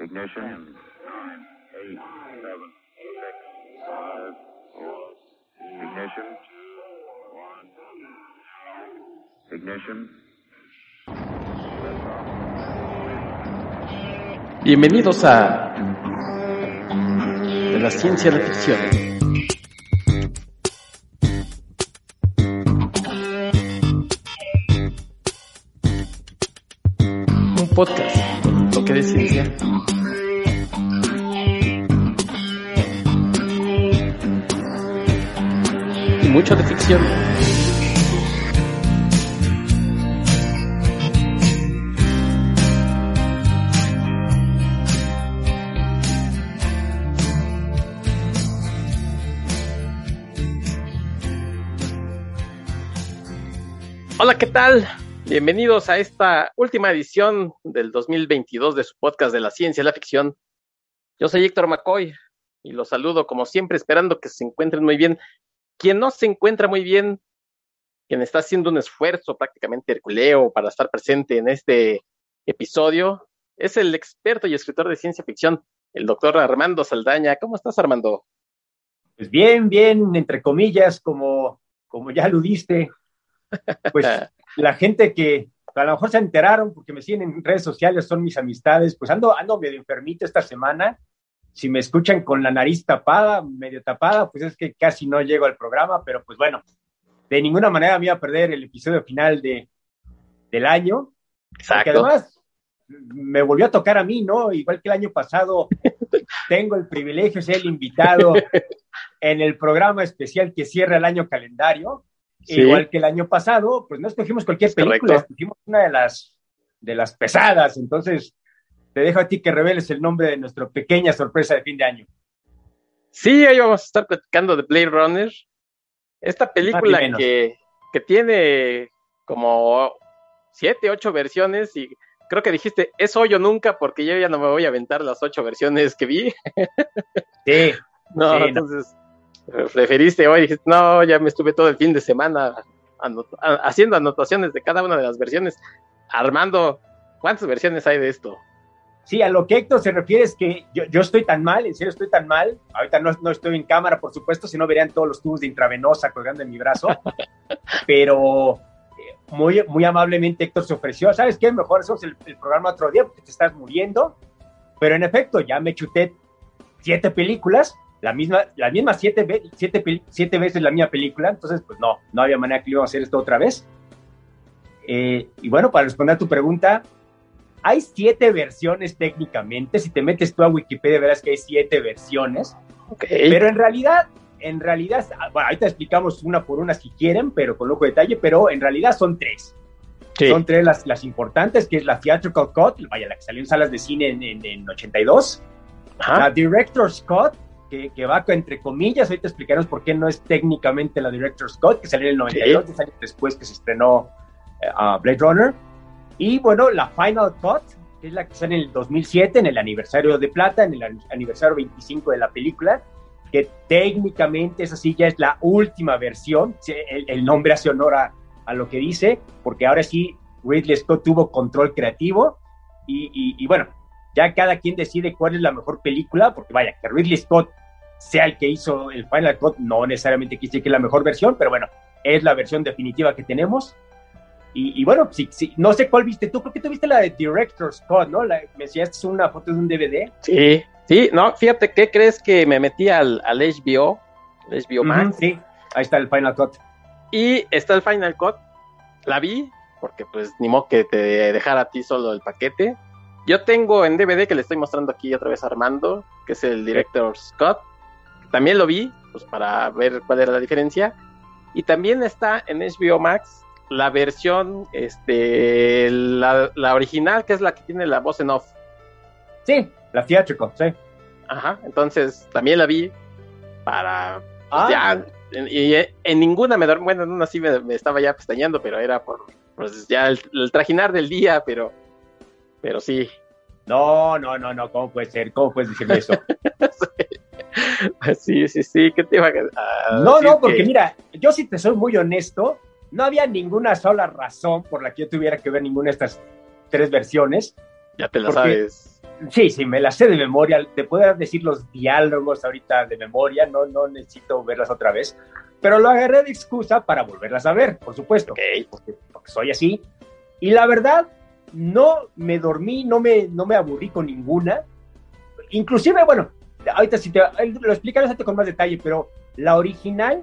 Ignition. 9, 8, 7, 6, 5, 4. Ignition. 1. Ignition. Bienvenidos a De la Ciencia a la Ficción. Un podcast con un toque de ciencia y mucho de ficción. Hola, ¿qué tal? Bienvenidos a esta última edición del 2022 de su podcast de la ciencia y la ficción. Yo soy Héctor McCoy y los saludo como siempre esperando que se encuentren muy bien. Quien no se encuentra muy bien, quien está haciendo un esfuerzo prácticamente herculeo para estar presente en este episodio, es el experto y escritor de ciencia ficción, el doctor Armando Saldaña. ¿Cómo estás, Armando? Pues bien, entre comillas, como ya aludiste. Pues la gente que a lo mejor se enteraron porque me siguen en redes sociales, son mis amistades, pues ando medio enfermito esta semana. Si me escuchan con la nariz tapada, medio tapada, pues es que casi no llego al programa, pero pues bueno, de ninguna manera me iba a perder el episodio final del año. Exacto. Porque además me volvió a tocar a mí, ¿no? Igual que el año pasado, tengo el privilegio de ser el invitado en el programa especial que cierra el año calendario. Sí. Igual que el año pasado, pues no escogimos cualquier película, escogimos una de las pesadas. Entonces, te dejo a ti que reveles el nombre de nuestra pequeña sorpresa de fin de año. Sí, hoy vamos a estar platicando de Blade Runner. Esta película que tiene como 7, 8 versiones y creo que dijiste, es hoy o nunca, porque yo ya no me voy a aventar las 8 versiones que vi. Sí. No, sí, entonces... preferiste hoy, dijiste, no, ya me estuve todo el fin de semana haciendo anotaciones de cada una de las versiones. Armando, ¿cuántas versiones hay de esto? Sí, a lo que Héctor se refiere es que yo estoy tan mal, en serio estoy tan mal, ahorita no estoy en cámara, por supuesto, si no verían todos los tubos de intravenosa colgando en mi brazo, pero muy, muy amablemente Héctor se ofreció, ¿sabes qué? Mejor hacemos el programa otro día porque te estás muriendo, pero en efecto, ya me chuté 7 películas, las mismas 7 veces la misma película, entonces pues no había manera que íbamos a hacer esto otra vez. Y bueno, para responder a tu pregunta, hay 7 versiones técnicamente, si te metes tú a Wikipedia verás que hay 7 versiones, okay. Pero en realidad, bueno, ahorita explicamos una por una si quieren, pero con lujo de detalle, pero en realidad son 3. Sí. Son 3 las importantes, que es la Theatrical Cut, la que salió en salas de cine en 82, ajá. La Director's Cut, que va entre comillas, ahorita explicaremos por qué no es técnicamente la Director's Cut, que salió en el 92, 10 años después que se estrenó Blade Runner, y bueno, la Final Cut, que es la que sale en el 2007, en el aniversario de plata, en el aniversario 25 de la película, que técnicamente esa sí ya es la última versión, el nombre hace honor a lo que dice, porque ahora sí Ridley Scott tuvo control creativo, y bueno, ya cada quien decide cuál es la mejor película, porque vaya, que Ridley Scott sea el que hizo el Final Cut, no necesariamente quiere decir que es la mejor versión, pero bueno, es la versión definitiva que tenemos. Y bueno, sí, no sé cuál viste tú, creo que tú viste la de Director's Cut, ¿no? Me enseñaste una foto de un DVD. Sí, no, fíjate, ¿qué crees? Que me metí al HBO Max. Sí, ahí está el Final Cut. Y está el Final Cut, la vi, porque pues ni modo que te dejara a ti solo el paquete. Yo tengo en DVD, que le estoy mostrando aquí otra vez a Armando, que es el Director's Cut. También lo vi, pues para ver cuál era la diferencia. Y también está en HBO Max la versión, la original, que es la que tiene la voz en off. Sí, la theatrical, sí. Ajá, entonces también la vi para... Pues, ya, y en ninguna me dormí, bueno, en una sí me estaba ya pestañeando, pero era por pues, ya el trajinar del día, pero sí. No, ¿cómo puede ser? ¿Cómo puedes decirme eso? Sí, ¿qué te iba a decir? No, porque mira, yo si te soy muy honesto, no había ninguna sola razón por la que yo tuviera que ver ninguna de estas 3 versiones. Ya te lo sabes. Sí, sí, me la sé de memoria. Te puedo decir los diálogos ahorita de memoria, no necesito verlas otra vez. Pero lo agarré de excusa para volverlas a ver, por supuesto, porque soy así. Y la verdad, no me dormí, no me aburrí con ninguna. Inclusive, bueno, ahorita sí lo explicaré con más detalle, pero la original,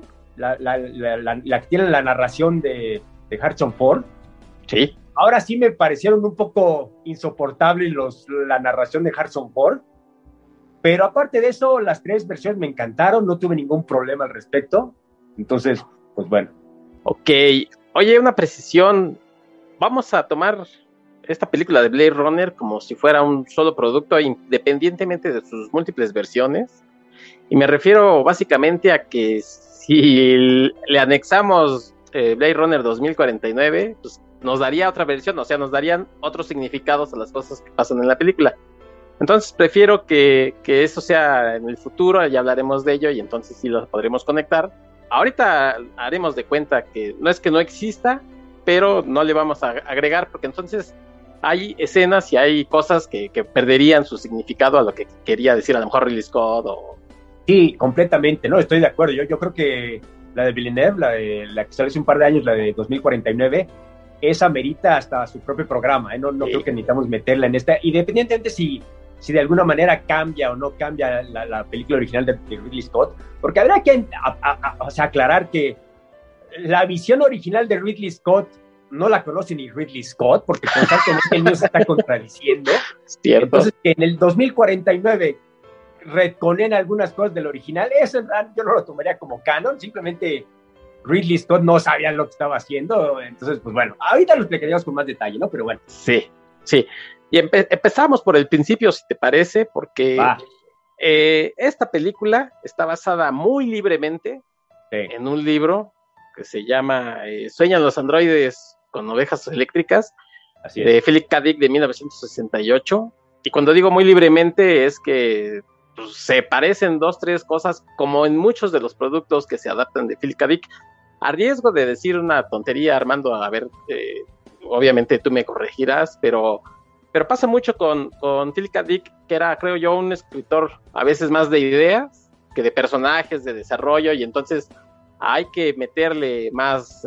la que tiene la narración de Harrison Ford, sí. Ahora sí me parecieron un poco insoportables la narración de Harrison Ford, pero aparte de eso, las tres versiones me encantaron, no tuve ningún problema al respecto. Entonces, pues bueno. Ok. Oye, una precisión. Vamos a tomar esta película de Blade Runner como si fuera un solo producto, independientemente de sus múltiples versiones. Y me refiero básicamente a que si le anexamos Blade Runner 2049, pues nos daría otra versión, o sea, nos darían otros significados a las cosas que pasan en la película. Entonces prefiero que eso sea en el futuro, ya hablaremos de ello y entonces sí lo podremos conectar. Ahorita haremos de cuenta que no exista, pero no le vamos a agregar, porque entonces hay escenas y hay cosas que perderían su significado a lo que quería decir a lo mejor Ridley Scott o... Sí, completamente, ¿no? Estoy de acuerdo. Yo creo que la de Villeneuve, la que salió hace un par de años, la de 2049, esa merita hasta su propio programa, ¿eh? No creo que necesitamos meterla en esta, independientemente si de alguna manera cambia o no cambia la película original de Ridley Scott, porque habrá que aclarar que la visión original de Ridley Scott no la conoce ni Ridley Scott, porque constantemente el mío se está contradiciendo. Cierto. Entonces, que en el 2049 retconen algunas cosas del original, eso yo no lo tomaría como canon, simplemente Ridley Scott no sabía lo que estaba haciendo. Entonces, pues bueno, ahorita lo explicaríamos con más detalle, ¿no? Pero bueno. Sí. Y empezamos por el principio, si te parece, porque esta película está basada muy libremente en un libro que se llama Sueñan los androides con ovejas eléctricas, de Philip K. Dick, de 1968. Y cuando digo muy libremente es que pues, se parecen 2-3 cosas, como en muchos de los productos que se adaptan de Philip K. Dick. A riesgo de decir una tontería, Armando, a ver, obviamente tú me corregirás, pero pasa mucho con Philip K. Dick, que era, creo yo, un escritor a veces más de ideas que de personajes, de desarrollo, y entonces hay que meterle más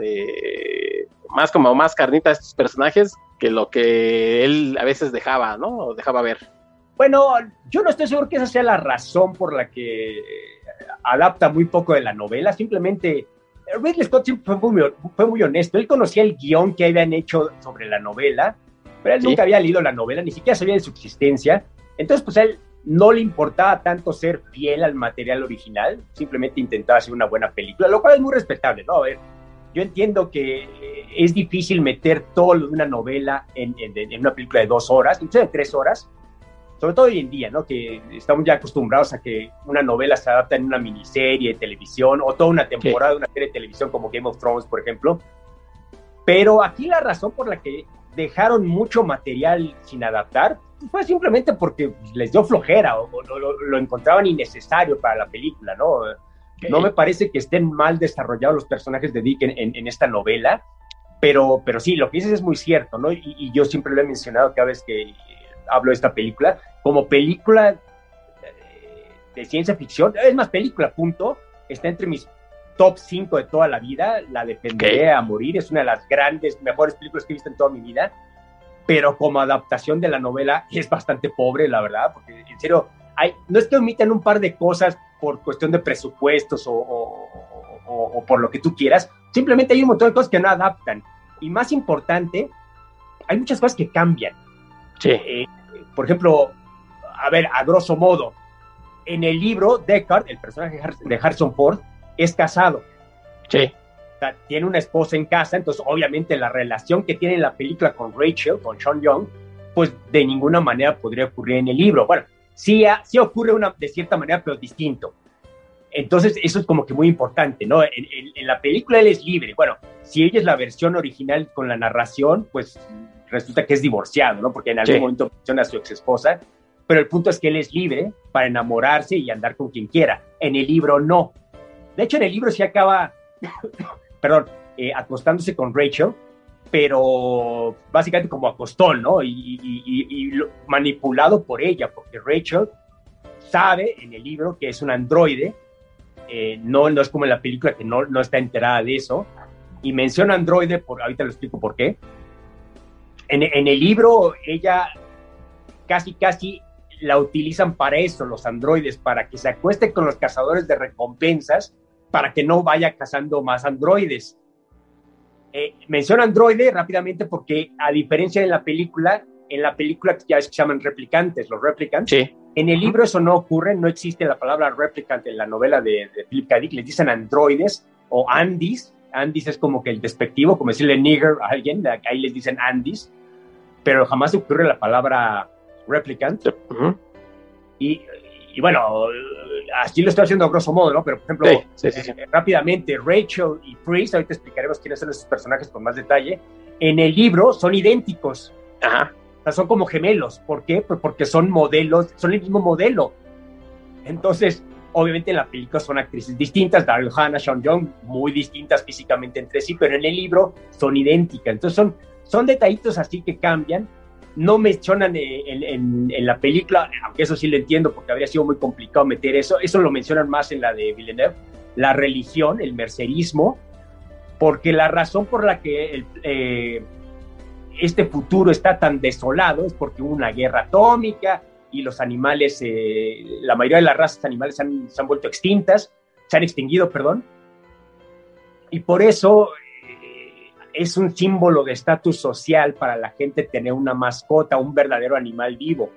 carnita a estos personajes que lo que él a veces dejaba, ¿no? O dejaba ver. Bueno, yo no estoy seguro que esa sea la razón por la que adapta muy poco de la novela. Simplemente Ridley Scott siempre fue muy honesto. Él conocía el guión que habían hecho sobre la novela, pero él nunca había leído la novela, ni siquiera sabía de su existencia. Entonces, pues a él no le importaba tanto ser fiel al material original, simplemente intentaba hacer una buena película, lo cual es muy respetable, ¿no? A ver, yo entiendo que es difícil meter todo lo de una novela en una película de 2 horas, incluso de 3 horas, sobre todo hoy en día, ¿no? Que estamos ya acostumbrados a que una novela se adapta en una miniserie de televisión o toda una temporada de una serie de televisión como Game of Thrones, por ejemplo. Pero aquí la razón por la que dejaron mucho material sin adaptar fue simplemente porque les dio flojera o lo encontraban innecesario para la película, ¿no? No me parece que estén mal desarrollados los personajes de Dick en esta novela, pero sí, lo que dices es muy cierto, ¿no? Y yo siempre lo he mencionado cada vez que hablo de esta película, como película de ciencia ficción, es más, película, punto, está entre mis top 5 de toda la vida, la defenderé a morir, es una de las mejores películas que he visto en toda mi vida, pero como adaptación de la novela es bastante pobre, la verdad, porque en serio, no es que omitan un par de cosas por cuestión de presupuestos o por lo que tú quieras, simplemente hay un montón de cosas que no adaptan, y más importante, hay muchas cosas que cambian. Sí. Por ejemplo, a grosso modo, en el libro, Deckard, el personaje de Harrison Ford, es casado. Sí. O sea, tiene una esposa en casa, entonces obviamente la relación que tiene en la película con Rachel, con Sean Young, pues de ninguna manera podría ocurrir en el libro. Bueno, sí ocurre de cierta manera, pero distinto. Entonces eso es como que muy importante, ¿no? En la película él es libre. Bueno, si ella es la versión original con la narración, pues resulta que es divorciado, ¿no? Porque en algún momento menciona a su ex esposa, pero el punto es que él es libre para enamorarse y andar con quien quiera. En el libro no. De hecho, en el libro sí acaba, acostándose con Rachel, pero básicamente como acostón, ¿no? Y manipulado por ella, porque Rachel sabe en el libro que es un androide, no es como en la película que no está enterada de eso, y menciona androide, ahorita lo explico por qué. En el libro ella casi la utilizan para eso, los androides, para que se acueste con los cazadores de recompensas, para que no vaya cazando más androides. Menciona androide rápidamente porque, a diferencia de en la película ya es que se llaman replicantes, los replicants. Sí. En el libro eso no ocurre, no existe la palabra replicant en la novela de Philip K. Dick, les dicen androides o andis. Andis es como que el despectivo, como decirle nigger a alguien, ahí les dicen andis, pero jamás ocurre la palabra replicant. Uh-huh. Y bueno, así lo estoy haciendo a grosso modo, ¿no? Pero, por ejemplo, sí. Rápidamente, Rachel y Freeze, ahorita explicaremos quiénes son esos personajes con más detalle, en el libro son idénticos. Ajá. O sea, son como gemelos. ¿Por qué? Pues porque son modelos, son el mismo modelo. Entonces, obviamente en la película son actrices distintas, Daryl Hannah, Sean Young, muy distintas físicamente entre sí, pero en el libro son idénticas. Entonces son detallitos así que cambian. No mencionan en la película, aunque eso sí lo entiendo porque habría sido muy complicado meter eso lo mencionan más en la de Villeneuve, la religión, el mercerismo, porque la razón por la que este futuro está tan desolado es porque hubo una guerra atómica y los animales, la mayoría de las razas animales se han vuelto extintas, se han extinguido, perdón, y por eso es un símbolo de estatus social para la gente tener una mascota, un verdadero animal vivo.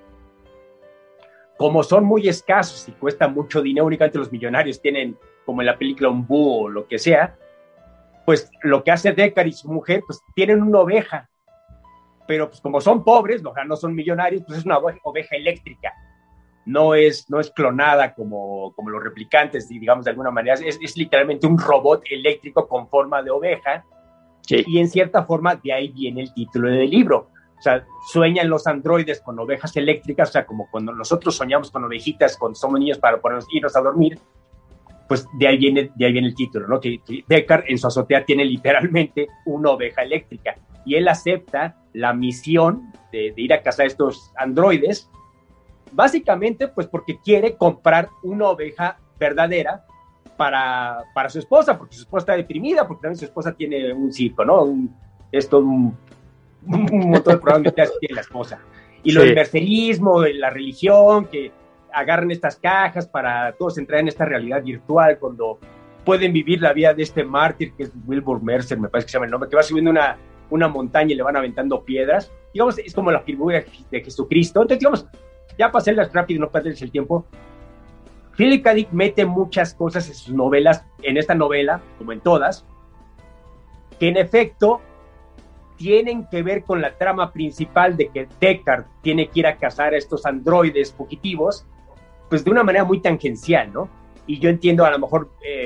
Como son muy escasos y cuesta mucho dinero, únicamente los millonarios tienen, como en la película, un búho o lo que sea, pues lo que hace Deckard y su mujer, pues tienen una oveja, pero pues como son pobres, no son millonarios, pues es una oveja eléctrica. No es clonada como los replicantes, digamos de alguna manera, es literalmente un robot eléctrico con forma de oveja. Sí. Y en cierta forma de ahí viene el título del libro. O sea, sueñan los androides con ovejas eléctricas, o sea, como cuando nosotros soñamos con ovejitas cuando somos niños para irnos a dormir, pues de ahí viene el título, ¿no? Que Deckard en su azotea tiene literalmente una oveja eléctrica y él acepta la misión de ir a cazar estos androides, básicamente pues porque quiere comprar una oveja verdadera para su esposa, porque su esposa está deprimida, porque también su esposa tiene un circo, ¿no? Es todo un montón de programas que tiene la esposa. Y lo del mercerismo, la religión, que agarran estas cajas para todos entrar en esta realidad virtual, cuando pueden vivir la vida de este mártir, que es Wilbur Mercer, me parece que se llama el nombre, que va subiendo una montaña y le van aventando piedras. Digamos, es como la figura de Jesucristo. Entonces, digamos, ya para hacerlas rápido y no perderse el tiempo, Philip K. Dick mete muchas cosas en sus novelas, en esta novela, como en todas, que en efecto tienen que ver con la trama principal de que Deckard tiene que ir a cazar a estos androides fugitivos, pues de una manera muy tangencial, ¿no? Y yo entiendo, a lo mejor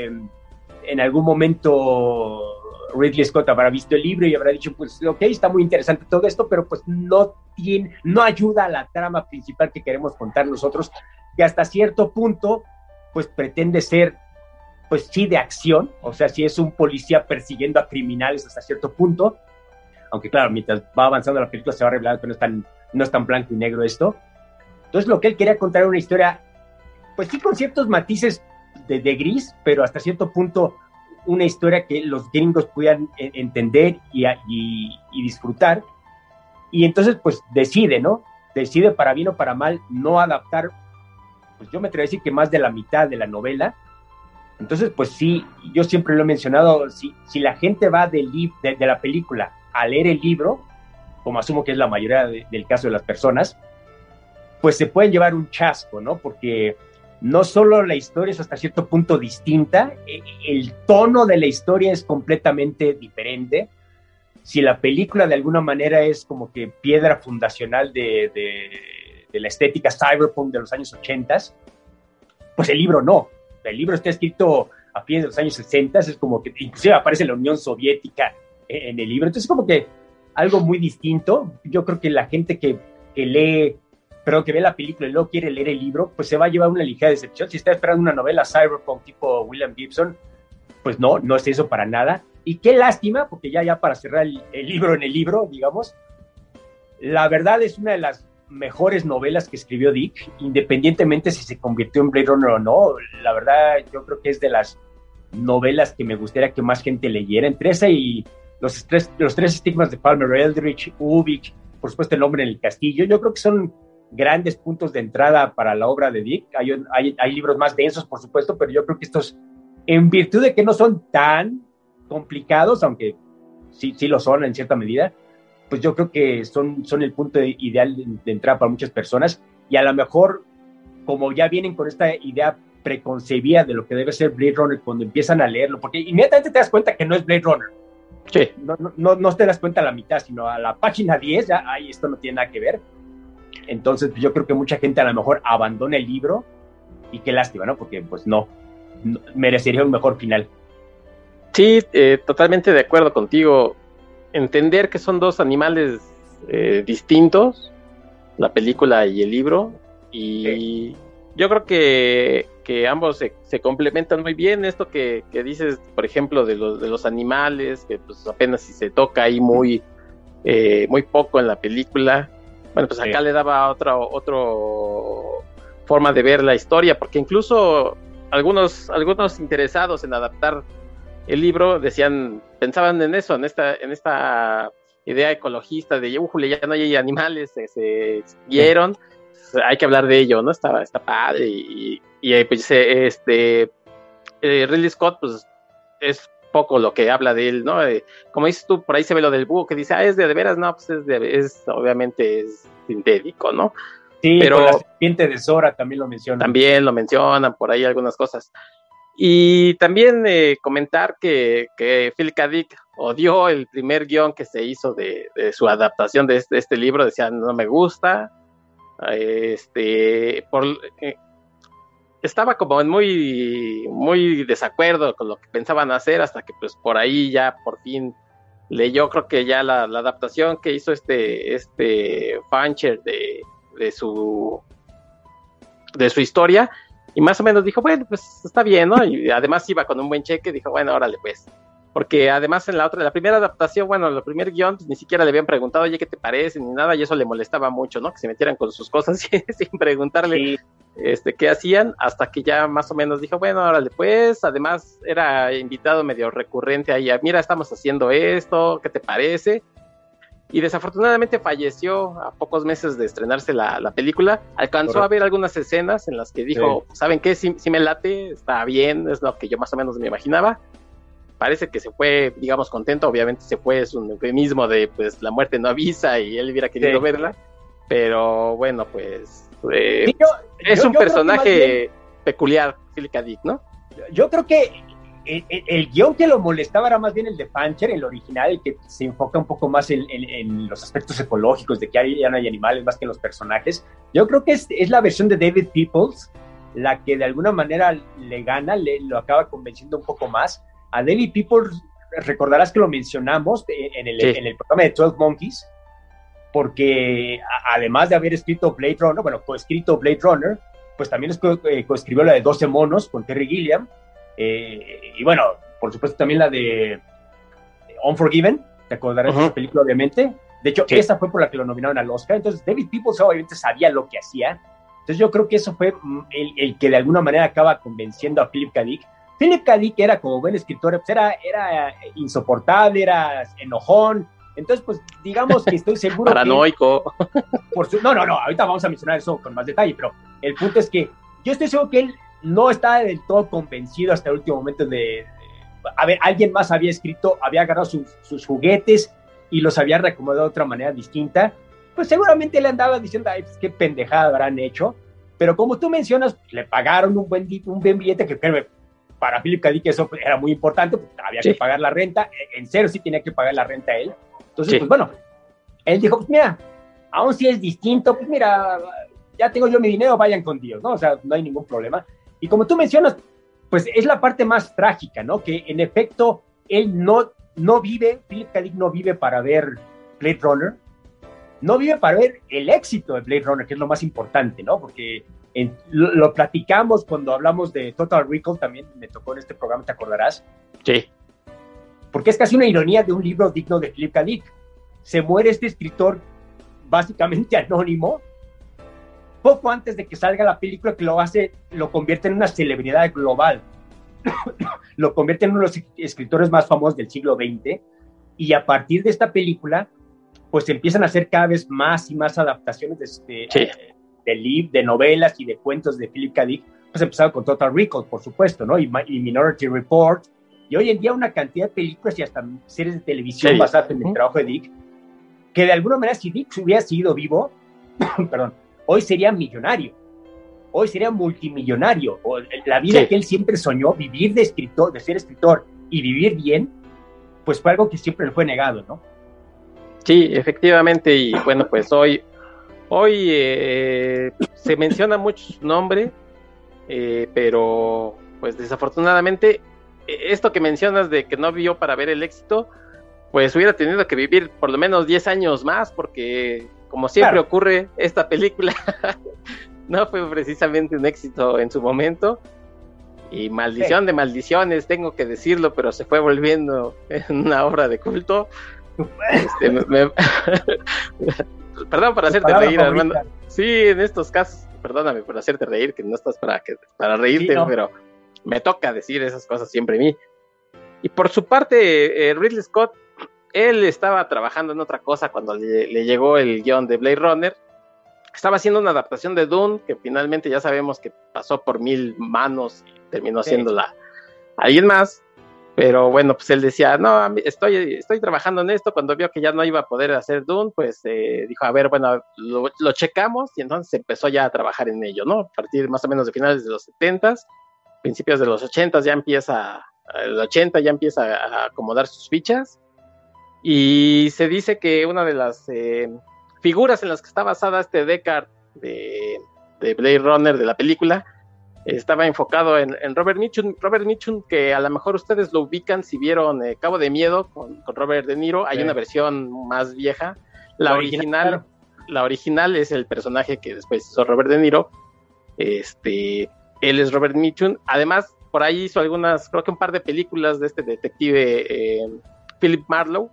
en algún momento Ridley Scott habrá visto el libro y habrá dicho, pues ok, está muy interesante todo esto, pero pues no ayuda a la trama principal que queremos contar nosotros, que hasta cierto punto, pues pretende ser, pues sí, de acción, o sea, sí es un policía persiguiendo a criminales hasta cierto punto, aunque claro, mientras va avanzando la película se va a revelar que no es tan blanco y negro esto. Entonces lo que él quería contar era una historia, pues sí con ciertos matices de gris, pero hasta cierto punto una historia que los gringos pudieran entender y disfrutar, y entonces pues decide para bien o para mal no adaptar, pues yo me atrevo a decir que más de la mitad de la novela. Entonces pues sí, yo siempre lo he mencionado, si la gente va de la película a leer el libro, como asumo que es la mayoría del caso de las personas, pues se pueden llevar un chasco, ¿no? Porque no solo la historia es hasta cierto punto distinta, el tono de la historia es completamente diferente. Si la película de alguna manera es como que piedra fundacional de la estética cyberpunk de los años 80, pues el libro no. El libro está escrito a fines de los años 60, es como que inclusive aparece la Unión Soviética en el libro, entonces como que algo muy distinto. Yo creo que la gente que ve la película y luego quiere leer el libro, pues se va a llevar una ligera decepción. Si está esperando una novela cyberpunk tipo William Gibson, pues no es eso para nada. Y qué lástima, porque ya para cerrar el libro en el libro, digamos, la verdad es una de las mejores novelas que escribió Dick, independientemente si se convirtió en Blade Runner o no. La verdad, yo creo que es de las novelas que me gustaría que más gente leyera. Entre esa y los tres estigmas de Palmer Eldritch, Ubik, por supuesto El hombre en el castillo, yo creo que son grandes puntos de entrada para la obra de Dick. Hay libros más densos, por supuesto, pero yo creo que estos, en virtud de que no son tan complicados, aunque sí lo son en cierta medida, pues yo creo que son el punto ideal de entrada para muchas personas, y a lo mejor, como ya vienen con esta idea preconcebida de lo que debe ser Blade Runner, cuando empiezan a leerlo, porque inmediatamente te das cuenta que no es Blade Runner. Sí. No te das cuenta a la mitad, sino a la página 10, ya, esto no tiene nada que ver. Entonces, pues yo creo que mucha gente a lo mejor abandona el libro, y qué lástima, ¿no? Porque pues no merecería un mejor final. Sí, totalmente de acuerdo contigo. Entender que son dos animales distintos, la película y el libro, y sí, yo creo que ambos se complementan muy bien. Esto que dices, por ejemplo, de los animales, que pues apenas si se toca ahí muy poco en la película. Bueno, pues acá sí le daba otra forma de ver la historia, porque incluso algunos interesados en adaptar el libro pensaban en eso, en esta idea ecologista de ya no hay animales, se extinguieron, hay que hablar de ello, ¿no? Está padre, y pues Ridley Scott, pues es poco lo que habla de él, ¿no? Como dices tú, por ahí se ve lo del búho, que dice, es de veras, no, pues obviamente es sintético, ¿no? Sí, pero la serpiente de Zora también lo mencionan. También lo mencionan, por ahí algunas cosas. Y también comentar que Philip K. Dick odió el primer guión que se hizo de su adaptación de este libro. Decía, no me gusta. Estaba como en muy desacuerdo con lo que pensaban hacer, hasta que pues por ahí ya por fin leyó, creo que ya la adaptación que hizo este Fancher de su historia. Y más o menos dijo, bueno, pues está bien, ¿no? Y además iba con un buen cheque, dijo, bueno, órale, pues. Porque además en la primera adaptación, bueno, el primer guión, pues ni siquiera le habían preguntado, oye, ¿qué te parece? Ni nada, y eso le molestaba mucho, ¿no? Que se metieran con sus cosas sin preguntarle qué hacían, hasta que ya más o menos dijo, bueno, órale, pues. Además era invitado medio recurrente ahí, mira, estamos haciendo esto, ¿qué te parece? Y desafortunadamente falleció a pocos meses de estrenarse la película. Alcanzó a ver algunas escenas en las que dijo, ¿saben qué? Sí me late, está bien, es lo que yo más o menos me imaginaba. Parece que se fue, digamos, contento. Obviamente se fue, es un eufemismo de, pues, la muerte no avisa, y él hubiera querido verla. Pero bueno, pues es un personaje peculiar, Philip K. Dick, ¿no? Yo creo que el guión que lo molestaba era más bien el de Fancher, el original, el que se enfoca un poco más en los aspectos ecológicos, de que ya no hay animales más que en los personajes. Yo creo que es la versión de David Peoples la que de alguna manera le gana, lo acaba convenciendo un poco más. A David Peoples, recordarás que lo mencionamos en el programa de 12 Monkeys, porque además de haber escrito Blade Runner, coescrito Blade Runner, pues también coescribió la de 12 monos con Terry Gilliam. Y bueno, por supuesto también la de Unforgiven, te acordarás de esa película, obviamente. De hecho, esa fue por la que lo nominaron al Oscar. Entonces David Peoples obviamente sabía lo que hacía. Entonces yo creo que eso fue el que de alguna manera acaba convenciendo a Philip K. Dick. Philip K. Dick era, como buen escritor, pues era insoportable, era enojón. Entonces, pues digamos que estoy seguro paranoico. No, ahorita vamos a mencionar eso con más detalle, pero el punto es que yo estoy seguro que él no estaba del todo convencido hasta el último momento a ver, alguien más había agarrado sus juguetes y los había reacomodado de otra manera distinta. Pues seguramente le andaba diciendo, ay, pues qué pendejada habrán hecho. Pero como tú mencionas, le pagaron un buen billete, que para Philip K. Dick eso era muy importante, porque había que pagar la renta. En serio, sí tenía que pagar la renta él. Entonces, pues bueno, él dijo, pues mira, aún si es distinto, pues mira, ya tengo yo mi dinero, vayan con Dios, ¿no? O sea, no hay ningún problema. Y como tú mencionas, pues es la parte más trágica, ¿no? Que en efecto, él no vive, Philip K. Dick no vive para ver Blade Runner, no vive para ver el éxito de Blade Runner, que es lo más importante, ¿no? Porque lo platicamos cuando hablamos de Total Recall, también me tocó en este programa, ¿te acordarás? Sí. porque es casi una ironía de un libro digno de Philip K. Dick. Se muere este escritor básicamente anónimo, poco antes de que salga la película, que lo convierte en una celebridad global. Lo convierte en uno de los escritores más famosos del siglo XX, y a partir de esta película, pues empiezan a hacer cada vez más y más adaptaciones de novelas y de cuentos de Philip K. Dick. Pues empezaron con Total Recall, por supuesto, ¿no? Y Minority Report, y hoy en día una cantidad de películas y hasta series de televisión basadas en el trabajo de Dick, que de alguna manera, si Dick hubiera seguido vivo, perdón, hoy sería millonario, hoy sería multimillonario, o la vida que él siempre soñó, vivir de escritor, de ser escritor y vivir bien, pues fue algo que siempre le fue negado, ¿no? Sí, efectivamente, y bueno, pues hoy se menciona mucho su nombre, pero pues desafortunadamente esto que mencionas de que no vivió para ver el éxito, pues hubiera tenido que vivir por lo menos 10 años más, porque como siempre ocurre, esta película no fue precisamente un éxito en su momento, y maldición de maldiciones, tengo que decirlo, pero se fue volviendo una obra de culto. Perdón por hacerte reír, Armando. Sí, en estos casos, perdóname por hacerte reír, que no estás para reírte, sí, no. Pero me toca decir esas cosas siempre a mí. Y por su parte, Ridley Scott, él estaba trabajando en otra cosa cuando le llegó el guión de Blade Runner. Estaba haciendo una adaptación de Dune, que finalmente ya sabemos que pasó por 1000 manos y terminó haciéndola alguien más. Pero bueno, pues él decía, no, estoy trabajando en esto. Cuando vio que ya no iba a poder hacer Dune, pues dijo, a ver, bueno, lo checamos, y entonces empezó ya a trabajar en ello, ¿no? A partir más o menos de finales de los 70s, principios de los 80s, el 80 ya empieza a acomodar sus fichas, y se dice que una de las figuras en las que está basada este Deckard de Blade Runner, de la película, estaba enfocado en Robert Mitchum, que a lo mejor ustedes lo ubican si vieron Cabo de Miedo con Robert De Niro. Hay una versión más vieja. La original es el personaje que después hizo Robert De Niro. Él es Robert Mitchum. Además, por ahí hizo creo que un par de películas de este detective Philip Marlowe,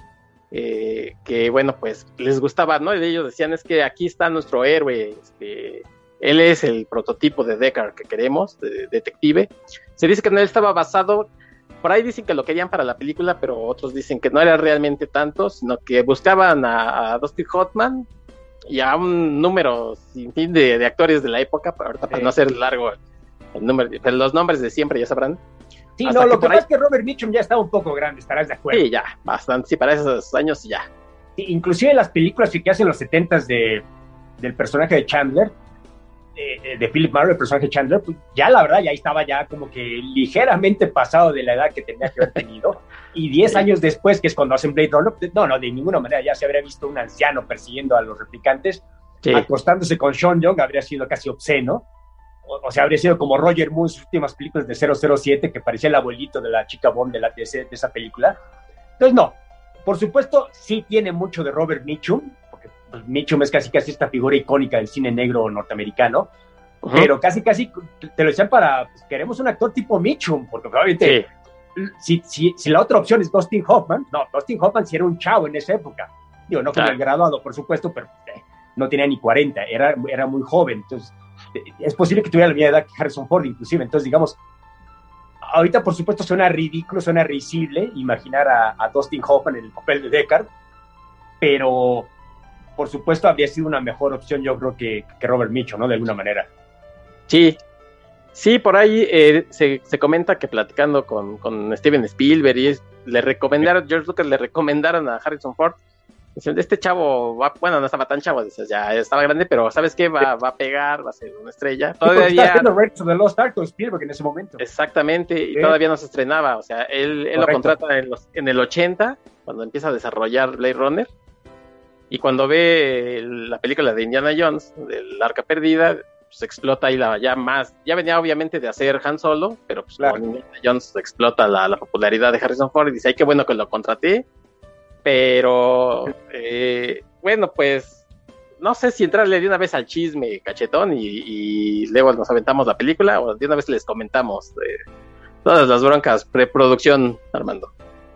que bueno, pues les gustaba, ¿no? Y ellos decían, es que aquí está nuestro héroe, él es el prototipo de Deckard que queremos, de detective. Se dice que no estaba basado, por ahí dicen que lo querían para la película, pero otros dicen que no era realmente tanto, sino que buscaban a Dustin Hoffman y a un número sin fin de actores de la época, para no hacer largo el número, pero los nombres de siempre ya sabrán. Sí, no, lo que pasa es que Robert Mitchum ya estaba un poco grande, estarás de acuerdo. Sí, ya, bastante, sí, para esos años ya. Sí, inclusive las películas que hacen en los 70s del personaje de Chandler, de Philip Marlowe, el personaje de Chandler, pues ya la verdad ya estaba ya como que ligeramente pasado de la edad que tenía que haber tenido, y 10 años después, que es cuando hacen Blade Runner, no, de ninguna manera ya se habría visto un anciano persiguiendo a los replicantes, acostándose con Sean Young, habría sido casi obsceno. O sea, habría sido como Roger Moore en sus últimas películas de 007, que parecía el abuelito de la chica Bond de esa película. Entonces, no, por supuesto, sí tiene mucho de Robert Mitchum, porque pues, Mitchum es casi esta figura icónica del cine negro norteamericano, pero casi te lo decían para, pues, queremos un actor tipo Mitchum, porque probablemente, si la otra opción es Dustin Hoffman, sí era un chavo en esa época. Digo, no como el graduado, por supuesto, pero no tenía ni 40, era muy joven, entonces es posible que tuviera la misma edad que Harrison Ford, inclusive. Entonces, digamos, ahorita por supuesto suena ridículo, suena risible imaginar a Dustin Hoffman en el papel de Deckard, pero por supuesto habría sido una mejor opción, yo creo, que Robert Mitchum, ¿no? De alguna manera. Sí, por ahí se comenta que platicando con Steven Spielberg George Lucas le recomendaron a Harrison Ford, este chavo no estaba tan chavo, ya estaba grande, pero ¿sabes qué? Va a pegar, va a ser una estrella. Todavía está haciendo Raiders of the Lost Ark con Spielberg en ese momento. Exactamente, y todavía no se estrenaba, o sea, él lo contrata en el 80, cuando empieza a desarrollar Blade Runner, y cuando ve la película de Indiana Jones, del Arca Perdida, pues explota ahí ya venía obviamente de hacer Han Solo, pero pues con Indiana Jones explota la popularidad de Harrison Ford, y dice, ay, qué bueno que lo contraté. Pero, bueno, pues, no sé si entrarle de una vez al chisme, cachetón, y luego nos aventamos la película, o de una vez les comentamos todas las broncas preproducción, Armando.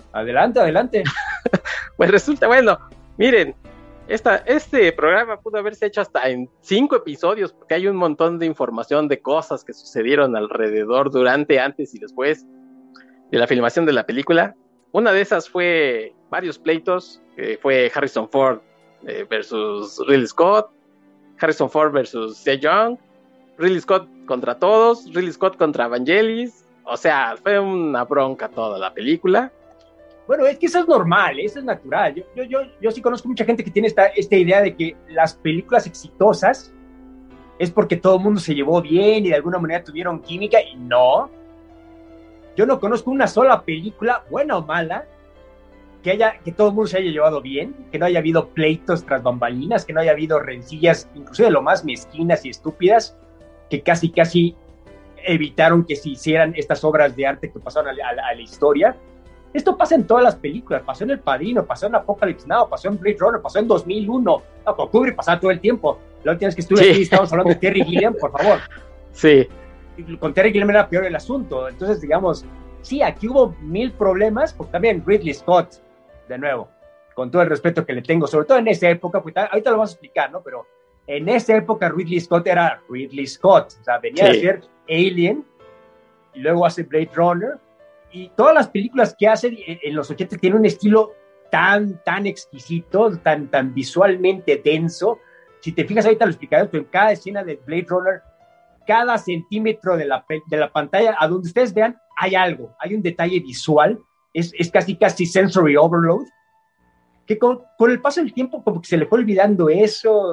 Adelante. Pues resulta, bueno, miren, este programa pudo haberse hecho hasta en 5 episodios, porque hay un montón de información de cosas que sucedieron alrededor, durante, antes y después de la filmación de la película. Una de esas fue varios pleitos, fue Harrison Ford versus Ridley Scott, Harrison Ford versus Sia Young, Ridley Scott contra todos, Ridley Scott contra Vangelis. O sea, fue una bronca toda la película. Bueno, es que eso es normal, eso es natural. Yo sí conozco mucha gente que tiene esta idea de que las películas exitosas es porque todo el mundo se llevó bien y de alguna manera tuvieron química, y no. Yo no conozco una sola película, buena o mala, que todo el mundo se haya llevado bien, que no haya habido pleitos tras bambalinas, que no haya habido rencillas, inclusive de lo más mezquinas y estúpidas, que casi evitaron que se hicieran estas obras de arte que pasaron a la historia. Esto pasa en todas las películas, pasó en El Padrino, pasó en Apocalypse Now, pasó en Blade Runner, pasó en 2001, no, con Kubrick pasaba todo el tiempo. La última vez que estuve aquí estábamos hablando de Terry Gilliam, por favor. Sí. Con Terry Gilliam era peor el asunto, entonces digamos, sí, aquí hubo 1000 problemas, porque también Ridley Scott, de nuevo, con todo el respeto que le tengo, sobre todo en esa época, pues ahorita lo vamos a explicar, ¿no? Pero en esa época Ridley Scott era Ridley Scott, o sea, venía a hacer Alien, y luego hace Blade Runner, y todas las películas que hace en los 80 tienen un estilo tan exquisito, tan visualmente denso. Si te fijas, ahorita lo explicaré, pero en cada escena de Blade Runner, cada centímetro de la pantalla, a donde ustedes vean, hay algo, hay un detalle visual, es casi sensory overload, que con el paso del tiempo como que se le fue olvidando eso,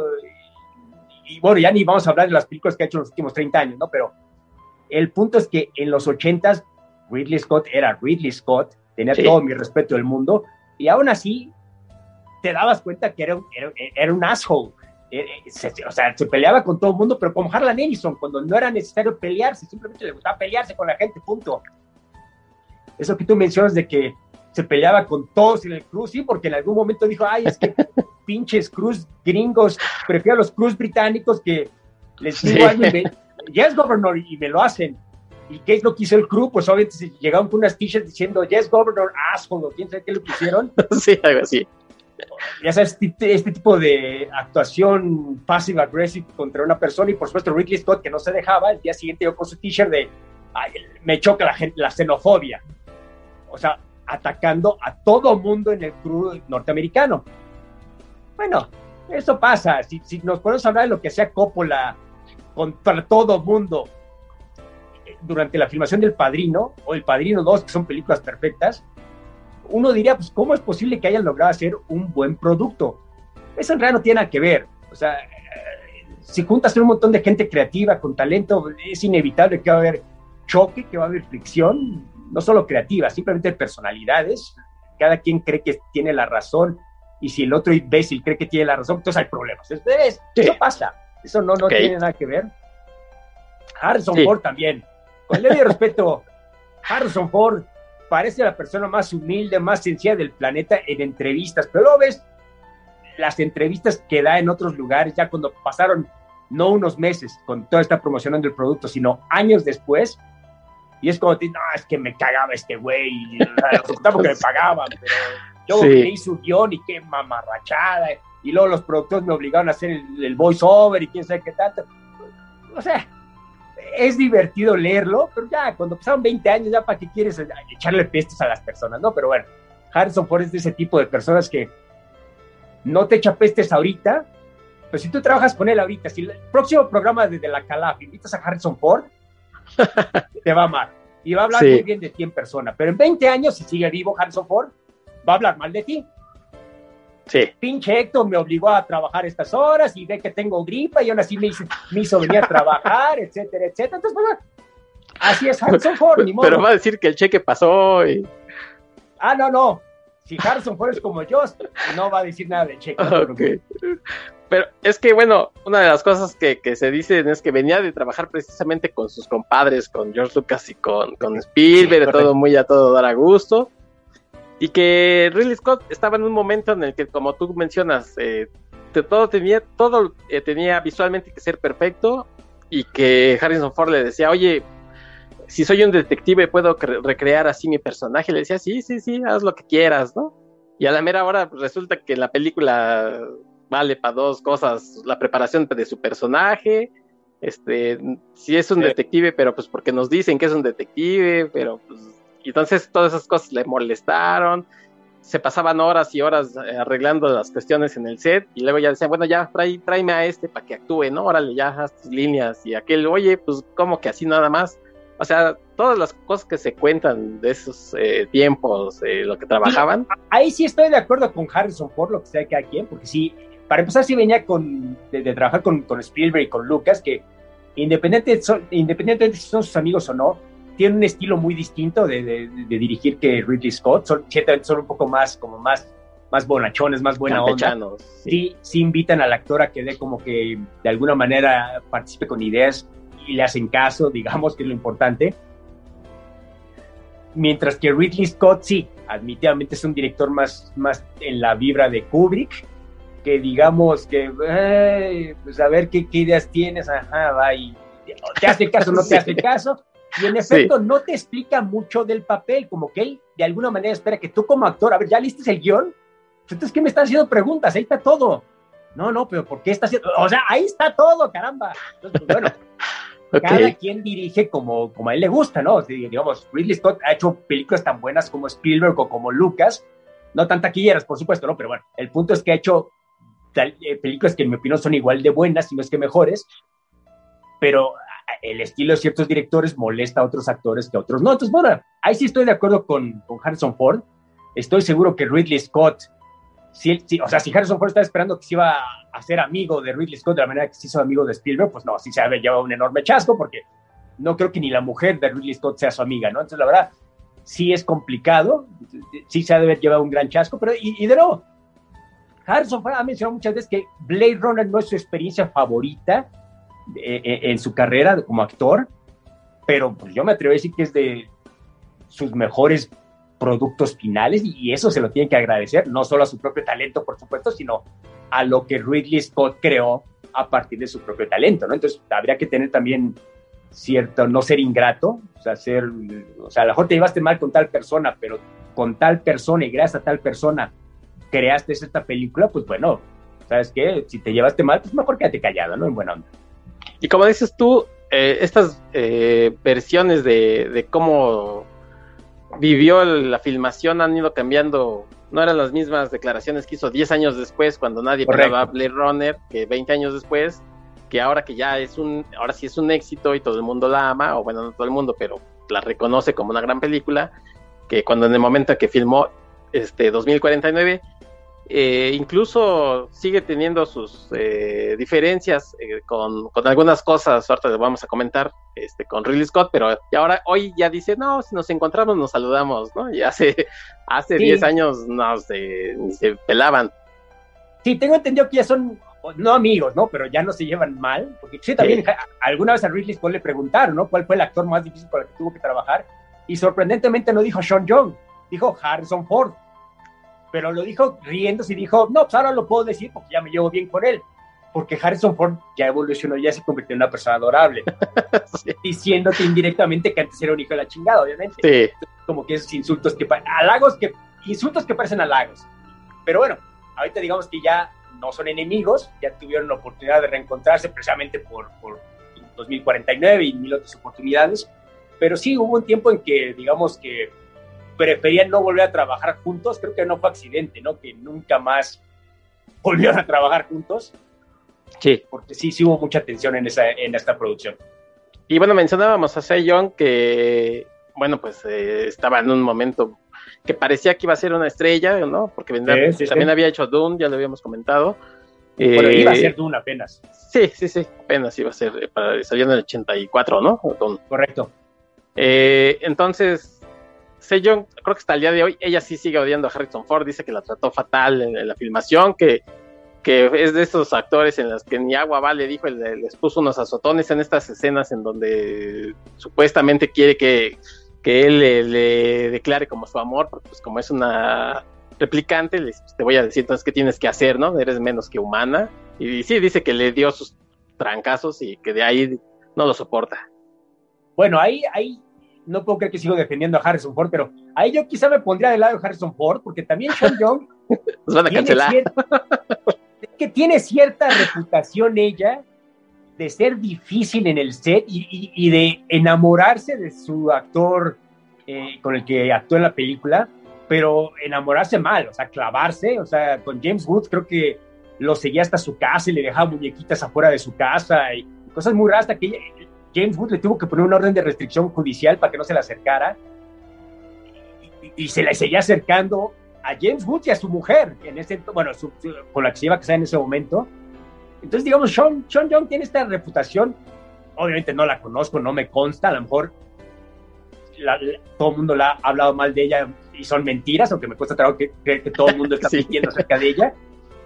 y bueno, ya ni vamos a hablar de las películas que ha hecho en los últimos 30 años, ¿no? Pero el punto es que en los 80s Ridley Scott era Ridley Scott, tenía todo mi respeto del mundo, y aún así te dabas cuenta que era un asshole. O sea, se peleaba con todo el mundo, pero como Harlan Ellison, cuando no era necesario pelearse, simplemente le gustaba pelearse con la gente, punto. Eso que tú mencionas de que se peleaba con todos en el Cruz, sí, porque en algún momento dijo, ay, es que pinches Cruz gringos, prefiero a los Cruz británicos que les digo algo y yes, governor, y me lo hacen. ¿Y qué es lo que hizo el crew? Pues obviamente se llegaron con unas t-shirts diciendo yes, governor, asshole, ¿quién sabe qué le pusieron? Sí, algo así. Ya sabes, este tipo de actuación passive-aggressive contra una persona, y por supuesto Ridley Scott, que no se dejaba, el día siguiente yo con su t-shirt de me choca la gente, la xenofobia. O sea, atacando a todo mundo en el crew norteamericano. Bueno, eso pasa. Si nos podemos hablar de lo que hacía Coppola contra todo mundo durante la filmación del Padrino, o El Padrino 2, que son películas perfectas, uno diría, pues, ¿cómo es posible que hayan logrado hacer un buen producto? Eso en realidad no tiene nada que ver. O sea, si juntas a un montón de gente creativa, con talento, es inevitable que va a haber choque, que va a haber fricción, no solo creativa, simplemente personalidades. Cada quien cree que tiene la razón, y si el otro imbécil cree que tiene la razón, entonces hay problemas. Eso pasa. Eso no tiene nada que ver. Harrison Ford también. Con el debido respeto, Harrison Ford parece la persona más humilde, más sencilla del planeta en entrevistas, pero luego ves las entrevistas que da en otros lugares, ya cuando pasaron no unos meses con toda esta promoción del producto, sino años después, y es como, no, es que me cagaba este güey, porque me pagaban, pero yo leí su guión y qué mamarrachada, y luego los productores me obligaron a hacer el voice-over y quién sabe qué tanto. O sea, es divertido leerlo, pero ya cuando pasaron 20 años, ya para qué quieres echarle pestes a las personas, ¿no? Pero bueno, Harrison Ford es de ese tipo de personas que no te echa pestes ahorita, pero si tú trabajas con él ahorita, si el próximo programa de La Calaf invitas a Harrison Ford, te va a amar, y va a hablar muy bien de ti en persona, pero en 20 años, si sigue vivo Harrison Ford, va a hablar mal de ti. Sí. Pinche Héctor me obligó a trabajar estas horas y ve que tengo gripa y aún así me hizo venir a trabajar, etcétera, etcétera. Entonces, bueno, así es Harrison Ford, ni modo. Pero va a decir que el cheque pasó y... no. Si Harrison Ford es como yo, no va a decir nada de cheque. Okay. Pero es que, bueno, una de las cosas que se dicen es que venía de trabajar precisamente con sus compadres, con George Lucas y con Spielberg, todo muy a todo dar a gusto. Y que Ridley Scott estaba en un momento en el que, como tú mencionas, todo tenía visualmente que ser perfecto, y que Harrison Ford le decía, oye, si soy un detective, ¿puedo recrear así mi personaje? Le decía, sí, haz lo que quieras, ¿no? Y a la mera hora pues, resulta que la película vale para dos cosas, la preparación de su personaje, si es un detective, pero pues porque nos dicen que es un detective, pero pues, y entonces todas esas cosas le molestaron, se pasaban horas y horas arreglando las cuestiones en el set, y luego ya decían, bueno, ya tráeme a para que actúe, ¿no? Órale, ya haz tus líneas, y aquel, oye, pues como que así nada más. O sea, todas las cosas que se cuentan de esos tiempos, lo que trabajaban. Sí, ahí sí estoy de acuerdo con Harrison Ford, lo que sea cada quien, porque sí, para empezar sí venía de trabajar con Spielberg y con Lucas, que independientemente si son sus amigos o no, tienen un estilo muy distinto de dirigir que Ridley Scott. Son un poco más bonachones, más buena onda. Sí invitan al actor a que dé como que de alguna manera participe con ideas y le hacen caso, digamos, que es lo importante. Mientras que Ridley Scott sí, admítidamente es un director más en la vibra de Kubrick, que digamos que, pues a ver qué ideas tienes, va, y te hace caso, no te hace caso, y en efecto no te explica mucho del papel, como que él de alguna manera espera que tú como actor, a ver, ¿ya listes el guión? Entonces, ¿qué me estás haciendo preguntas? Ahí está todo. No, pero ¿por qué estás haciendo? O sea, ahí está todo, caramba. Entonces, pues, bueno, cada quien dirige como a él le gusta, ¿no? Digamos, Ridley Scott ha hecho películas tan buenas como Spielberg o como Lucas, no tan taquilleras, por supuesto, ¿no? Pero bueno, el punto es que ha hecho películas que en mi opinión son igual de buenas, si no es que mejores, pero el estilo de ciertos directores molesta a otros actores que a otros no. Entonces, bueno, ahí sí estoy de acuerdo con Harrison Ford. Estoy seguro que Ridley Scott, o sea, si Harrison Ford estaba esperando que se iba a ser amigo de Ridley Scott de la manera que se hizo amigo de Spielberg, pues no, sí se había llevado un enorme chasco, porque no creo que ni la mujer de Ridley Scott sea su amiga, ¿no? Entonces, la verdad, sí es complicado, sí se ha de haber llevado un gran chasco, pero y de nuevo, Harrison Ford ha mencionado muchas veces que Blade Runner no es su experiencia favorita en su carrera como actor, pero pues yo me atrevo a decir que es de sus mejores productos finales, y eso se lo tienen que agradecer, no solo a su propio talento, por supuesto, sino a lo que Ridley Scott creó a partir de su propio talento, ¿no? Entonces habría que tener también cierto, no ser ingrato, o sea, a lo mejor te llevaste mal con tal persona, pero con tal persona y gracias a tal persona creaste esta película, pues bueno, ¿sabes qué? Si te llevaste mal, pues mejor quédate callado, ¿no? En buena onda. Y como dices tú, estas versiones de cómo vivió la filmación han ido cambiando, no eran las mismas declaraciones que hizo 10 años después, cuando nadie pelaba Blade Runner, que 20 años después, que ahora que ya ahora sí es un éxito y todo el mundo la ama, o bueno, no todo el mundo, pero la reconoce como una gran película, que cuando en el momento que filmó 2049, incluso sigue teniendo sus diferencias con algunas cosas, ahorita les vamos a comentar con Ridley Scott, pero hoy ya dice, no, si nos encontramos nos saludamos, ¿no? Y hace 10 años se pelaban. Sí, tengo entendido que ya son, no amigos, ¿no? Pero ya no se llevan mal, porque sí, también alguna vez a Ridley Scott le preguntaron, ¿no? ¿Cuál fue el actor más difícil con el que tuvo que trabajar? Y sorprendentemente no dijo Sean Young, dijo Harrison Ford. Pero lo dijo riéndose y dijo, no, pues ahora lo puedo decir porque ya me llevo bien con él. Porque Harrison Ford ya evolucionó, ya se convirtió en una persona adorable. Sí. Diciéndote indirectamente que antes era un hijo de la chingada, obviamente. Sí. Entonces, como que esos insultos insultos que parecen halagos. Pero bueno, ahorita digamos que ya no son enemigos, ya tuvieron la oportunidad de reencontrarse precisamente por 2049 y mil otras oportunidades. Pero sí, hubo un tiempo en que, digamos que preferían no volver a trabajar juntos. Creo que no fue accidente, ¿no? Que nunca más volvieron a trabajar juntos. Sí. Porque sí hubo mucha tensión en esta producción. Y bueno, mencionábamos a Seo-Young que, bueno, pues estaba en un momento que parecía que iba a ser una estrella, ¿no? Porque también había hecho Dune, ya lo habíamos comentado. Bueno, iba a ser Dune apenas. Sí, apenas iba a ser, salió en el 84, ¿no? Dune. Correcto. Entonces, Seo-Young, creo que hasta el día de hoy, ella sí sigue odiando a Harrison Ford, dice que la trató fatal en la filmación, que es de estos actores en los que ni agua vale, dijo, les puso unos azotones en estas escenas en donde supuestamente quiere que él le declare como su amor, porque pues como es una replicante, te voy a decir entonces qué tienes que hacer, ¿no? Eres menos que humana, y sí, dice que le dio sus trancazos y que de ahí no lo soporta. Bueno, ahí no puedo creer que sigo defendiendo a Harrison Ford, pero ahí yo quizá me pondría del lado de Harrison Ford, porque también Sean Young nos van a cancelar. Tiene cierta reputación ella de ser difícil en el set y de enamorarse de su actor con el que actuó en la película, pero enamorarse mal, o sea, clavarse, o sea, con James Woods creo que lo seguía hasta su casa y le dejaba muñequitas afuera de su casa y cosas muy raras, hasta que James Woods le tuvo que poner una orden de restricción judicial para que no se le acercara y se le seguía acercando a James Woods y a su mujer, con la que se iba a casar en ese momento. Entonces, digamos, Sean Young tiene esta reputación, obviamente no la conozco, no me consta, a lo mejor todo el mundo la ha hablado mal de ella y son mentiras, aunque me cuesta trabajo creer que todo el mundo está mintiendo acerca de ella.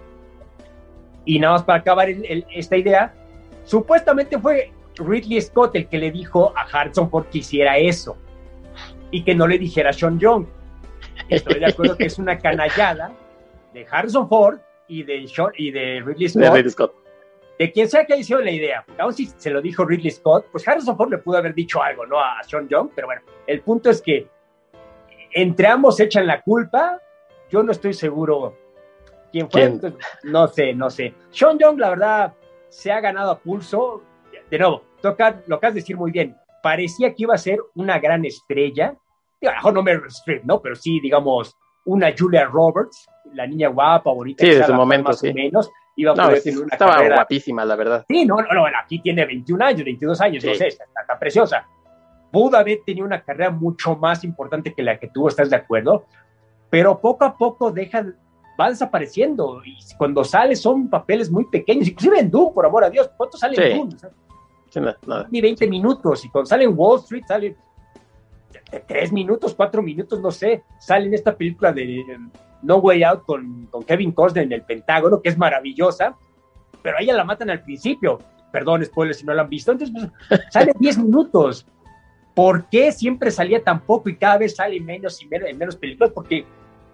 Y nada más para acabar esta idea, supuestamente fue Ridley Scott el que le dijo a Harrison Ford que hiciera eso y que no le dijera a Sean Young. Estoy de acuerdo que es una canallada de Harrison Ford y de Ridley Scott. De quien sea que haya sido la idea, aún si se lo dijo Ridley Scott, pues Harrison Ford le pudo haber dicho algo, ¿no? A Sean Young, pero bueno, el punto es que entre ambos echan la culpa. Yo no estoy seguro quién fue. Entonces, no sé. Sean Young, la verdad, se ha ganado a pulso. De nuevo, lo acabas de decir muy bien. Parecía que iba a ser una gran estrella. A lo mejor no Meryl Streep, ¿no? Pero sí, digamos, una Julia Roberts, la niña guapa, bonita. Sí, de su momento, más sí. O menos. Iba a poder tener una estaba carrera guapísima, la verdad. Sí, no, aquí tiene 21 años, 22 años, sí. No sé, está preciosa. Pudo haber tenido una carrera mucho más importante que la que tuvo, ¿estás de acuerdo? Pero poco a poco va desapareciendo, y cuando sale son papeles muy pequeños, inclusive en Doom, por amor a Dios. ¿Cuánto sale en Doom? Sí, nada. Ni 20 minutos, y cuando sale en Wall Street sale 3 minutos, 4 minutos, no sé. Sale en esta película de No Way Out con Kevin Costner en el Pentágono, que es maravillosa, pero a ella la matan al principio. Perdón, spoilers si no la han visto. Entonces, pues, sale 10 minutos. ¿Por qué siempre salía tan poco y cada vez sale menos y menos en menos películas? Porque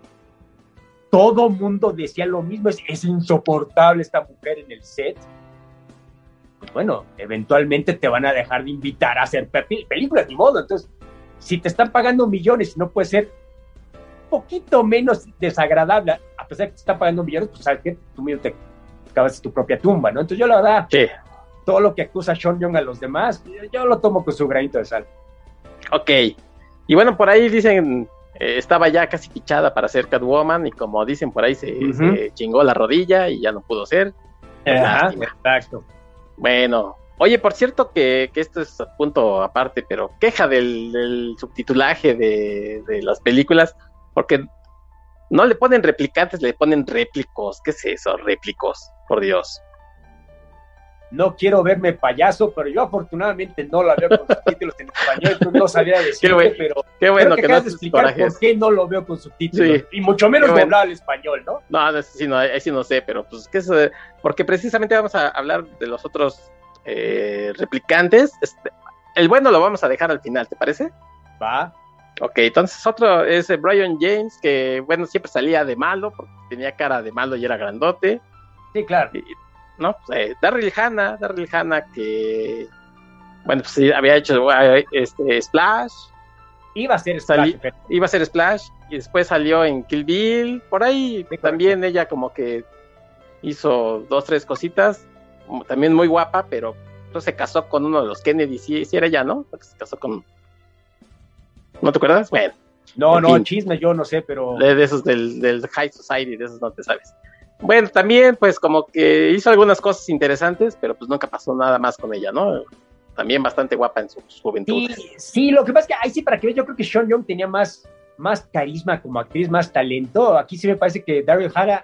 todo mundo decía lo mismo, es insoportable esta mujer en el set. Pues bueno, eventualmente te van a dejar de invitar a hacer películas, ni modo. Entonces, si te están pagando millones y no puede ser poquito menos desagradable, a pesar de que te están pagando millones, pues sabes que tú mismo te cavas tu propia tumba, ¿no? Entonces yo la verdad, todo lo que acusa Sean Young a los demás, yo lo tomo con su granito de sal. Ok, y bueno, por ahí dicen, estaba ya casi fichada para ser Catwoman, y como dicen por ahí, se chingó la rodilla y ya no pudo ser. Ajá, exacto. Bueno, oye, por cierto que esto es punto aparte, pero queja del subtitulaje de las películas, porque no le ponen replicantes, le ponen réplicos. ¿Qué es eso? Réplicos, por Dios. No quiero verme payaso, pero yo afortunadamente no la veo con subtítulos en español, entonces no sabría decirte, pero qué bueno que no te explicar por qué no lo veo con subtítulos, y mucho menos doblado al español, ¿no? No, ahí sí no sé, pero pues que es, porque precisamente vamos a hablar de los otros replicantes. El bueno lo vamos a dejar al final, ¿te parece? Va. Ok, entonces otro es Brian James, que bueno, siempre salía de malo, porque tenía cara de malo y era grandote. Sí, claro. ¿No? Daryl Hannah, que bueno, pues sí, había hecho Splash. Iba a ser Splash. Y después salió en Kill Bill. Por ahí sí, también ella como que hizo 2-3 cositas. También muy guapa, pero pues, se casó con uno de los Kennedy. Sí era ella, ¿no? Porque se casó con... ¿No te acuerdas? Bueno. No, chisme yo no sé, pero... De esos del High Society, de esos no te sabes. Bueno, también pues como que hizo algunas cosas interesantes, pero pues nunca pasó nada más con ella, ¿no? También bastante guapa en su juventud. Sí, lo que pasa es que ahí sí, para que veas, yo creo que Sean Young tenía más carisma como actriz, más talento. Aquí sí me parece que Daryl Hannah,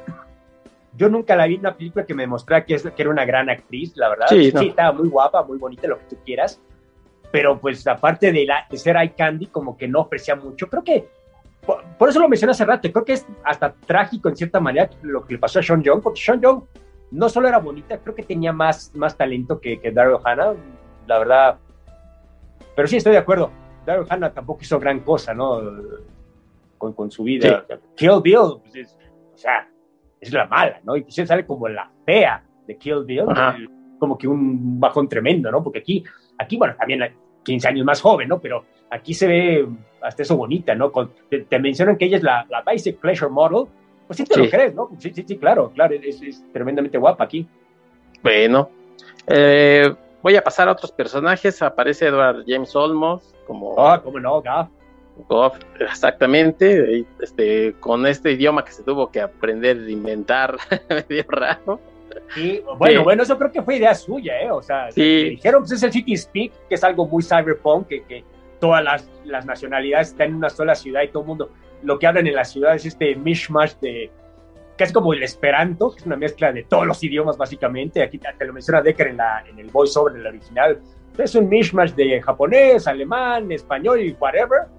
yo nunca la vi en una película que me demostrara que era una gran actriz, la verdad. Sí, estaba muy guapa, muy bonita, lo que tú quieras, pero pues aparte de ser eye candy, como que no ofrecía mucho. Creo que por eso lo mencioné hace rato, creo que es hasta trágico en cierta manera lo que le pasó a Sean Young, porque Sean Young no solo era bonita, creo que tenía más talento que Daryl Hannah, la verdad. Pero sí, estoy de acuerdo, Daryl Hannah tampoco hizo gran cosa, ¿no? Con su vida. Sí. Kill Bill, pues es la mala, ¿no? Y pues sale como la fea de Kill Bill, como que un bajón tremendo, ¿no? Porque aquí bueno, también 15 años más joven, ¿no? Pero aquí se ve hasta eso bonita, ¿no? Te mencionan que ella es la Basic Pleasure Model, pues sí te lo crees, ¿no? Sí, claro, es tremendamente guapa aquí. Bueno, voy a pasar a otros personajes. Aparece Edward James Olmos como... ¿Cómo no? Goff, exactamente, con este idioma que se tuvo que aprender a inventar, medio raro. Sí, bueno, eso creo que fue idea suya, o sea, sí. Le dijeron, pues es el City Speak, que es algo muy cyberpunk, que todas las nacionalidades están en una sola ciudad y todo el mundo, lo que hablan en la ciudad es mishmash de, casi como el Esperanto, que es una mezcla de todos los idiomas básicamente, aquí te lo menciona Decker en el voiceover del original, es un mishmash de japonés, alemán, español y whatever.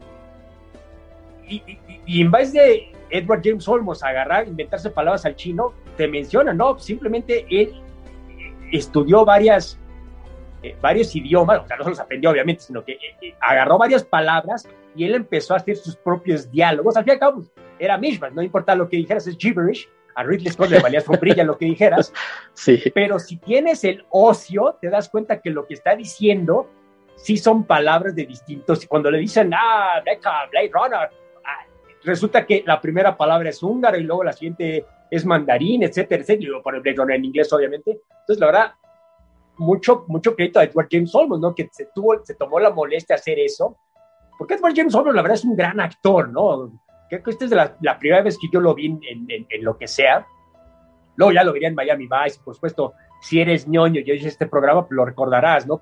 Y en vez de Edward James Olmos inventarse palabras al chino, te menciona, no, simplemente él estudió varios idiomas, o sea, no se los aprendió obviamente, sino que agarró varias palabras y él empezó a hacer sus propios diálogos. Al fin y al cabo, era mishmash, no importa lo que dijeras, es gibberish. A Ridley Scott le valía sombrilla lo que dijeras, sí. Pero si tienes el ocio, te das cuenta que lo que está diciendo sí son palabras de distintos. Cuando le dicen, Blade Runner, resulta que la primera palabra es húngaro y luego la siguiente es mandarín, etcétera, etcétera. Por el Blade Runner en inglés, obviamente. Entonces, la verdad, mucho crédito a Edward James Olmos, ¿no? Que se tomó la molestia de hacer eso. Porque Edward James Olmos, la verdad, es un gran actor, ¿no? Creo que esta es la primera vez que yo lo vi en lo que sea. Luego ya lo vería en Miami Vice, por supuesto. Si eres ñoño y oyes este programa, pues lo recordarás, ¿no?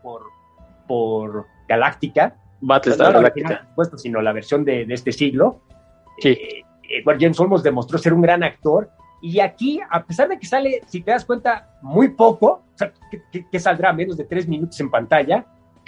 Por Galáctica. Battlestar Galáctica. Por supuesto, sino la versión de este siglo. Sí. Edward James Olmos demostró ser un gran actor, y aquí, a pesar de que sale, si te das cuenta, muy poco, o sea, que saldrá menos de 3 minutos en pantalla,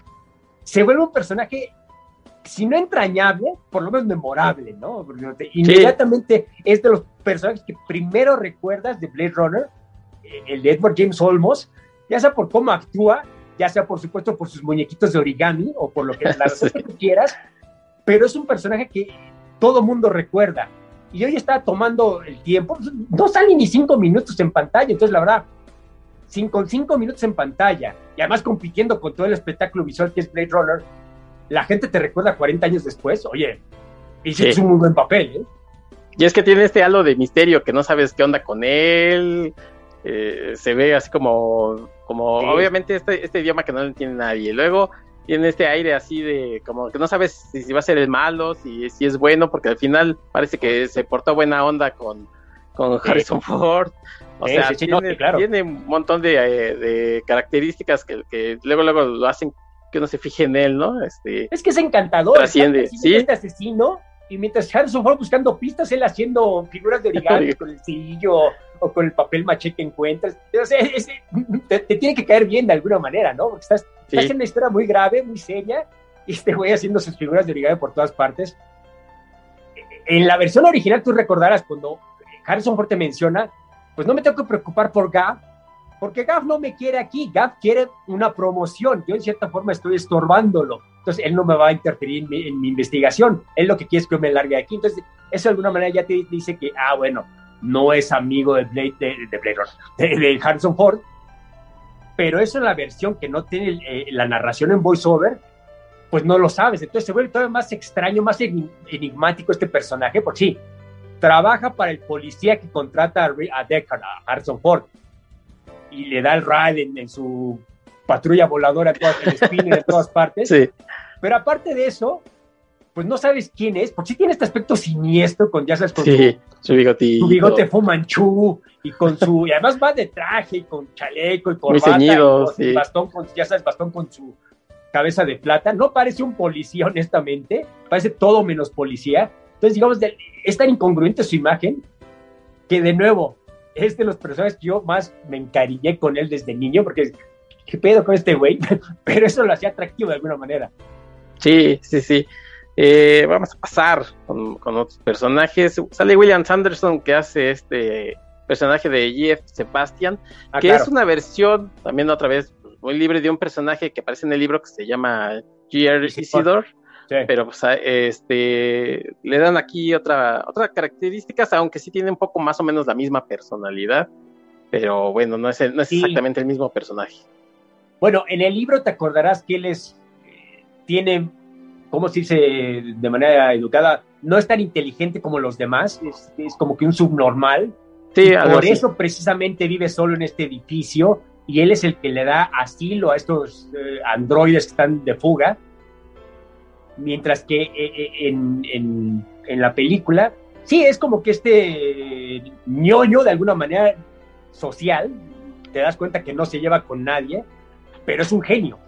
se vuelve un personaje, si no entrañable, por lo menos memorable, ¿no? Porque inmediatamente es de los personajes que primero recuerdas de Blade Runner, el de Edward James Olmos, ya sea por cómo actúa, ya sea por supuesto por sus muñequitos de origami, o por lo que la razón que tú quieras, pero es un personaje que todo mundo recuerda. Y hoy está tomando el tiempo, no sale ni 5 minutos en pantalla, entonces la verdad, con 5 minutos en pantalla, y además compitiendo con todo el espectáculo visual que es Blade Runner, la gente te recuerda 40 años después. Oye, hiciste un muy buen papel, Y es que tiene este halo de misterio, que no sabes qué onda con él, se ve así como obviamente este idioma que no lo entiende nadie, luego tiene este aire así de como que no sabes si va a ser el malo, si es bueno, porque al final parece que se portó buena onda con Harrison Ford. O sea, tiene un montón de características que luego lo hacen que uno se fije en él, ¿no? Es que es encantador. Trasciende, ¿sí? Este asesino, y mientras Harrison Ford buscando pistas, él haciendo figuras de origami con el cerillo o con el papel maché que encuentras. O sea, te tiene que caer bien de alguna manera, ¿no? Porque estás en una historia muy grave, muy seria, y este güey haciendo sus figuras de origami por todas partes. En la versión original, tú recordarás cuando Harrison Ford te menciona, pues no me tengo que preocupar por Gav, porque Gav no me quiere aquí, Gav quiere una promoción, yo en cierta forma estoy estorbándolo, entonces él no me va a interferir en mi investigación, él lo que quiere es que yo me largue de aquí. Entonces eso de alguna manera ya te dice que, bueno, no es amigo de Blade Runner, de Harrison Ford, pero eso en la versión que no tiene la narración en voiceover, pues no lo sabes, entonces se vuelve todavía más extraño, más enigmático este personaje, porque sí, trabaja para el policía que contrata a Deckard, a Harrison Ford, y le da el ride en su patrulla voladora, el spinner en todas partes, sí. Pero aparte de eso, pues no sabes quién es, porque sí tiene este aspecto siniestro, con, ya sabes, con su bigotito. Su bigote Fu Manchú, y además va de traje, y con chaleco, y corbata, muy ceñido, y bastón, bastón con su cabeza de plata. No parece un policía, honestamente, parece todo menos policía. Entonces, digamos, es tan incongruente su imagen, que de nuevo, es de los personajes que yo más me encariñé con él desde niño, porque ¿qué pedo con este güey? Pero eso lo hacía atractivo de alguna manera. Sí. Vamos a pasar con otros personajes. Sale William Sanderson, que hace este personaje de Jeff Sebastian, que es una versión, también otra vez, muy libre de un personaje que aparece en el libro que se llama G.R. Isidore. Sí. Pero pues, le dan aquí otras características, aunque sí tiene un poco más o menos la misma personalidad, pero bueno, no es exactamente el mismo personaje. Bueno, en el libro te acordarás que él es tiene, ¿cómo se dice de manera educada? No es tan inteligente como los demás, es como que un subnormal. Sí, por eso precisamente vive solo en este edificio y él es el que le da asilo a estos androides que están de fuga, mientras que en la película, sí, es como que este ñoño de alguna manera social, te das cuenta que no se lleva con nadie, pero es un genio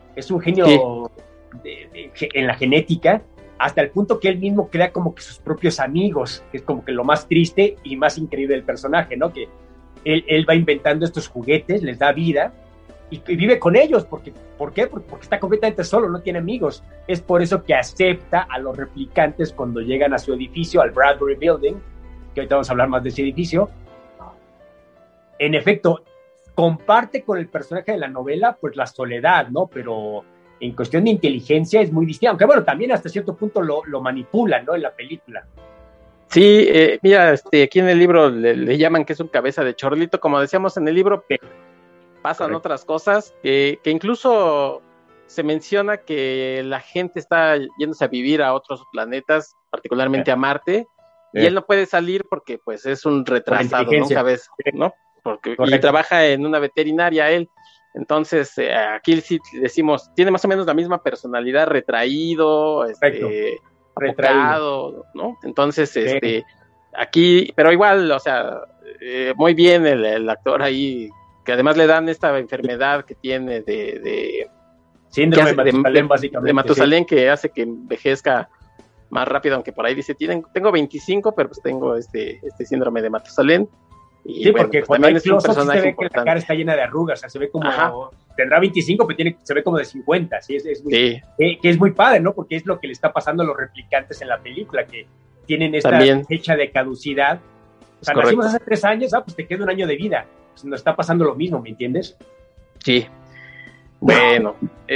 sí. En la genética, hasta el punto que él mismo crea como que sus propios amigos, que es como que lo más triste y más increíble del personaje, ¿no? Que él va inventando estos juguetes, les da vida y vive con ellos. ¿Por qué? Porque está completamente solo, no tiene amigos. Es por eso que acepta a los replicantes cuando llegan a su edificio, al Bradbury Building, que ahorita vamos a hablar más de ese edificio. En efecto, comparte con el personaje de la novela, pues la soledad, ¿no? Pero en cuestión de inteligencia es muy distinto, aunque bueno, también hasta cierto punto lo manipulan, ¿no? En la película. Sí, mira, aquí en el libro le llaman que es un cabeza de chorlito, como decíamos en el libro, pasan Correcto. Otras cosas, que incluso se menciona que la gente está yéndose a vivir a otros planetas, particularmente a Marte, y él no puede salir porque pues es un retrasado, ¿no? Un cabeza, ¿no? Y trabaja en una veterinaria él. Entonces, aquí sí decimos, tiene más o menos la misma personalidad, retraído, apocado, ¿no? Entonces, aquí, pero igual, o sea, muy bien el actor ahí, que además le dan esta enfermedad que tiene de síndrome de Matusalén, básicamente. De Matusalén, sí. Que hace que envejezca más rápido, aunque por ahí dice, tengo 25, pero pues tengo este síndrome de Matusalén. Y sí, bueno, porque pues también es un personaje se ve importante. Que la cara está llena de arrugas, o sea, se ve como, tendrá 25, pero se ve como de 50, ¿sí? Que es muy padre, ¿no? Porque es lo que le está pasando a los replicantes en la película, que tienen esta fecha de caducidad. O sea, nacimos hace 3 años, pues te queda un año de vida. Pues nos está pasando lo mismo, ¿me entiendes? Sí. Bueno,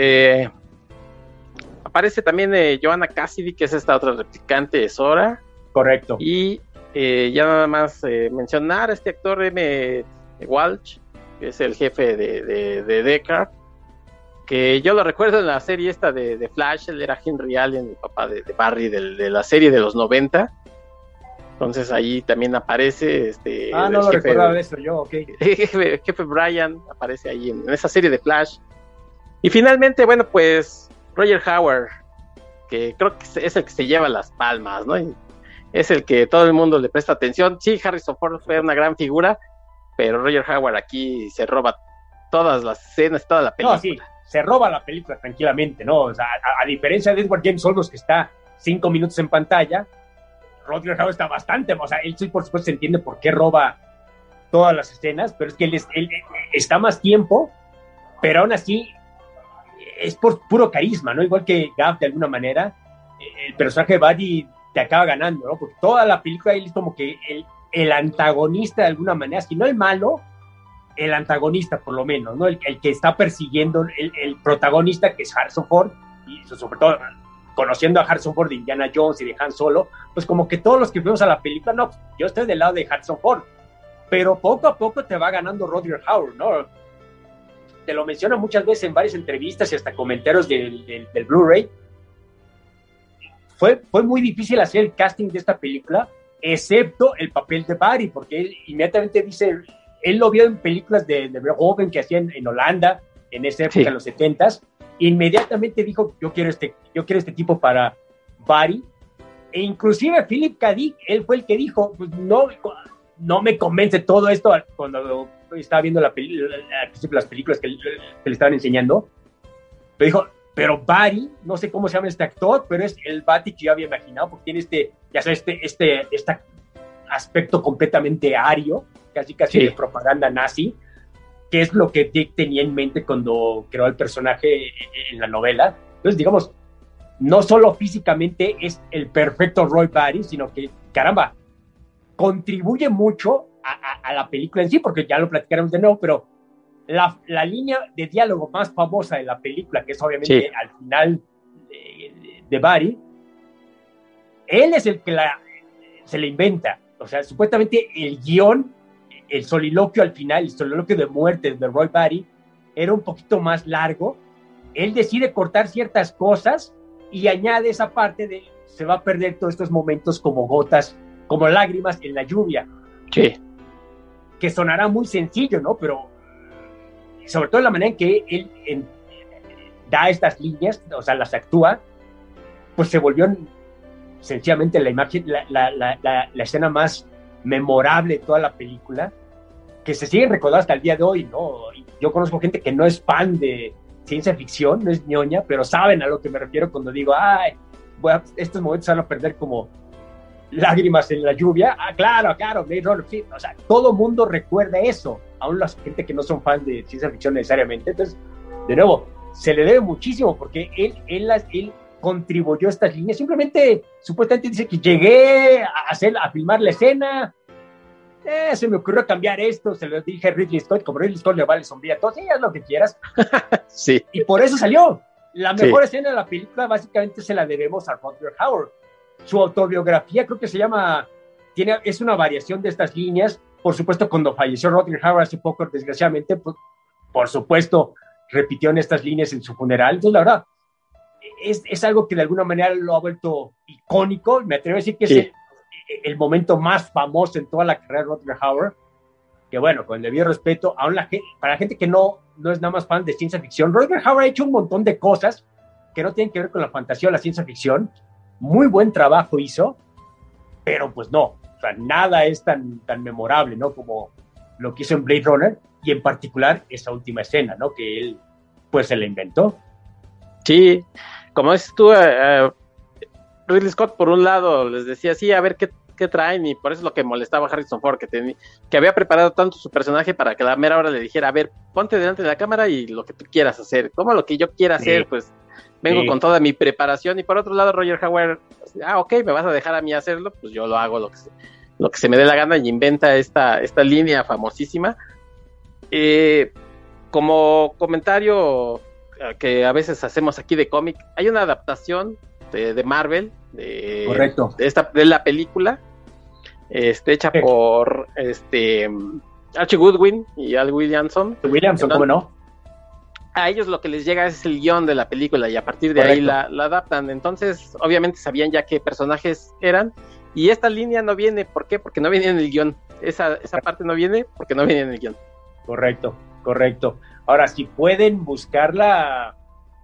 aparece también Joanna Cassidy, que es esta otra replicante de Zora. Correcto. Y ya nada más mencionar a este actor M. Walsh, que es el jefe de Deckard, que yo lo recuerdo en la serie esta de Flash. Él era Henry Allen, el papá de Barry de la serie de los 90. Entonces ahí también aparece no lo recordaba de eso yo, ok. Jefe Brian aparece ahí en esa serie de Flash. Y finalmente, bueno, pues Roger Howard, que creo que es el que se lleva las palmas, ¿no? Y es el que todo el mundo le presta atención. Sí, Harrison Ford fue una gran figura, pero Roger Howard aquí se roba todas las escenas, toda la película. No, sí, se roba la película tranquilamente, ¿no? O sea, a diferencia de Edward James Olmos, que está 5 minutos en pantalla, Roger Howard está bastante, o sea, él sí, por supuesto, se entiende por qué roba todas las escenas, pero es que él está más tiempo, pero aún así es por puro carisma, ¿no? Igual que Gav, de alguna manera, el personaje de Buddy te acaba ganando, ¿no? Porque toda la película él es como que el antagonista de alguna manera, si no el malo, el antagonista por lo menos, ¿no? El que está persiguiendo el protagonista, que es Harrison Ford, y sobre todo conociendo a Harrison Ford de Indiana Jones y de Han Solo, pues como que todos los que fuimos a la película, no, yo estoy del lado de Harrison Ford, pero poco a poco te va ganando Roger Howard, ¿no? Te lo menciona muchas veces en varias entrevistas y hasta comentarios del Blu-ray. Fue muy difícil hacer el casting de esta película, excepto el papel de Barry, porque él inmediatamente dice, él lo vio en películas de joven que hacían en Holanda, en esa época, en los 70s, inmediatamente dijo, yo quiero este tipo para Barry, e inclusive Philip K. Dick, él fue el que dijo, pues no me convence todo esto cuando estaba viendo las películas que le estaban enseñando, pero dijo, pero Barry, no sé cómo se llama este actor, pero es el Barry que yo había imaginado, porque tiene este aspecto completamente ario, casi de propaganda nazi, que es lo que Dick tenía en mente cuando creó el personaje en la novela. Entonces, digamos, no solo físicamente es el perfecto Roy Batty, sino que, caramba, contribuye mucho a la película en sí, porque ya lo platicaremos de nuevo, pero la línea de diálogo más famosa de la película, que es obviamente al final de Barry, él es el que se le inventa. O sea, supuestamente el guión, el soliloquio al final, el soliloquio de muerte de Roy Batty, era un poquito más largo. Él decide cortar ciertas cosas y añade esa parte de se va a perder todos estos momentos como gotas, como lágrimas en la lluvia. Sí. Que sonará muy sencillo, ¿no? Pero sobre todo la manera en que él da estas líneas, o sea, las actúa, pues se volvió sencillamente la imagen, la escena más memorable de toda la película, que se siguen recordando hasta el día de hoy, ¿no? Yo conozco gente que no es fan de ciencia ficción, no es ñoña, pero saben a lo que me refiero cuando digo, ay, estos momentos van a perder como lágrimas en la lluvia. Ah, claro, Blade Runner, sí. O sea, todo mundo recuerda eso, aún la gente que no son fans de ciencia ficción necesariamente. Entonces, de nuevo, se le debe muchísimo porque él contribuyó a estas líneas. Simplemente, supuestamente dice que llegué a filmar la escena, se me ocurrió cambiar esto, se lo dije a Ridley Scott, como Ridley Scott le vale sombría todo, sí, haz lo que quieras. Sí. Y por eso salió. La mejor escena de la película básicamente se la debemos a Rutger Hauer. Su autobiografía creo que se llama, es una variación de estas líneas. Por supuesto, cuando falleció Rutger Hauer hace poco, desgraciadamente, pues, por supuesto, repitió en estas líneas en su funeral. Entonces, la verdad, es algo que de alguna manera lo ha vuelto icónico. Me atrevo a decir que es el momento más famoso en toda la carrera de Rutger Hauer, que bueno, con el debido respeto, aún para la gente que no es nada más fan de ciencia ficción, Rutger Hauer ha hecho un montón de cosas que no tienen que ver con la fantasía o la ciencia ficción. Muy buen trabajo hizo, pero pues no, o sea, nada es tan memorable, ¿no? Como lo que hizo en Blade Runner, y en particular esa última escena, ¿no? Que él, pues, se la inventó. Sí, como dices tú, Ridley Scott, por un lado, les decía, sí, a ver qué traen, y por eso es lo que molestaba a Harrison Ford, que había preparado tanto su personaje para que a la mera hora le dijera, a ver, ponte delante de la cámara y lo que tú quieras hacer, como lo que yo quiera hacer, pues vengo con toda mi preparación. Y por otro lado, Roger Hauer, ok, me vas a dejar a mí hacerlo, pues yo lo hago lo que se me dé la gana, y inventa esta línea famosísima. Como comentario que a veces hacemos aquí de cómic, hay una adaptación de Marvel, correcto, de la película, hecha por Archie Goodwin y Al Williamson. ¿Cómo no? A ellos lo que les llega es el guión de la película, y a partir de ahí la adaptan. Entonces, obviamente sabían ya qué personajes eran, y esta línea no viene. ¿Por qué? Porque no viene en el guión. Esa parte no viene porque no viene en el guión. Correcto. Ahora, si pueden buscarla,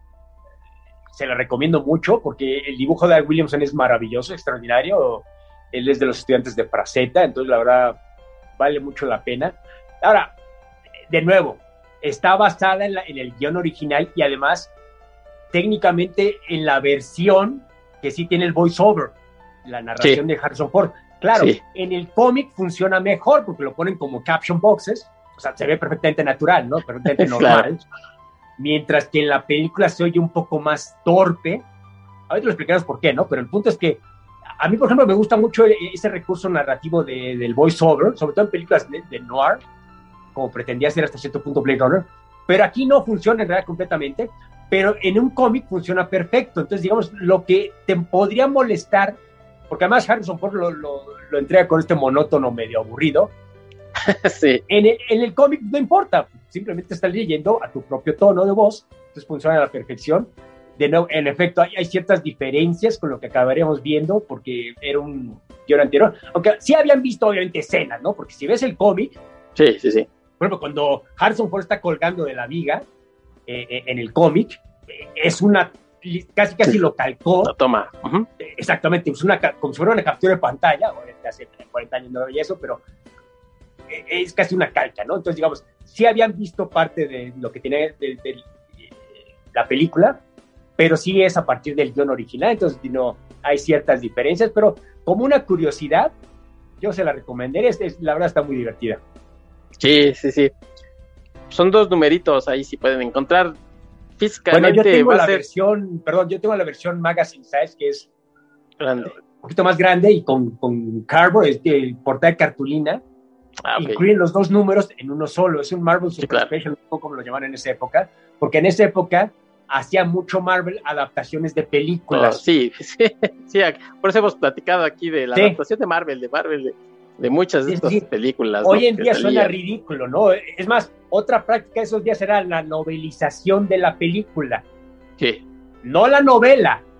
se la recomiendo mucho, porque el dibujo de Al Williamson es maravilloso, extraordinario. Él es de los estudiantes de Frazetta, entonces la verdad vale mucho la pena. Ahora, de nuevo, está basada en el guión original, y además técnicamente en la versión que sí tiene el voiceover, la narración de Harrison Ford. Claro, en el cómic funciona mejor porque lo ponen como caption boxes, o sea, se ve perfectamente natural, ¿no? Perfectamente normal. Claro. Mientras que en la película se oye un poco más torpe. Ahorita lo explicaremos por qué, ¿no? Pero el punto es que a mí, por ejemplo, me gusta mucho ese recurso narrativo del voiceover, sobre todo en películas de noir, como pretendía ser hasta cierto punto Blade Runner, pero aquí no funciona en realidad completamente, pero en un cómic funciona perfecto. Entonces, digamos, lo que te podría molestar, porque además Harrison Ford lo entrega con este monótono medio aburrido, sí. En el cómic no importa, simplemente estás leyendo a tu propio tono de voz, entonces funciona a la perfección. De nuevo, en efecto, hay ciertas diferencias con lo que acabaríamos viendo, porque era un guión anterior, aunque sí habían visto obviamente escenas, ¿no? Porque si ves el cómic, sí. Por ejemplo, cuando Harrison Ford está colgando de la viga en el cómic, es una, casi lo calcó. Lo toma. Uh-huh. Exactamente, es como si fuera una captura de pantalla, obviamente hace 40 años no había eso, pero es casi una calca, ¿no? Entonces, digamos, sí habían visto parte de lo que tenía la película, pero sí es a partir del guión original, entonces no hay ciertas diferencias, pero como una curiosidad, yo se la recomendaría, la verdad está muy divertida. Sí. Son 2 numeritos ahí, si pueden encontrar físicamente. Bueno, yo tengo la versión Magazine Size, que es grande, un poquito más grande, y con Cardboard, portada de cartulina. Okay. Incluyen los 2 números en uno solo. Es un Marvel Super Special, un poco como lo llamaban en esa época, porque en esa época hacía mucho Marvel adaptaciones de películas. Sí, por eso hemos platicado aquí de la adaptación de Marvel, de muchas de estas películas. Hoy en día suena ridículo, ¿no? Es más, otra práctica de esos días era la novelización de la película. Sí. No la novela,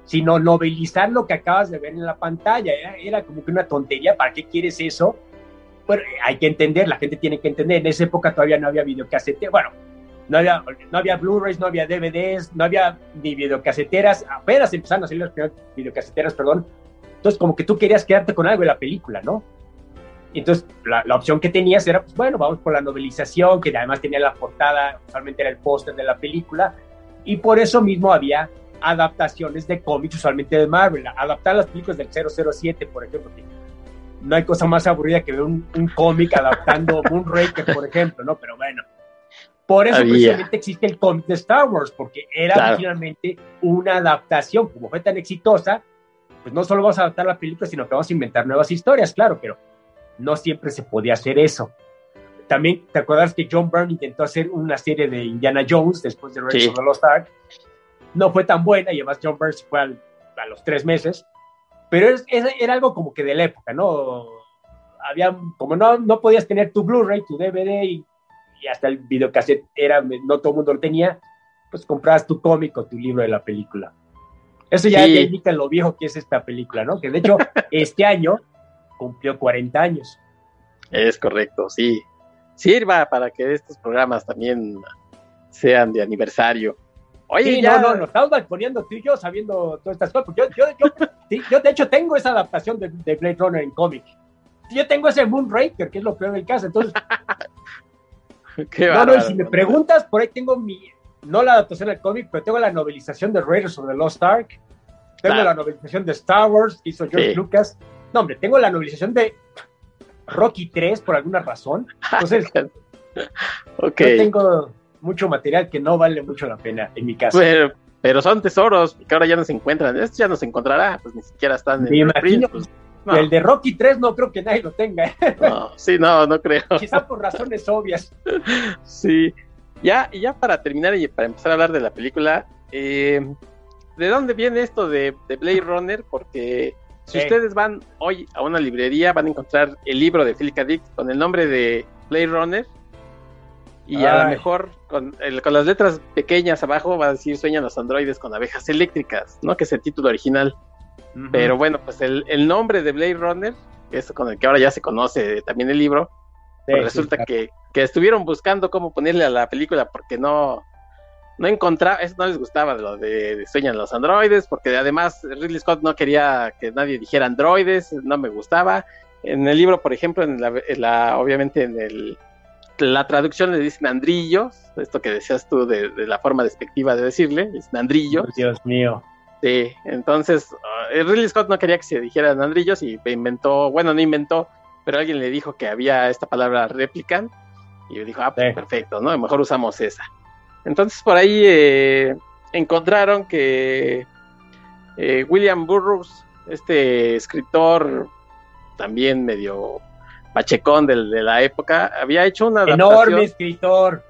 sino novelizar lo que acabas de ver en la pantalla. Era como que una tontería, ¿para qué quieres eso? Bueno, hay que entender, la gente tiene que entender, en esa época todavía no había videocaseteras, bueno, no había Blu-rays, no había DVDs, no había ni videocaseteras, apenas empezaron a salir las primeras videocaseteras, perdón. Entonces, como que tú querías quedarte con algo de la película, ¿no? Entonces, la opción que tenías era, pues bueno, vamos por la novelización, que además tenía la portada, usualmente era el póster de la película, y por eso mismo había adaptaciones de cómics, usualmente de Marvel. Adaptar las películas del 007, por ejemplo, que no hay cosa más aburrida que ver un cómic adaptando Moonraker, por ejemplo, ¿no? Pero bueno, por eso precisamente existe el cómic de Star Wars, porque era finalmente una adaptación. Como fue tan exitosa, pues no solo vamos a adaptar la película, sino que vamos a inventar nuevas historias, claro, pero no siempre se podía hacer eso. También, ¿te acuerdas que John Byrne intentó hacer una serie de Indiana Jones después de Raiders of the Lost Ark? No fue tan buena, y además John Byrne se fue a los 3 meses, pero era algo como que de la época, ¿no? Había, como no podías tener tu Blu-ray, tu DVD y hasta el videocassette no todo el mundo lo tenía, pues comprabas tu cómic o tu libro de la película. Eso ya indica lo viejo que es esta película, ¿no? Que de hecho este año cumplió 40 años. Es correcto, sí. Sirva para que estos programas también sean de aniversario. Oye, sí, nos estamos balconeando tú y yo sabiendo todas estas cosas. Yo de hecho tengo esa adaptación de Blade Runner en cómic. Yo tengo ese Moonraker, que es lo peor del caso. Entonces, y si me preguntas, por ahí tengo no la adaptación al cómic, pero tengo la novelización de Raiders of the Lost Ark. Tengo la novelización de Star Wars, que hizo George Lucas. No, hombre, tengo la novelización de Rocky 3 por alguna razón. Entonces, yo tengo mucho material que no vale mucho la pena en mi caso. Pero son tesoros que ahora ya no se encuentran. Esto ya no se encontrará, pues ni siquiera están en el print. Pues, no. El de Rocky 3 no creo que nadie lo tenga. No creo. Quizá por razones obvias. Sí. Ya para terminar y para empezar a hablar de la película, ¿de dónde viene esto de Blade Runner? Porque si ustedes van hoy a una librería, van a encontrar el libro de Philip K. Dick con el nombre de Blade Runner, y a lo mejor con las letras pequeñas abajo va a decir "Sueñan los androides con abejas eléctricas", ¿no? Que es el título original. Uh-huh. Pero bueno, pues el nombre de Blade Runner, que es con el que ahora ya se conoce también el libro, pues resulta que estuvieron buscando cómo ponerle a la película porque no encontraba, eso no les gustaba lo de Sueñan los androides, porque además Ridley Scott no quería que nadie dijera androides, no me gustaba. En el libro, por ejemplo, obviamente en la traducción le dicen andrillos, esto que decías tú de la forma despectiva de decirle, es andrillos. Dios mío. Sí, entonces Ridley Scott no quería que se dijeran andrillos y no inventó, pero alguien le dijo que había esta palabra replicant y yo dijo, pues perfecto, ¿no? Mejor usamos esa. Entonces por ahí encontraron que William Burroughs, este escritor también medio pachecón de la época, había hecho una adaptación. ¡Enorme escritor!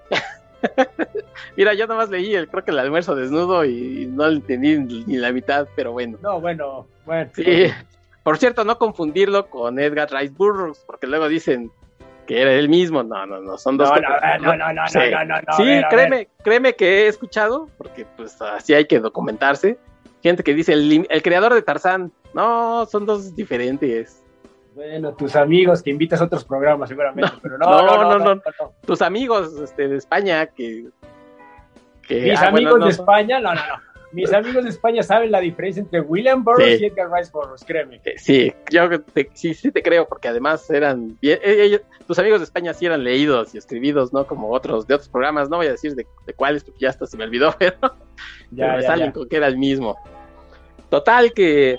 Mira, yo nomás leí creo que el almuerzo desnudo y no entendí ni la mitad, pero bueno. No, bueno. Sí. Por cierto, no confundirlo con Edgar Rice Burroughs, porque luego dicen que era él mismo. No, son dos cosas. No. Sí, créeme que he escuchado, porque pues así hay que documentarse. Gente que dice el creador de Tarzán. No, son dos diferentes. Bueno, tus amigos que invitas a otros programas seguramente, pero no. Tus amigos de España que mis amigos de España, no. Mis amigos de España saben la diferencia entre William Burroughs y Edgar Rice Burroughs, créeme. Sí, yo sí te creo, porque además eran bien, tus amigos de España sí eran leídos y escribidos, ¿no? Como otros de otros programas, no voy a decir de cuáles, porque ya hasta se me olvidó, pero me salen con que era el mismo. Total, que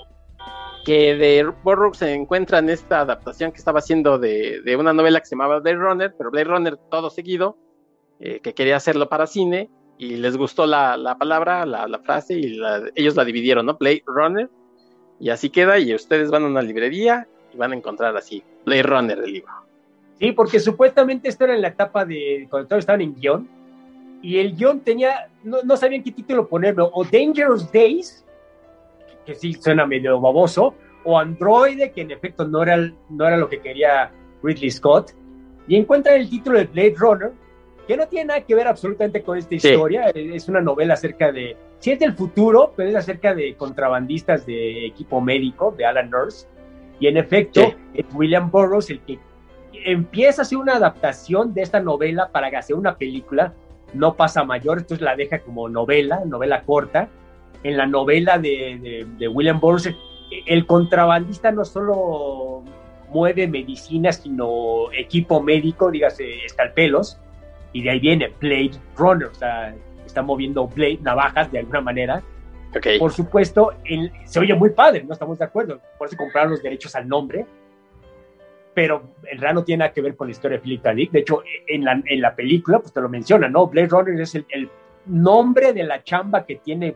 de Burroughs se encuentran esta adaptación que estaba haciendo de una novela que se llamaba Blade Runner, pero Blade Runner todo seguido, que quería hacerlo para cine, y les gustó la palabra, la frase, y ellos la dividieron, ¿no? Blade Runner, y así queda, y ustedes van a una librería y van a encontrar así, Blade Runner, el libro. Sí, porque supuestamente esto era en la etapa de cuando todos estaban en guión, y el guión tenía, no sabían qué título ponerlo, o Dangerous Days, que sí suena medio baboso, o Androide, que en efecto no era lo que quería Ridley Scott, y encuentran el título de Blade Runner, que no tiene nada que ver absolutamente con esta historia. Es una novela acerca de, sí es del futuro, pero es acerca de contrabandistas de equipo médico, de Alan Nurse, y en efecto es William Burroughs el que empieza a hacer una adaptación de esta novela para hacer una película, no pasa a mayor, entonces la deja como novela corta. En la novela de William Burroughs, el contrabandista no solo mueve medicinas, sino equipo médico, dígase escalpelos, y de ahí viene Blade Runner, o sea, está moviendo navajas de alguna manera. Okay. Por supuesto, se oye muy padre, no estamos de acuerdo, por eso compraron los derechos al nombre, pero en realidad no tiene nada que ver con la historia de Philip K. Dick. De hecho, en la película, pues te lo menciona, ¿no? Blade Runner es el nombre de la chamba que tiene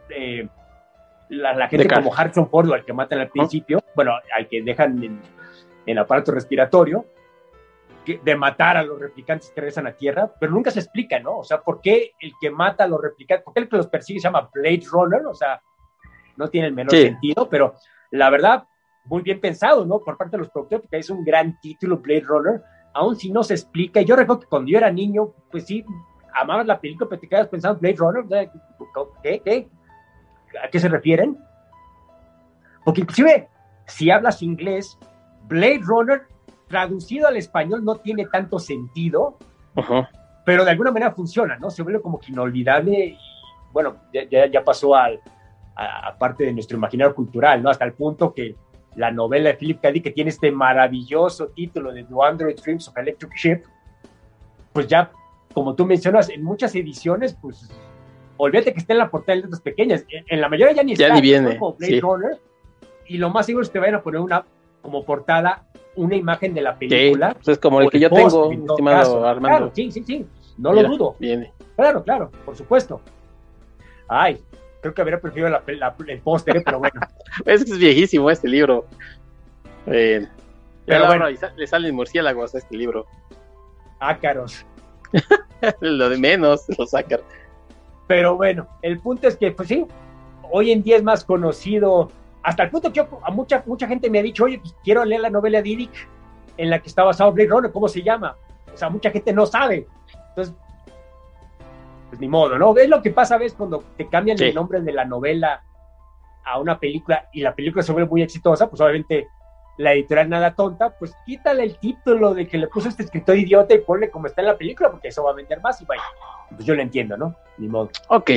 la gente como Harrison Ford, al que matan al principio, bueno, al que dejan en aparato respiratorio, de matar a los replicantes que regresan a Tierra, pero nunca se explica, ¿no? O sea, ¿por qué el que mata a los replicantes, por qué el que los persigue se llama Blade Runner? O sea, no tiene el menor sentido, pero la verdad, muy bien pensado, ¿no? Por parte de los productores, porque es un gran título, Blade Runner, aun si no se explica. Yo recuerdo que cuando yo era niño, pues sí, amabas la película, pero te quedas pensando, Blade Runner, ¿qué? ¿A qué se refieren? Porque inclusive, si hablas inglés, Blade Runner, traducido al español, no tiene tanto sentido, pero de alguna manera funciona, ¿no? Se vuelve como que inolvidable y, bueno, ya pasó a parte de nuestro imaginario cultural, ¿no? Hasta el punto que la novela de Philip K. Dick, que tiene este maravilloso título de The Wandering Dreams of Electric Sheep, pues ya, como tú mencionas, en muchas ediciones, pues, olvídate que está en la portada de letras pequeñas. En la mayoría ya ni está. Ya ni viene. Como Blade Runner, y lo más seguro es que te vayan a poner como portada una imagen de la película. Sí, pues es como el que yo tengo, estimado Armando. Claro, sí, no lo dudo. Viene. Claro, por supuesto. Ay, creo que habría preferido el póster, pero bueno. Es que es viejísimo este libro. Pero bueno, le salen murciélagos a este libro. Ácaros. Lo de menos lo sacan. Pero bueno, el punto es que, pues sí, hoy en día es más conocido, hasta el punto que a mucha gente me ha dicho, oye, pues quiero leer la novela de Dick en la que está basado Blade Runner, ¿cómo se llama? O sea, mucha gente no sabe. Entonces, pues ni modo, ¿no? Es lo que pasa a veces cuando te cambian el nombre de la novela a una película y la película se vuelve muy exitosa, pues obviamente la editorial nada tonta, pues quítale el título de que le puso este escritor idiota y ponle como está en la película, porque eso va a vender más y vaya. Pues yo lo entiendo, ¿no? Ni modo. Ok.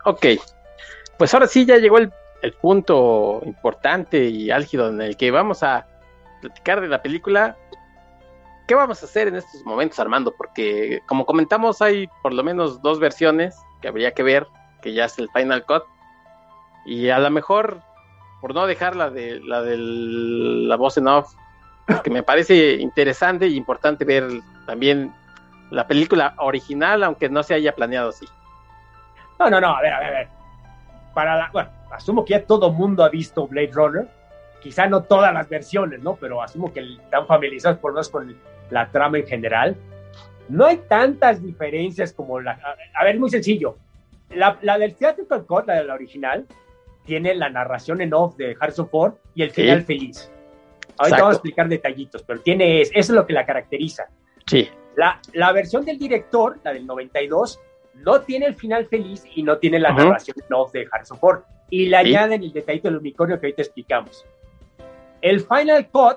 Pues ahora sí ya llegó el punto importante y álgido en el que vamos a platicar de la película. ¿Qué vamos a hacer en estos momentos, Armando? Porque, como comentamos, hay por lo menos 2 versiones que habría que ver, que ya es el Final Cut, y a lo mejor, por no dejar la de la voz en off, que me parece interesante y importante ver también la película original, aunque no se haya planeado así. No, a ver. Bueno, asumo que ya todo mundo ha visto Blade Runner, quizá no todas las versiones, ¿no? Pero asumo que están familiarizados por lo menos con la trama en general. No hay tantas diferencias como a ver, muy sencillo. La del Theatrical Cut, la de la original, tiene la narración en off de Harrison Ford y el final feliz. Ahorita vamos a explicar detallitos, pero eso es lo que la caracteriza. Sí. La versión del director, la del 92, no tiene el final feliz y no tiene la narración en off de Harrison Ford. Y le añaden el detallito del unicornio que ahorita explicamos. El Final Cut